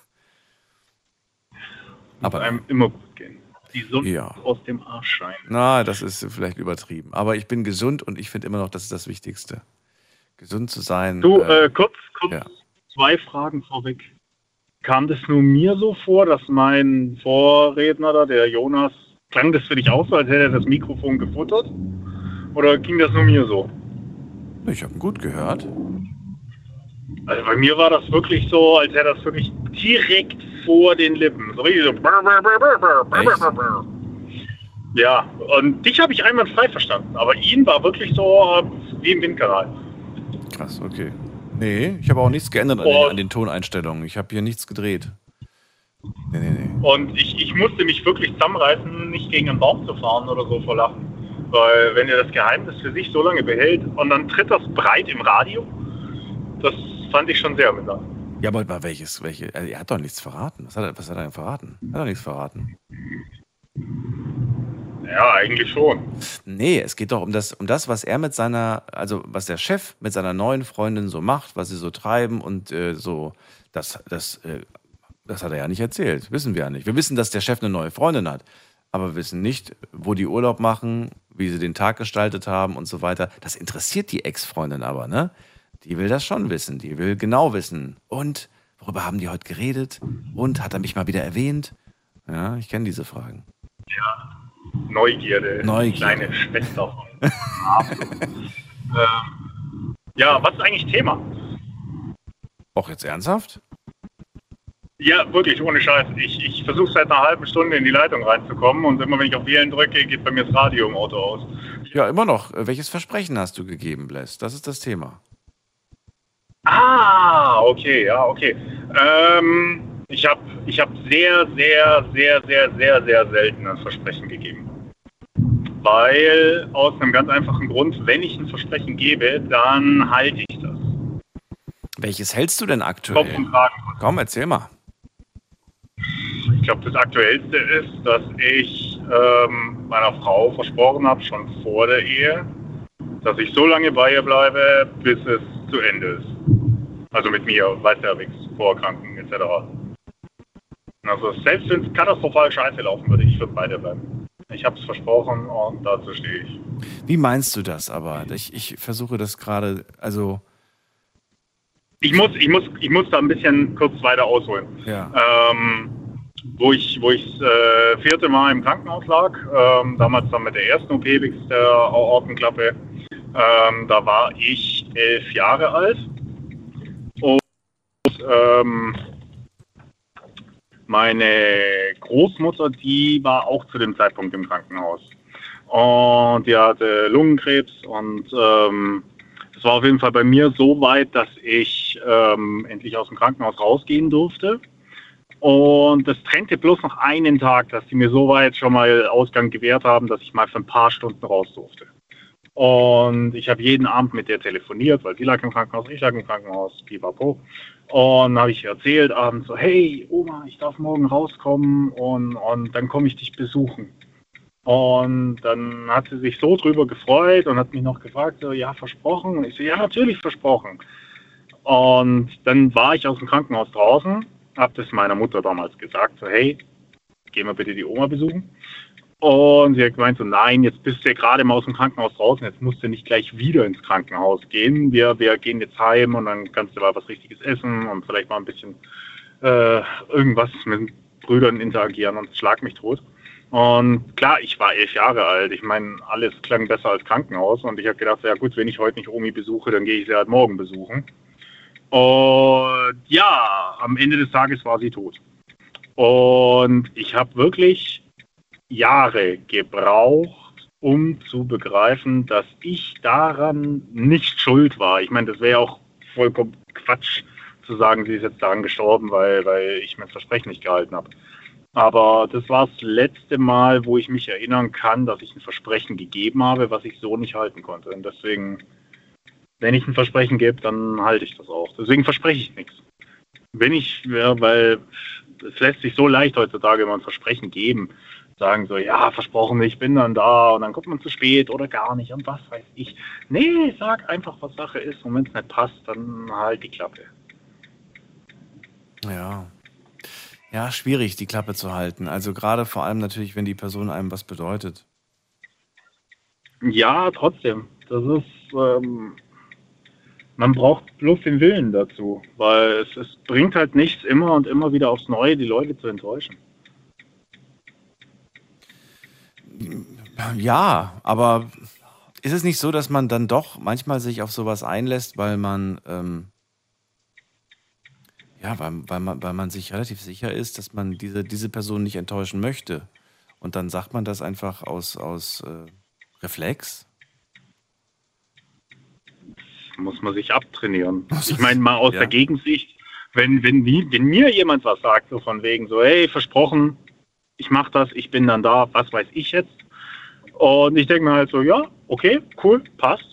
Aber einem immer gut gehen. Die Sonne Ja. aus dem Arsch scheint. Na, das ist vielleicht übertrieben. Aber ich bin gesund und ich finde immer noch, das ist das Wichtigste. Gesund zu sein. Du, äh, äh, kurz, kurz ja. zwei Fragen vorweg. Kam das nur mir so vor, dass mein Vorredner da, der Jonas, klang das für dich auch so, als hätte er das Mikrofon gefuttert? Oder ging das nur mir so? Ich habe ihn gut gehört. Also bei mir war das wirklich so, als hätte das wirklich direkt vor den Lippen. So richtig so. brr, brr, brr, brr, brr, brr, brr, brr. Ja, und dich habe ich einwandfrei verstanden. Aber ihn war wirklich so äh, wie im Windkanal. Krass, okay. Nee, ich habe auch nichts geändert an den, an den Toneinstellungen. Ich habe hier nichts gedreht. Nee, nee, nee. Und ich, ich musste mich wirklich zusammenreißen, nicht gegen einen Baum zu fahren oder so vor Lachen. Weil wenn er das Geheimnis für sich so lange behält und dann tritt das breit im Radio, das fand ich schon sehr amüsant. Ja, aber mal welches, welche? Also er hat doch nichts verraten. Was hat er, was hat er denn verraten? Er hat doch nichts verraten. Ja, eigentlich schon. Nee, es geht doch um das, um das, was er mit seiner, also was der Chef mit seiner neuen Freundin so macht, was sie so treiben und äh, so, das, das, äh, das hat er ja nicht erzählt. Wissen wir ja nicht. Wir wissen, dass der Chef eine neue Freundin hat, aber wir wissen nicht, wo die Urlaub machen, wie sie den Tag gestaltet haben und so weiter. Das interessiert die Ex-Freundin aber, ne? Die will das schon wissen. Die will genau wissen. Und worüber haben die heute geredet? Und hat er mich mal wieder erwähnt? Ja, ich kenne diese Fragen. Ja, Neugierde. Neugierde. Kleine Schwester von ähm, Ja, was ist eigentlich Thema? Auch jetzt ernsthaft? Ja, wirklich, ohne Scheiß. Ich, ich versuche seit einer halben Stunde in die Leitung reinzukommen und immer wenn ich auf Wählen drücke, geht bei mir das Radio im Auto aus. Ja, immer noch. Welches Versprechen hast du gegeben, Bless? Das ist das Thema. Ah, okay, ja, okay. Ähm, ich habe ich hab sehr, sehr, sehr, sehr, sehr, sehr selten ein Versprechen gegeben. Weil, aus einem ganz einfachen Grund, wenn ich ein Versprechen gebe, dann halte ich das. Welches hältst du denn aktuell? Kopf und Kragen. Komm, erzähl mal. Ich glaube, das Aktuellste ist, dass ich ähm, meiner Frau versprochen habe, schon vor der Ehe, dass ich so lange bei ihr bleibe, bis es zu Ende ist. Also mit mir, weiß ja nichts, Vorerkrankungen et cetera. Also selbst wenn es katastrophal scheiße laufen würde, ich würde bei dir bleiben. Ich habe es versprochen und dazu stehe ich. Wie meinst du das aber? Ich, ich versuche das gerade, also... Ich muss, ich, muss, ich muss da ein bisschen kurz weiter ausholen. Ja. Ähm, wo ich wo ich äh, vierte Mal im Krankenhaus lag, ähm, damals dann mit der ersten O P wegen der Aortenklappe, ähm, da war ich elf Jahre alt. Und ähm, meine Großmutter, die war auch zu dem Zeitpunkt im Krankenhaus. Und die hatte Lungenkrebs und ähm, es war auf jeden Fall bei mir so weit, dass ich ähm, endlich aus dem Krankenhaus rausgehen durfte. Und das trennte bloß noch einen Tag, dass sie mir so weit schon mal Ausgang gewährt haben, dass ich mal für ein paar Stunden raus durfte. Und ich habe jeden Abend mit der telefoniert, weil sie lag im Krankenhaus, ich lag im Krankenhaus, pipapo. Und dann habe ich ihr erzählt abends so, hey Oma, ich darf morgen rauskommen und, und dann komme ich dich besuchen. Und dann hat sie sich so drüber gefreut und hat mich noch gefragt, so, ja, versprochen? Und ich so, ja, natürlich versprochen. Und dann war ich aus dem Krankenhaus draußen, habe das meiner Mutter damals gesagt, so, hey, geh mal bitte die Oma besuchen. Und sie hat gemeint, so, nein, jetzt bist du ja gerade mal aus dem Krankenhaus draußen, jetzt musst du nicht gleich wieder ins Krankenhaus gehen. Wir, wir gehen jetzt heim und dann kannst du mal was Richtiges essen und vielleicht mal ein bisschen äh, irgendwas mit den Brüdern interagieren und schlag mich tot. Und klar, ich war elf Jahre alt. Ich meine, alles klang besser als Krankenhaus. Und ich habe gedacht, ja gut, wenn ich heute nicht Omi besuche, dann gehe ich sie halt morgen besuchen. Und ja, am Ende des Tages war sie tot. Und ich habe wirklich Jahre gebraucht, um zu begreifen, dass ich daran nicht schuld war. Ich meine, das wäre auch vollkommen Quatsch zu sagen, sie ist jetzt daran gestorben, weil, weil ich mir das Versprechen nicht gehalten habe. Aber das war das letzte Mal, wo ich mich erinnern kann, dass ich ein Versprechen gegeben habe, was ich so nicht halten konnte. Und deswegen, wenn ich ein Versprechen gebe, dann halte ich das auch. Deswegen verspreche ich nichts. Wenn ich, ja, weil es lässt sich so leicht heutzutage immer ein Versprechen geben, sagen so, ja, versprochen, ich bin dann da und dann kommt man zu spät oder gar nicht und was weiß ich. Nee, sag einfach, was Sache ist und wenn es nicht passt, dann halt die Klappe. Ja. Ja, schwierig, die Klappe zu halten. Also gerade vor allem natürlich, wenn die Person einem was bedeutet. Ja, trotzdem. Das ist, ähm, man braucht bloß den Willen dazu, weil es, es bringt halt nichts, immer und immer wieder aufs Neue die Leute zu enttäuschen. Ja, aber ist es nicht so, dass man dann doch manchmal sich auf sowas einlässt, weil man... Ähm Ja, weil, weil, man, weil man sich relativ sicher ist, dass man diese, diese Person nicht enttäuschen möchte. Und dann sagt man das einfach aus, aus äh, Reflex? Das muss man sich abtrainieren. Ich meine mal aus ja. der Gegensicht, wenn, wenn, wenn mir jemand was sagt, so von wegen so, hey, versprochen, ich mach das, ich bin dann da, was weiß ich jetzt. Und ich denke mir halt so, ja, okay, cool, passt.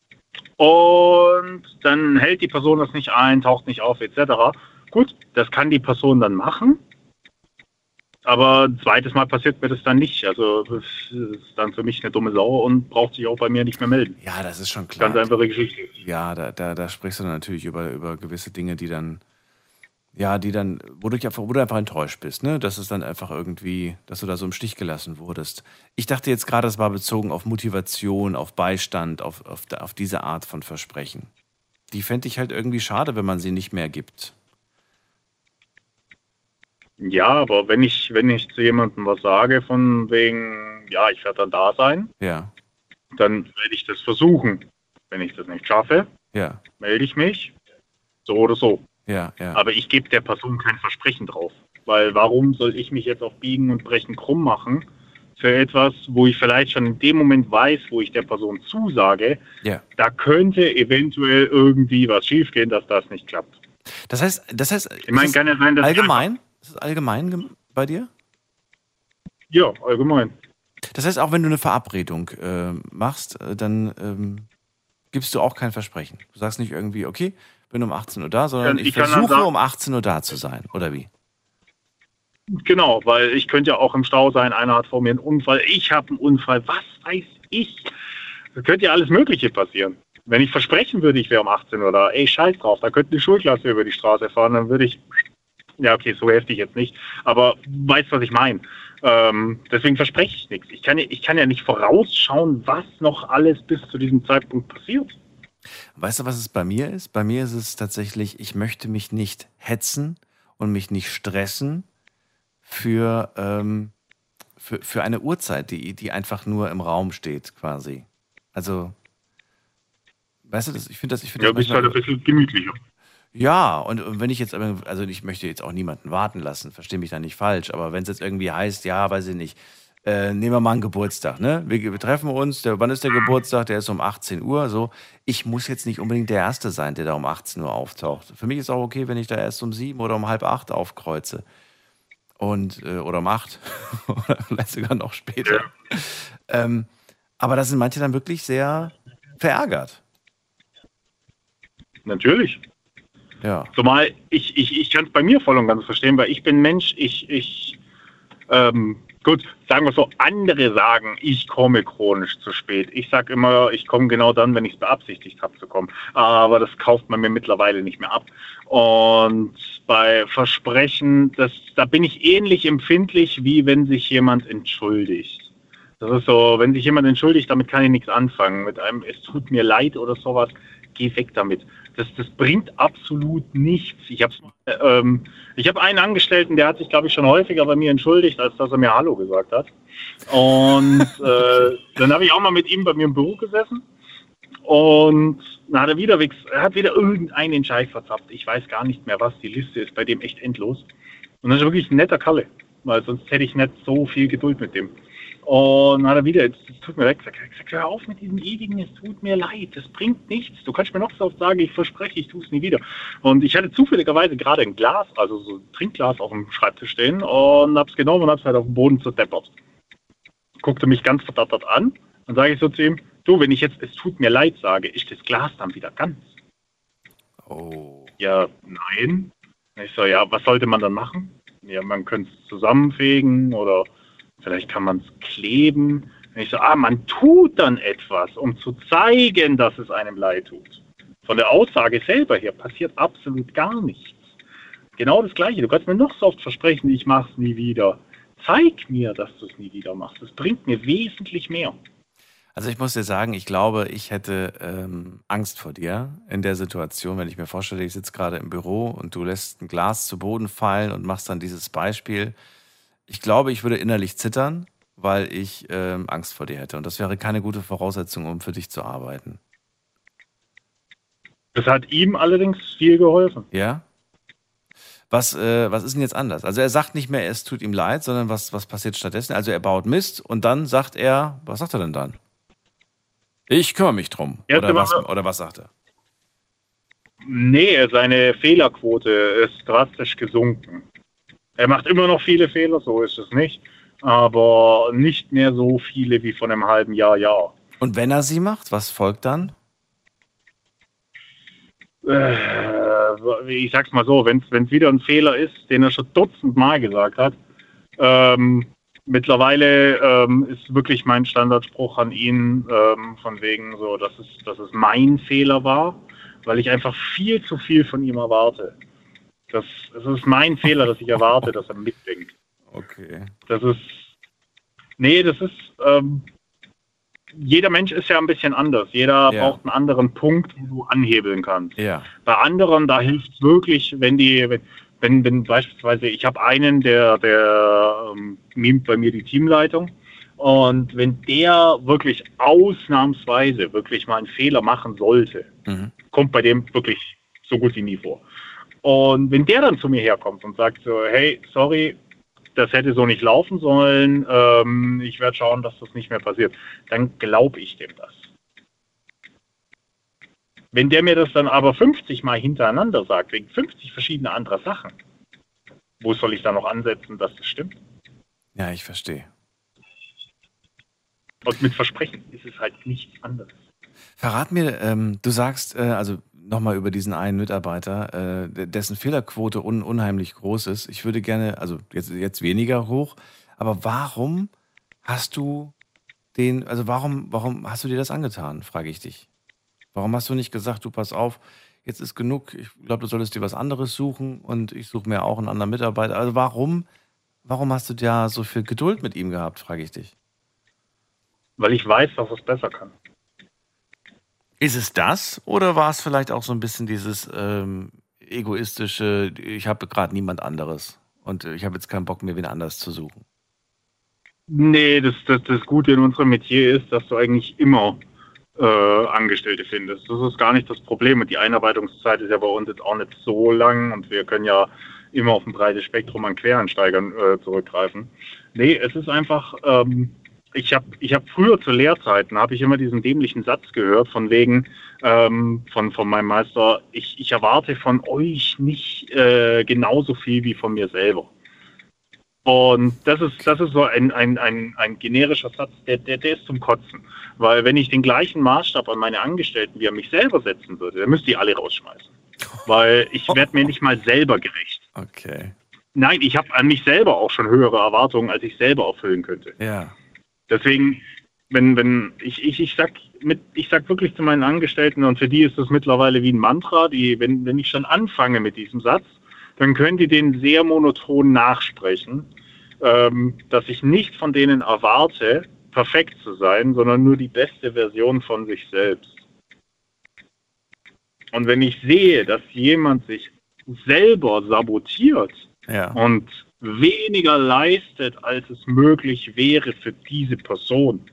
Und dann hält die Person das nicht ein, taucht nicht auf, et cetera. Gut, das kann die Person dann machen, aber ein zweites Mal passiert mir das dann nicht. Also das ist dann für mich eine dumme Sau und braucht sich auch bei mir nicht mehr melden. Ja, das ist schon klar. Ganz einfache Geschichte. Ja, da, da, da sprichst du dann natürlich über, über gewisse Dinge, die dann, ja, die dann, wo du, einfach, wo du einfach enttäuscht bist, ne? Dass es dann einfach irgendwie, dass du da so im Stich gelassen wurdest. Ich dachte jetzt gerade, das war bezogen auf Motivation, auf Beistand, auf, auf, auf diese Art von Versprechen. Die fände ich halt irgendwie schade, wenn man sie nicht mehr gibt. Ja, aber wenn ich, wenn ich zu jemandem was sage, von wegen, ja, ich werde dann da sein, ja, dann werde ich das versuchen. Wenn ich das nicht schaffe, ja, melde ich mich, so oder so. Ja, ja. Aber ich gebe der Person kein Versprechen drauf. Weil warum soll ich mich jetzt auf Biegen und Brechen krumm machen für etwas, wo ich vielleicht schon in dem Moment weiß, wo ich der Person zusage, ja, da könnte eventuell irgendwie was schiefgehen, dass das nicht klappt. Das heißt, das heißt, ich meine, kann ja sein, dass allgemein? Ist das allgemein bei dir? Ja, allgemein. Das heißt, auch wenn du eine Verabredung äh, machst, äh, dann ähm, gibst du auch kein Versprechen. Du sagst nicht irgendwie, okay, bin um achtzehn Uhr da, sondern ich, ich versuche um achtzehn Uhr da zu sein, oder wie? Genau, weil ich könnte ja auch im Stau sein, einer hat vor mir einen Unfall, ich habe einen Unfall, was weiß ich. Da könnte ja alles Mögliche passieren. Wenn ich versprechen würde, ich wäre um achtzehn Uhr da, ey, scheiß drauf, da könnte eine Schulklasse über die Straße fahren, dann würde ich, ja okay, so heftig jetzt nicht, aber weißt, was ich meine. Ähm, deswegen verspreche ich nichts. Ich kann, ja, ich kann ja nicht vorausschauen, was noch alles bis zu diesem Zeitpunkt passiert. Weißt du, was es bei mir ist? Bei mir ist es tatsächlich, ich möchte mich nicht hetzen und mich nicht stressen für, ähm, für, für eine Uhrzeit, die, die einfach nur im Raum steht, quasi. Also, weißt du, das, ich finde das, ich finde Ja, das bist halt ein bisschen gemütlicher. Ja, und, und wenn ich jetzt, aber- also ich möchte jetzt auch niemanden warten lassen, verstehe mich da nicht falsch, aber wenn es jetzt irgendwie heißt, ja, weiß ich nicht, äh, nehmen wir mal einen Geburtstag, ne? Wir, wir treffen uns, der, wann ist der Geburtstag? Der ist um achtzehn Uhr, so. Ich muss jetzt nicht unbedingt der Erste sein, der da um achtzehn Uhr auftaucht. Für mich ist auch okay, wenn ich da erst um sieben oder um halb acht aufkreuze. Und, äh, oder um acht. Oder vielleicht sogar noch später. Ähm, aber da sind manche dann wirklich sehr verärgert. Natürlich. Ja. Zumal ich, ich, ich kann es bei mir voll und ganz verstehen, weil ich bin Mensch, ich, ich, ähm, gut, sagen wir so, andere sagen, ich komme chronisch zu spät. Ich sage immer, ich komme genau dann, wenn ich es beabsichtigt habe zu kommen. Aber das kauft man mir mittlerweile nicht mehr ab. Und bei Versprechen, das, da bin ich ähnlich empfindlich, wie wenn sich jemand entschuldigt. Das ist so, wenn sich jemand entschuldigt, damit kann ich nichts anfangen. Mit einem, es tut mir leid oder sowas, geh weg damit. Das, das bringt absolut nichts. Ich habe ähm, ich hab einen Angestellten, der hat sich, glaube ich, schon häufiger bei mir entschuldigt, als dass er mir Hallo gesagt hat. Und äh, dann habe ich auch mal mit ihm bei mir im Büro gesessen. Und dann hat er wieder, er hat wieder irgendeinen Scheiß verzapft. Ich weiß gar nicht mehr was. Die Liste ist bei dem echt endlos. Und das ist wirklich ein netter Kalle, weil sonst hätte ich nicht so viel Geduld mit dem. Und dann hat er wieder, es tut mir leid, gesagt, gesagt, hör auf mit diesem ewigen, es tut mir leid, das bringt nichts. Du kannst mir noch so oft sagen, ich verspreche, ich tue es nie wieder. Und ich hatte zufälligerweise gerade ein Glas, also so ein Trinkglas auf dem Schreibtisch stehen und hab's genommen und hab's halt auf dem Boden zerdeppert. Guckte mich ganz verdattert an und sage ich so zu ihm, du, wenn ich jetzt es tut mir leid sage, ist das Glas dann wieder ganz? Oh. Ja, nein. Ich so, ja, was sollte man dann machen? Ja, man könnte es zusammenfegen oder vielleicht kann man es kleben. Und ich so, ah, man tut dann etwas, um zu zeigen, dass es einem leid tut. Von der Aussage selber her passiert absolut gar nichts. Genau das Gleiche. Du kannst mir noch so oft versprechen, ich mache es nie wieder. Zeig mir, dass du es nie wieder machst. Das bringt mir wesentlich mehr. Also ich muss dir sagen, ich glaube, ich hätte ähm, Angst vor dir in der Situation, wenn ich mir vorstelle, ich sitze gerade im Büro und du lässt ein Glas zu Boden fallen und machst dann dieses Beispiel. Ich glaube, ich würde innerlich zittern, weil ich ähm, Angst vor dir hätte. Und das wäre keine gute Voraussetzung, um für dich zu arbeiten. Das hat ihm allerdings viel geholfen. Ja? Was, äh, was ist denn jetzt anders? Also er sagt nicht mehr, es tut ihm leid, sondern was, was passiert stattdessen? Also er baut Mist und dann sagt er, was sagt er denn dann? Ich kümmere mich drum. Oder was, oder was sagt er? Nee, seine Fehlerquote ist drastisch gesunken. Er macht immer noch viele Fehler, so ist es nicht. Aber nicht mehr so viele wie vor einem halben Jahr, ja. Und wenn er sie macht, was folgt dann? Äh, ich sag's mal so, wenn es wieder ein Fehler ist, den er schon dutzendmal gesagt hat, ähm, mittlerweile ähm, ist wirklich mein Standardspruch an ihn, ähm, von wegen so, dass es, dass es mein Fehler war, weil ich einfach viel zu viel von ihm erwarte. Das, das ist mein Fehler, dass ich erwarte, dass er mitdenkt. Okay. Das ist, nee, das ist, ähm, jeder Mensch ist ja ein bisschen anders. Jeder Ja. braucht einen anderen Punkt, wo du anhebeln kannst. Ja. Bei anderen, da hilft es wirklich, wenn die, wenn, wenn, wenn beispielsweise, ich habe einen, der, der ähm, mimt bei mir die Teamleitung. Und wenn der wirklich ausnahmsweise wirklich mal einen Fehler machen sollte, Mhm. kommt bei dem wirklich so gut wie nie vor. Und wenn der dann zu mir herkommt und sagt so, hey, sorry, das hätte so nicht laufen sollen, ähm, ich werde schauen, dass das nicht mehr passiert, dann glaube ich dem das. Wenn der mir das dann aber fünfzig Mal hintereinander sagt, wegen fünfzig verschiedene andere Sachen, wo soll ich da noch ansetzen, dass das stimmt? Ja, ich verstehe. Und mit Versprechen ist es halt nichts anderes. Verrat mir, ähm, du sagst, äh, also nochmal über diesen einen Mitarbeiter, äh, dessen Fehlerquote un, unheimlich groß ist. Ich würde gerne, also jetzt, jetzt weniger hoch, aber warum hast du den, also warum, warum hast du dir das angetan, frage ich dich. Warum hast du nicht gesagt, du pass auf, jetzt ist genug, ich glaube, du solltest dir was anderes suchen und ich suche mir auch einen anderen Mitarbeiter. Also warum, warum hast du da so viel Geduld mit ihm gehabt, frage ich dich. Weil ich weiß, dass es besser kann. Ist es das oder war es vielleicht auch so ein bisschen dieses ähm, egoistische, ich habe gerade niemand anderes und ich habe jetzt keinen Bock, mir wen anders zu suchen? Nee, das, das, das Gute in unserem Metier ist, dass du eigentlich immer äh, Angestellte findest. Das ist gar nicht das Problem. Und die Einarbeitungszeit ist ja bei uns jetzt auch nicht so lang und wir können ja immer auf ein breites Spektrum an Quereinsteigern äh, zurückgreifen. Nee, es ist einfach, ähm, ich habe ich hab früher zu Lehrzeiten, habe ich immer diesen dämlichen Satz gehört, von wegen, ähm, von, von meinem Meister, ich, ich erwarte von euch nicht äh, genauso viel wie von mir selber. Und das ist, das ist so ein, ein, ein, ein generischer Satz, der, der, der ist zum Kotzen. Weil wenn ich den gleichen Maßstab an meine Angestellten wie an mich selber setzen würde, dann müsste ich alle rausschmeißen. Weil ich werde mir nicht mal selber gerecht. Okay. Nein, ich habe an mich selber auch schon höhere Erwartungen, als ich selber erfüllen könnte. Ja. Deswegen, wenn, wenn, ich, ich, ich sag mit, ich sag wirklich zu meinen Angestellten, und für die ist das mittlerweile wie ein Mantra, die, wenn, wenn ich schon anfange mit diesem Satz, dann können die den sehr monoton nachsprechen, ähm, dass ich nicht von denen erwarte, perfekt zu sein, sondern nur die beste Version von sich selbst. Und wenn ich sehe, dass jemand sich selber sabotiert ja. und weniger leistet, als es möglich wäre für diese Person,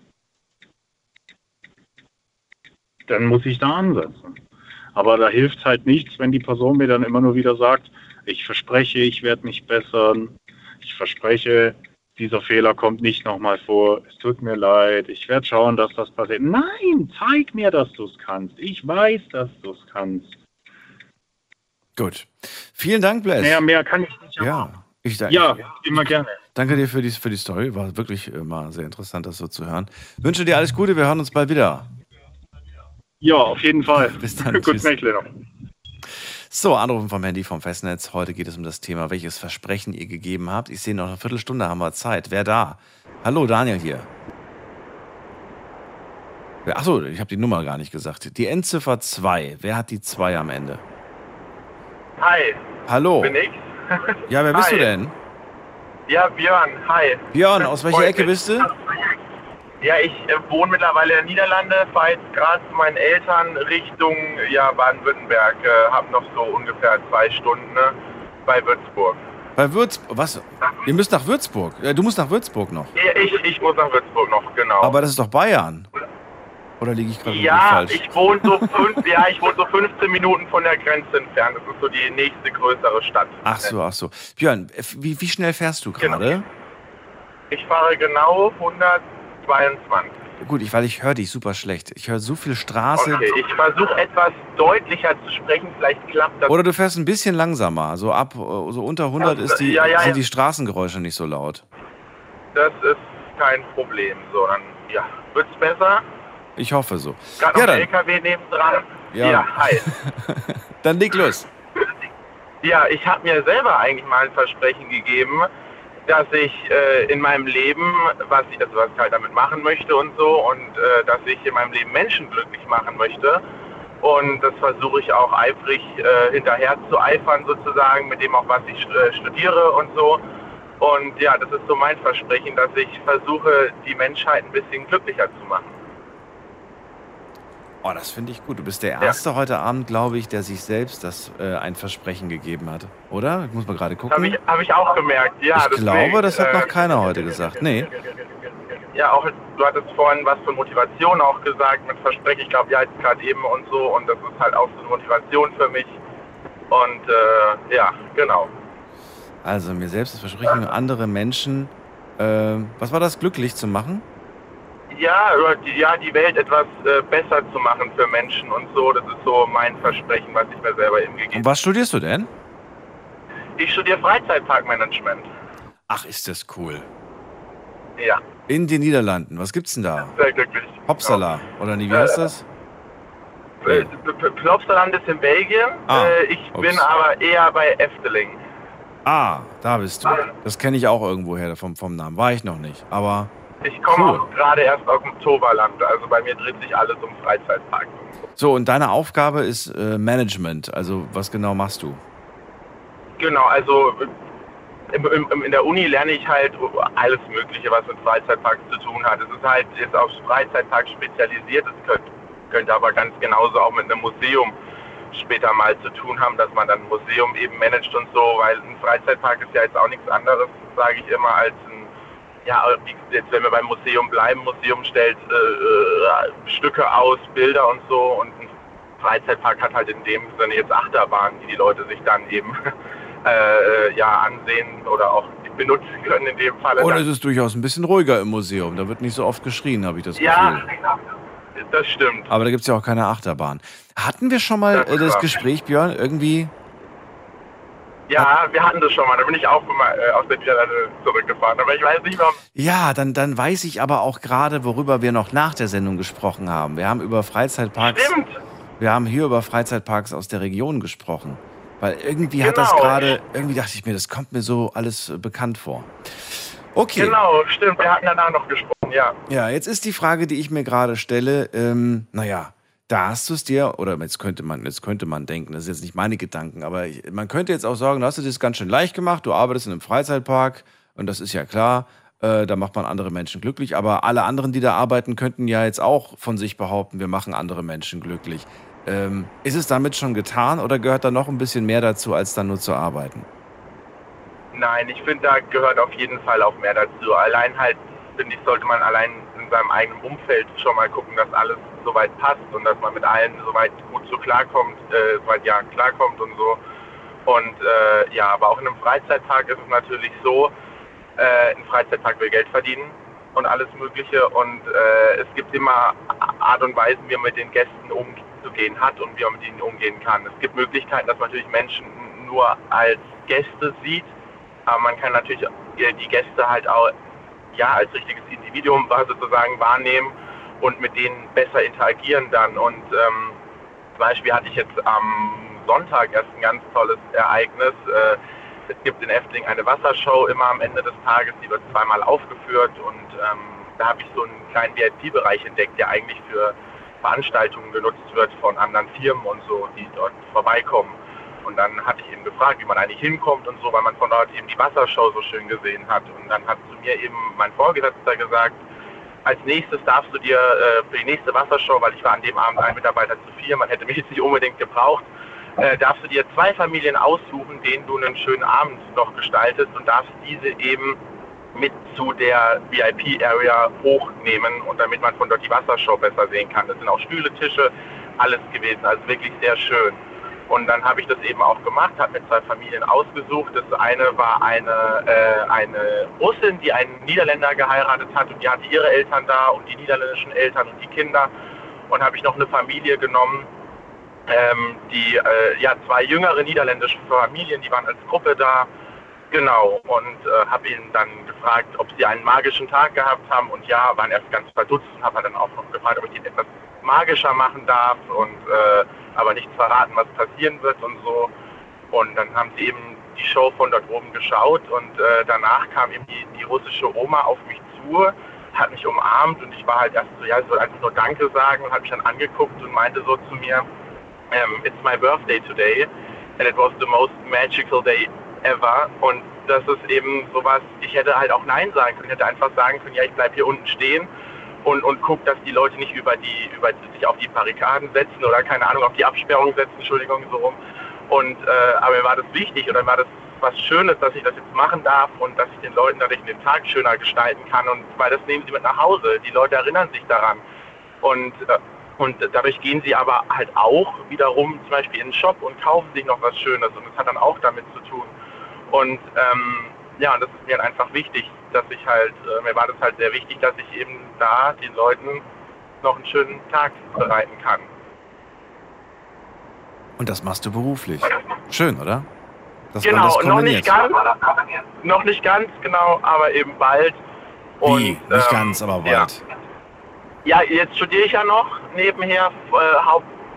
dann muss ich da ansetzen. Aber da hilft halt nichts, wenn die Person mir dann immer nur wieder sagt, ich verspreche, ich werde mich bessern, ich verspreche, dieser Fehler kommt nicht nochmal vor, es tut mir leid, ich werde schauen, dass das passiert. Nein, zeig mir, dass du es kannst. Ich weiß, dass du es kannst. Gut. Vielen Dank, Bless. Mehr, mehr kann ich nicht. Ja, ich danke. Ja, immer gerne. Danke dir für die, für die Story. War wirklich immer sehr interessant, das so zu hören. Wünsche dir alles Gute, wir hören uns bald wieder. Ja, auf jeden Fall. Bis dann. Guten Nächte noch. So, Anrufen vom Handy vom Festnetz. Heute geht es um das Thema, welches Versprechen ihr gegeben habt. Ich sehe noch eine Viertelstunde, haben wir Zeit. Wer da? Hallo, Daniel hier. Achso, ich habe die Nummer gar nicht gesagt. Die Endziffer zwei. Wer hat die zwei am Ende? Hi. Hallo. Bin ich? Ja, wer bist Hi. du denn? Ja, Björn. Hi. Björn, aus welcher Freut Ecke mich. bist du? Ja, ich äh, wohne mittlerweile in den Niederlanden, fahre jetzt gerade zu meinen Eltern Richtung ja, Baden-Württemberg. Äh, habe noch so ungefähr zwei Stunden ne, bei Würzburg. Bei Würzburg. Was? Ihr müsst nach Würzburg. Ja, du musst nach Würzburg noch. Ja, ich, ich muss nach Würzburg noch, genau. Aber das ist doch Bayern. Oder liege ich gerade ja, falsch? ich wohne so fünf, ja, ich wohne so fünfzehn Minuten von der Grenze entfernt. Das ist so die nächste größere Stadt. Ach so, ach so. Björn, wie, wie schnell fährst du gerade? Genau. Ich fahre genau hundertzweiundzwanzig. Gut, ich, weil ich höre dich super schlecht. Ich höre so viel Straße. Okay, ich versuche etwas deutlicher zu sprechen. Vielleicht klappt das. Oder du fährst ein bisschen langsamer. So ab, so unter hundert ist die, ja, ja, sind ja. die Straßengeräusche nicht so laut. Das ist kein Problem. So, dann ja, wird's besser. Ich hoffe so. Gerade Ja, noch dann. ein L K W nebendran. Ja. Ja, hi. Dann leg los. Ja, ich habe mir selber eigentlich mal ein Versprechen gegeben, dass ich äh, in meinem Leben, was ich, also was ich halt damit machen möchte und so, und äh, dass ich in meinem Leben Menschen glücklich machen möchte. Und das versuche ich auch eifrig äh, hinterher zu eifern sozusagen, mit dem auch, was ich äh, studiere und so. Und ja, das ist so mein Versprechen, dass ich versuche, die Menschheit ein bisschen glücklicher zu machen. Oh, das finde ich gut. Du bist der Erste ja. heute Abend, glaube ich, der sich selbst das äh, ein Versprechen gegeben hat. Oder? Ich muss mal gerade gucken. Habe ich, hab ich auch gemerkt, ja. Ich deswegen, glaube, das hat noch äh, keiner heute gesagt. Nee. Ja, auch du hattest vorhin was von Motivation auch gesagt, mit Versprechen. Ich glaube, ja, jetzt gerade eben und so. Und das ist halt auch so eine Motivation für mich. Und äh, ja, genau. Also mir selbst das Versprechen, andere Menschen, äh, was war das, glücklich zu machen? Ja, die, ja, die Welt etwas äh, besser zu machen für Menschen und so. Das ist so mein Versprechen, was ich mir selber eben gegeben habe. Und was studierst du denn? Ich studiere Freizeitparkmanagement. Ach, ist das cool. Ja. In den Niederlanden. Was gibt's denn da? Sehr glücklich. Hopsala. Oder nie, wie heißt das? äh, P- Plopsaland ist in Belgien. Ah, äh, ich ups. bin aber eher bei Efteling. Ah, da bist du. Das kenne ich auch irgendwoher vom, vom Namen. War ich noch nicht, aber Ich komme cool. auch gerade erst aus dem Toverland. Also bei mir dreht sich alles um Freizeitpark. So, und deine Aufgabe ist äh, Management. Also was genau machst du? Genau, also im, im, in der Uni lerne ich halt alles Mögliche, was mit Freizeitparks zu tun hat. Es ist halt jetzt aufs Freizeitpark spezialisiert. Es könnte, könnte aber ganz genauso auch mit einem Museum später mal zu tun haben, dass man dann ein Museum eben managt und so, weil ein Freizeitpark ist ja jetzt auch nichts anderes, sage ich immer, als ein, ja, wie jetzt wenn wir beim Museum bleiben, Museum stellt äh, äh, Stücke aus, Bilder und so, und ein Freizeitpark hat halt in dem Sinne jetzt Achterbahnen, die die Leute sich dann eben äh, ja ansehen oder auch benutzen können in dem Fall. Und es ist durchaus ein bisschen ruhiger im Museum. Da wird nicht so oft geschrien, habe ich das Gefühl. Ja, das stimmt. Aber da gibt es ja auch keine Achterbahn. Hatten wir schon mal Das äh, das war- Gespräch, Björn, irgendwie? Ja, wir hatten das schon mal. Da bin ich auch mal äh, aus der Niederlande zurückgefahren. Aber ich weiß nicht, warum. Ja, dann, dann weiß ich aber auch gerade, worüber wir noch nach der Sendung gesprochen haben. Wir haben über Freizeitparks. Stimmt. Wir haben hier über Freizeitparks aus der Region gesprochen. Weil irgendwie hat das Genau. gerade, irgendwie dachte ich mir, das kommt mir so alles äh, bekannt vor. Okay. Genau, stimmt. Wir hatten danach noch gesprochen, ja. Ja, jetzt ist die Frage, die ich mir gerade stelle, ähm, naja, da hast du es dir, oder jetzt könnte man, jetzt könnte man denken, das ist jetzt nicht meine Gedanken, aber ich, man könnte jetzt auch sagen, du hast dir das ganz schön leicht gemacht, du arbeitest in einem Freizeitpark und das ist ja klar, äh, da macht man andere Menschen glücklich, aber alle anderen, die da arbeiten, könnten ja jetzt auch von sich behaupten, wir machen andere Menschen glücklich. Ähm, ist es damit schon getan oder gehört da noch ein bisschen mehr dazu, als dann nur zu arbeiten? Nein, ich finde, da gehört auf jeden Fall auch mehr dazu. Allein halt, finde ich, sollte man allein in seinem eigenen Umfeld schon mal gucken, dass alles soweit passt und dass man mit allen soweit gut so klarkommt, äh, soweit ja klarkommt und so. Und äh, ja, aber auch in einem Freizeitpark ist es natürlich so, äh, ein Freizeitpark will Geld verdienen und alles Mögliche, und äh, es gibt immer Art und Weisen, wie man mit den Gästen umzugehen hat und wie man mit ihnen umgehen kann. Es gibt Möglichkeiten, dass man natürlich Menschen nur als Gäste sieht, aber man kann natürlich die Gäste halt auch ja als richtiges Individuum sozusagen wahrnehmen und mit denen besser interagieren dann. Und ähm, zum Beispiel hatte ich jetzt am Sonntag erst ein ganz tolles Ereignis. Äh, es gibt in Efteling eine Wassershow immer am Ende des Tages, die wird zweimal aufgeführt, und ähm, da habe ich so einen kleinen V I P-Bereich entdeckt, der eigentlich für Veranstaltungen genutzt wird von anderen Firmen und so, die dort vorbeikommen. Und dann hatte ich eben gefragt, wie man eigentlich hinkommt und so, weil man von dort eben die Wassershow so schön gesehen hat. Und dann hat zu mir eben mein Vorgesetzter gesagt, als nächstes darfst du dir äh, für die nächste Wassershow, weil ich war an dem Abend ein Mitarbeiter zu viel, man hätte mich jetzt nicht unbedingt gebraucht, äh, darfst du dir zwei Familien aussuchen, denen du einen schönen Abend noch gestaltest, und darfst diese eben mit zu der V I P-Area hochnehmen, und damit man von dort die Wassershow besser sehen kann. Das sind auch Stühle, Tische, alles gewesen, also wirklich sehr schön. Und dann habe ich das eben auch gemacht, habe mir zwei Familien ausgesucht. Das eine war eine, äh, eine Russin, die einen Niederländer geheiratet hat, und die hatte ihre Eltern da und die niederländischen Eltern und die Kinder. Und habe ich noch eine Familie genommen, ähm, die äh, ja zwei jüngere niederländische Familien, die waren als Gruppe da. Genau, und äh, habe ihnen dann gefragt, ob sie einen magischen Tag gehabt haben, und ja, waren erst ganz verdutzt, und habe dann auch noch gefragt, ob ich ihn etwas magischer machen darf und äh, aber nichts verraten, was passieren wird und so. Und dann haben sie eben die Show von dort oben geschaut, und äh, danach kam eben die, die russische Oma auf mich zu, hat mich umarmt, und ich war halt erst so, ja, ich soll einfach nur Danke sagen, und hat mich dann angeguckt und meinte so zu mir, um, it's my birthday today and it was the most magical day ever. Und das ist eben sowas, ich hätte halt auch Nein sagen können, ich hätte einfach sagen können, ja, ich bleib hier unten stehen und, und guck, dass die Leute nicht über die, über sich auf die Barrikaden setzen oder keine Ahnung, auf die Absperrung setzen, Entschuldigung, so rum. Und, äh, aber mir war das wichtig, oder war das was Schönes, dass ich das jetzt machen darf und dass ich den Leuten dadurch den Tag schöner gestalten kann, und weil das nehmen sie mit nach Hause, die Leute erinnern sich daran. Und, äh, und dadurch gehen sie aber halt auch wiederum zum Beispiel in den Shop und kaufen sich noch was Schönes, und das hat dann auch damit zu tun. Und ähm, ja, und das ist mir einfach wichtig, dass ich halt, äh, mir war das halt sehr wichtig, dass ich eben da den Leuten noch einen schönen Tag bereiten kann. Und das machst du beruflich. Schön, oder? Dass genau, man das noch nicht kombiniert. ganz, noch nicht ganz genau, aber eben bald. Und, Wie? Nicht ähm, ganz, aber ja. bald. Ja, jetzt studiere ich ja noch nebenher äh, Haupt,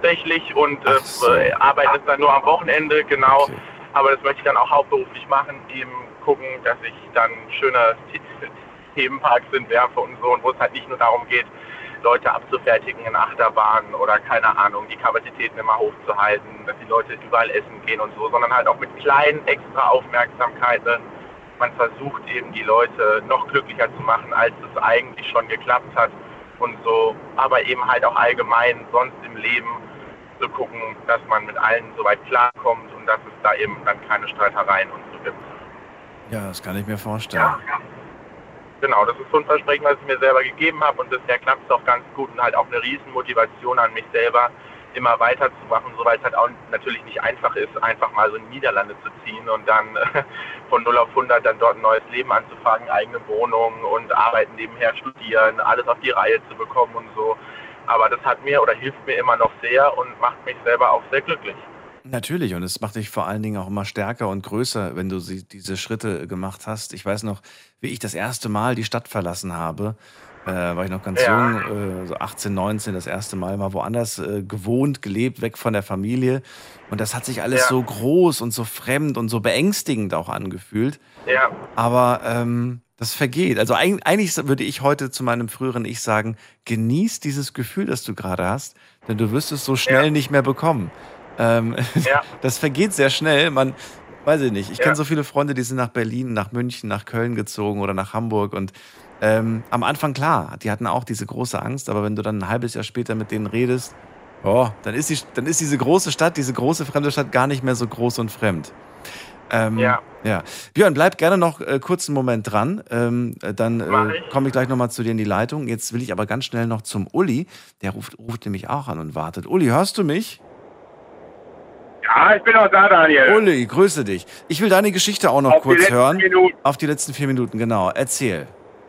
hauptsächlich und äh, so. arbeite es dann nur am Wochenende, genau. Okay. Aber das möchte ich dann auch hauptberuflich machen, eben gucken, dass ich dann schöne Themenparks entwerfe und so, und wo es halt nicht nur darum geht, Leute abzufertigen in Achterbahnen oder keine Ahnung, die Kapazitäten immer hochzuhalten, dass die Leute überall essen gehen und so, sondern halt auch mit kleinen extra Aufmerksamkeiten. Man versucht eben die Leute noch glücklicher zu machen, als es eigentlich schon geklappt hat und so, aber eben halt auch allgemein sonst im Leben zu gucken, dass man mit allen soweit klarkommt und dass es da eben dann keine Streitereien und so gibt. Ja, das kann ich mir vorstellen. Ja, ja. Genau, das ist so ein Versprechen, was ich mir selber gegeben habe, und bisher klappt es auch ganz gut und halt auch eine riesen Motivation an mich selber, immer weiterzumachen, so weil es halt auch natürlich nicht einfach ist, einfach mal so in die Niederlande zu ziehen und dann äh, von null auf hundert dann dort ein neues Leben anzufangen, eigene Wohnung und arbeiten nebenher, studieren, alles auf die Reihe zu bekommen und so. Aber das hat mir oder hilft mir immer noch sehr und macht mich selber auch sehr glücklich. Natürlich, und es macht dich vor allen Dingen auch immer stärker und größer, wenn du sie, diese Schritte gemacht hast. Ich weiß noch, wie ich das erste Mal die Stadt verlassen habe. Äh, war ich noch ganz ja. jung, äh, so achtzehn, neunzehn, das erste Mal mal woanders äh, gewohnt, gelebt, weg von der Familie. Und das hat sich alles ja. so groß und so fremd und so beängstigend auch angefühlt. Ja. Aber ähm, das vergeht. Also eigentlich, eigentlich würde ich heute zu meinem früheren Ich sagen, genieß dieses Gefühl, das du gerade hast, denn du wirst es so schnell ja. nicht mehr bekommen. Ähm, ja. Das vergeht sehr schnell. Man, weiß ich nicht. Ich ja. kenne so viele Freunde, die sind nach Berlin, nach München, nach Köln gezogen oder nach Hamburg. Und ähm, am Anfang, klar, die hatten auch diese große Angst. Aber wenn du dann ein halbes Jahr später mit denen redest, oh, dann ist, die, dann ist diese große Stadt, diese große fremde Stadt gar nicht mehr so groß und fremd. Ähm, ja. ja. Björn, bleib gerne noch äh, kurz einen Moment dran. Ähm, dann äh, komme ich gleich nochmal zu dir in die Leitung. Jetzt will ich aber ganz schnell noch zum Uli. Der ruft, ruft nämlich auch an und wartet. Uli, hörst du mich? Ja, ich bin auch da, Daniel. Uli, grüße dich. Ich will deine Geschichte auch noch Auf kurz die hören. Minuten. Auf die letzten vier Minuten, genau. Erzähl.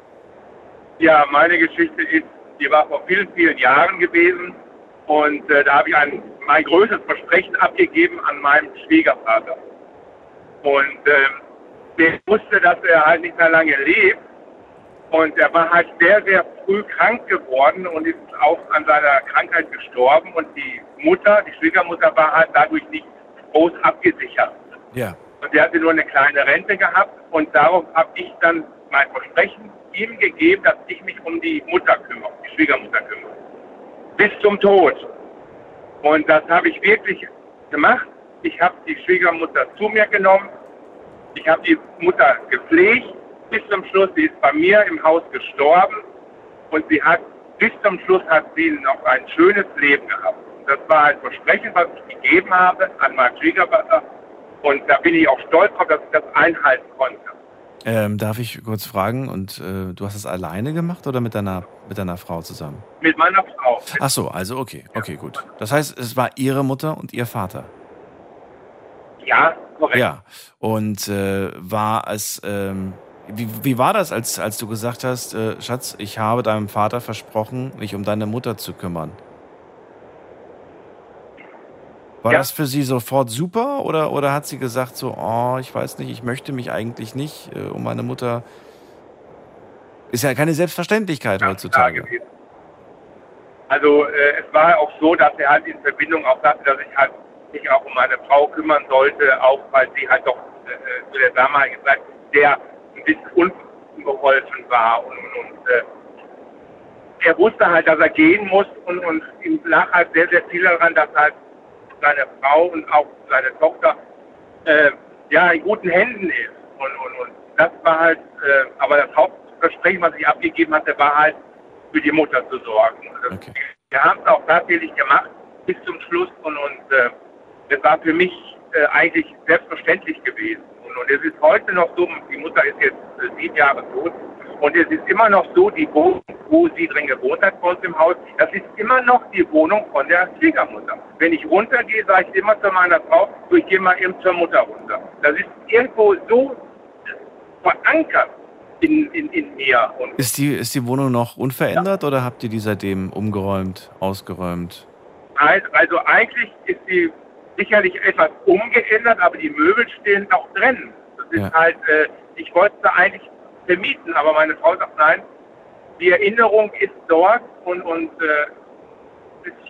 Ja, meine Geschichte ist, die war vor vielen, vielen Jahren gewesen. Und äh, da habe ich ein, mein größtes Versprechen abgegeben an meinen Schwiegervater. Und ähm, der wusste, dass er halt nicht mehr lange lebt. Und er war halt sehr, sehr früh krank geworden und ist auch an seiner Krankheit gestorben. Und die Mutter, die Schwiegermutter, war halt dadurch nicht groß abgesichert. Ja. Und er hatte nur eine kleine Rente gehabt. Und darauf habe ich dann mein Versprechen ihm gegeben, dass ich mich um die Mutter kümmere, die Schwiegermutter kümmere. Bis zum Tod. Und das habe ich wirklich gemacht. Ich habe die Schwiegermutter zu mir genommen. Ich habe die Mutter gepflegt. Bis zum Schluss, sie ist bei mir im Haus gestorben. Und sie hat, bis zum Schluss hat sie noch ein schönes Leben gehabt. Das war ein Versprechen, was ich gegeben habe an meinen Schwiegervater. Und da bin ich auch stolz drauf, dass ich das einhalten konnte. Ähm, darf ich kurz fragen, und äh, du hast es alleine gemacht oder mit deiner, mit deiner Frau zusammen? Mit meiner Frau. Ach so, also okay, okay, gut. Das heißt, es war ihre Mutter und ihr Vater? Ja, korrekt. Ja, und äh, war es, ähm, wie, wie war das, als, als du gesagt hast, äh, Schatz, ich habe deinem Vater versprochen, mich um deine Mutter zu kümmern? War Ja. das für sie sofort super, oder, oder hat sie gesagt so, oh, ich weiß nicht, ich möchte mich eigentlich nicht äh, um meine Mutter... Ist ja keine Selbstverständlichkeit heutzutage. gewesen. Also äh, es war auch so, dass er halt in Verbindung auch sagte, dass ich halt mich auch um meine Frau kümmern sollte, auch weil sie halt doch äh, zu der damaligen Zeit sehr ein bisschen unbeholfen war. Und, und, und äh, er wusste halt, dass er gehen muss, und, und ihm lag halt sehr, sehr viel daran, dass halt seine Frau und auch seine Tochter äh, ja in guten Händen ist. Und, und, und das war halt, äh, aber das Hauptversprechen, was ich abgegeben hatte, war halt für die Mutter zu sorgen. Das, Okay. Wir haben es auch tatsächlich gemacht bis zum Schluss, und, und äh, das war für mich äh, eigentlich selbstverständlich gewesen. Und, und es ist heute noch so, die Mutter ist jetzt äh, sieben Jahre tot, und es ist immer noch so, die Wohnung, wo sie drin gewohnt hat bei uns im Haus, das ist immer noch die Wohnung von der Schwiegermutter. Wenn ich runtergehe, sage ich immer zu meiner Frau, so, ich gehe mal eben zur Mutter runter. Das ist irgendwo so verankert in, in, in mir. Und Ist die, ist die Wohnung noch unverändert, oder habt ihr die seitdem umgeräumt, ausgeräumt? also eigentlich ist sie sicherlich etwas umgeändert, aber die Möbel stehen noch drin. Das ist Ja. halt, äh, ich wollte sie eigentlich vermieten, aber meine Frau sagt, nein, die Erinnerung ist dort, und, und äh, es, es,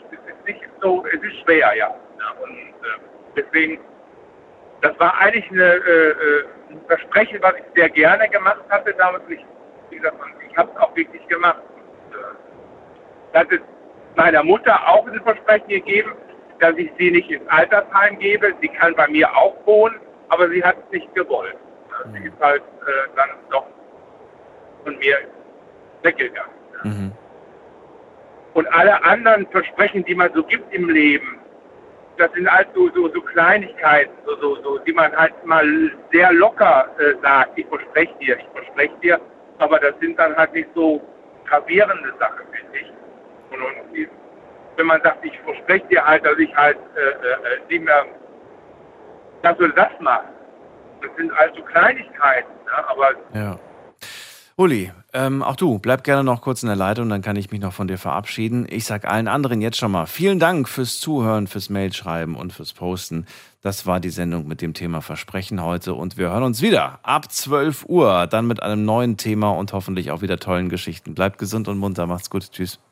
nicht so, es ist schwer, ja. ja und äh, deswegen, das war eigentlich eine, äh, ein Versprechen, was ich sehr gerne gemacht hatte damals. Ich, wie gesagt, ich habe es auch wirklich gemacht. Und, äh, das ist meiner Mutter auch ein Versprechen gegeben, dass ich sie nicht ins Altersheim gebe. Sie kann bei mir auch wohnen, aber sie hat es nicht gewollt. Mhm. Sie ist halt äh, dann doch von mir weggegangen. Mhm. Und alle anderen Versprechen, die man so gibt im Leben, das sind halt so, so, so Kleinigkeiten, so, so, so, die man halt mal sehr locker äh, sagt. Ich verspreche dir, ich verspreche dir, aber das sind dann halt nicht so gravierende Sachen, finde ich. Und, und wenn man sagt, ich verspreche dir halt, dass ich halt äh, äh, nicht mehr das oder das mache, das sind also Kleinigkeiten, ne? Aber ja. Uli, ähm, auch du, bleib gerne noch kurz in der Leitung, dann kann ich mich noch von dir verabschieden. Ich sag allen anderen jetzt schon mal vielen Dank fürs Zuhören, fürs Mailschreiben und fürs Posten. Das war die Sendung mit dem Thema Versprechen heute und wir hören uns wieder ab zwölf Uhr, dann mit einem neuen Thema und hoffentlich auch wieder tollen Geschichten. Bleibt gesund und munter, macht's gut, tschüss.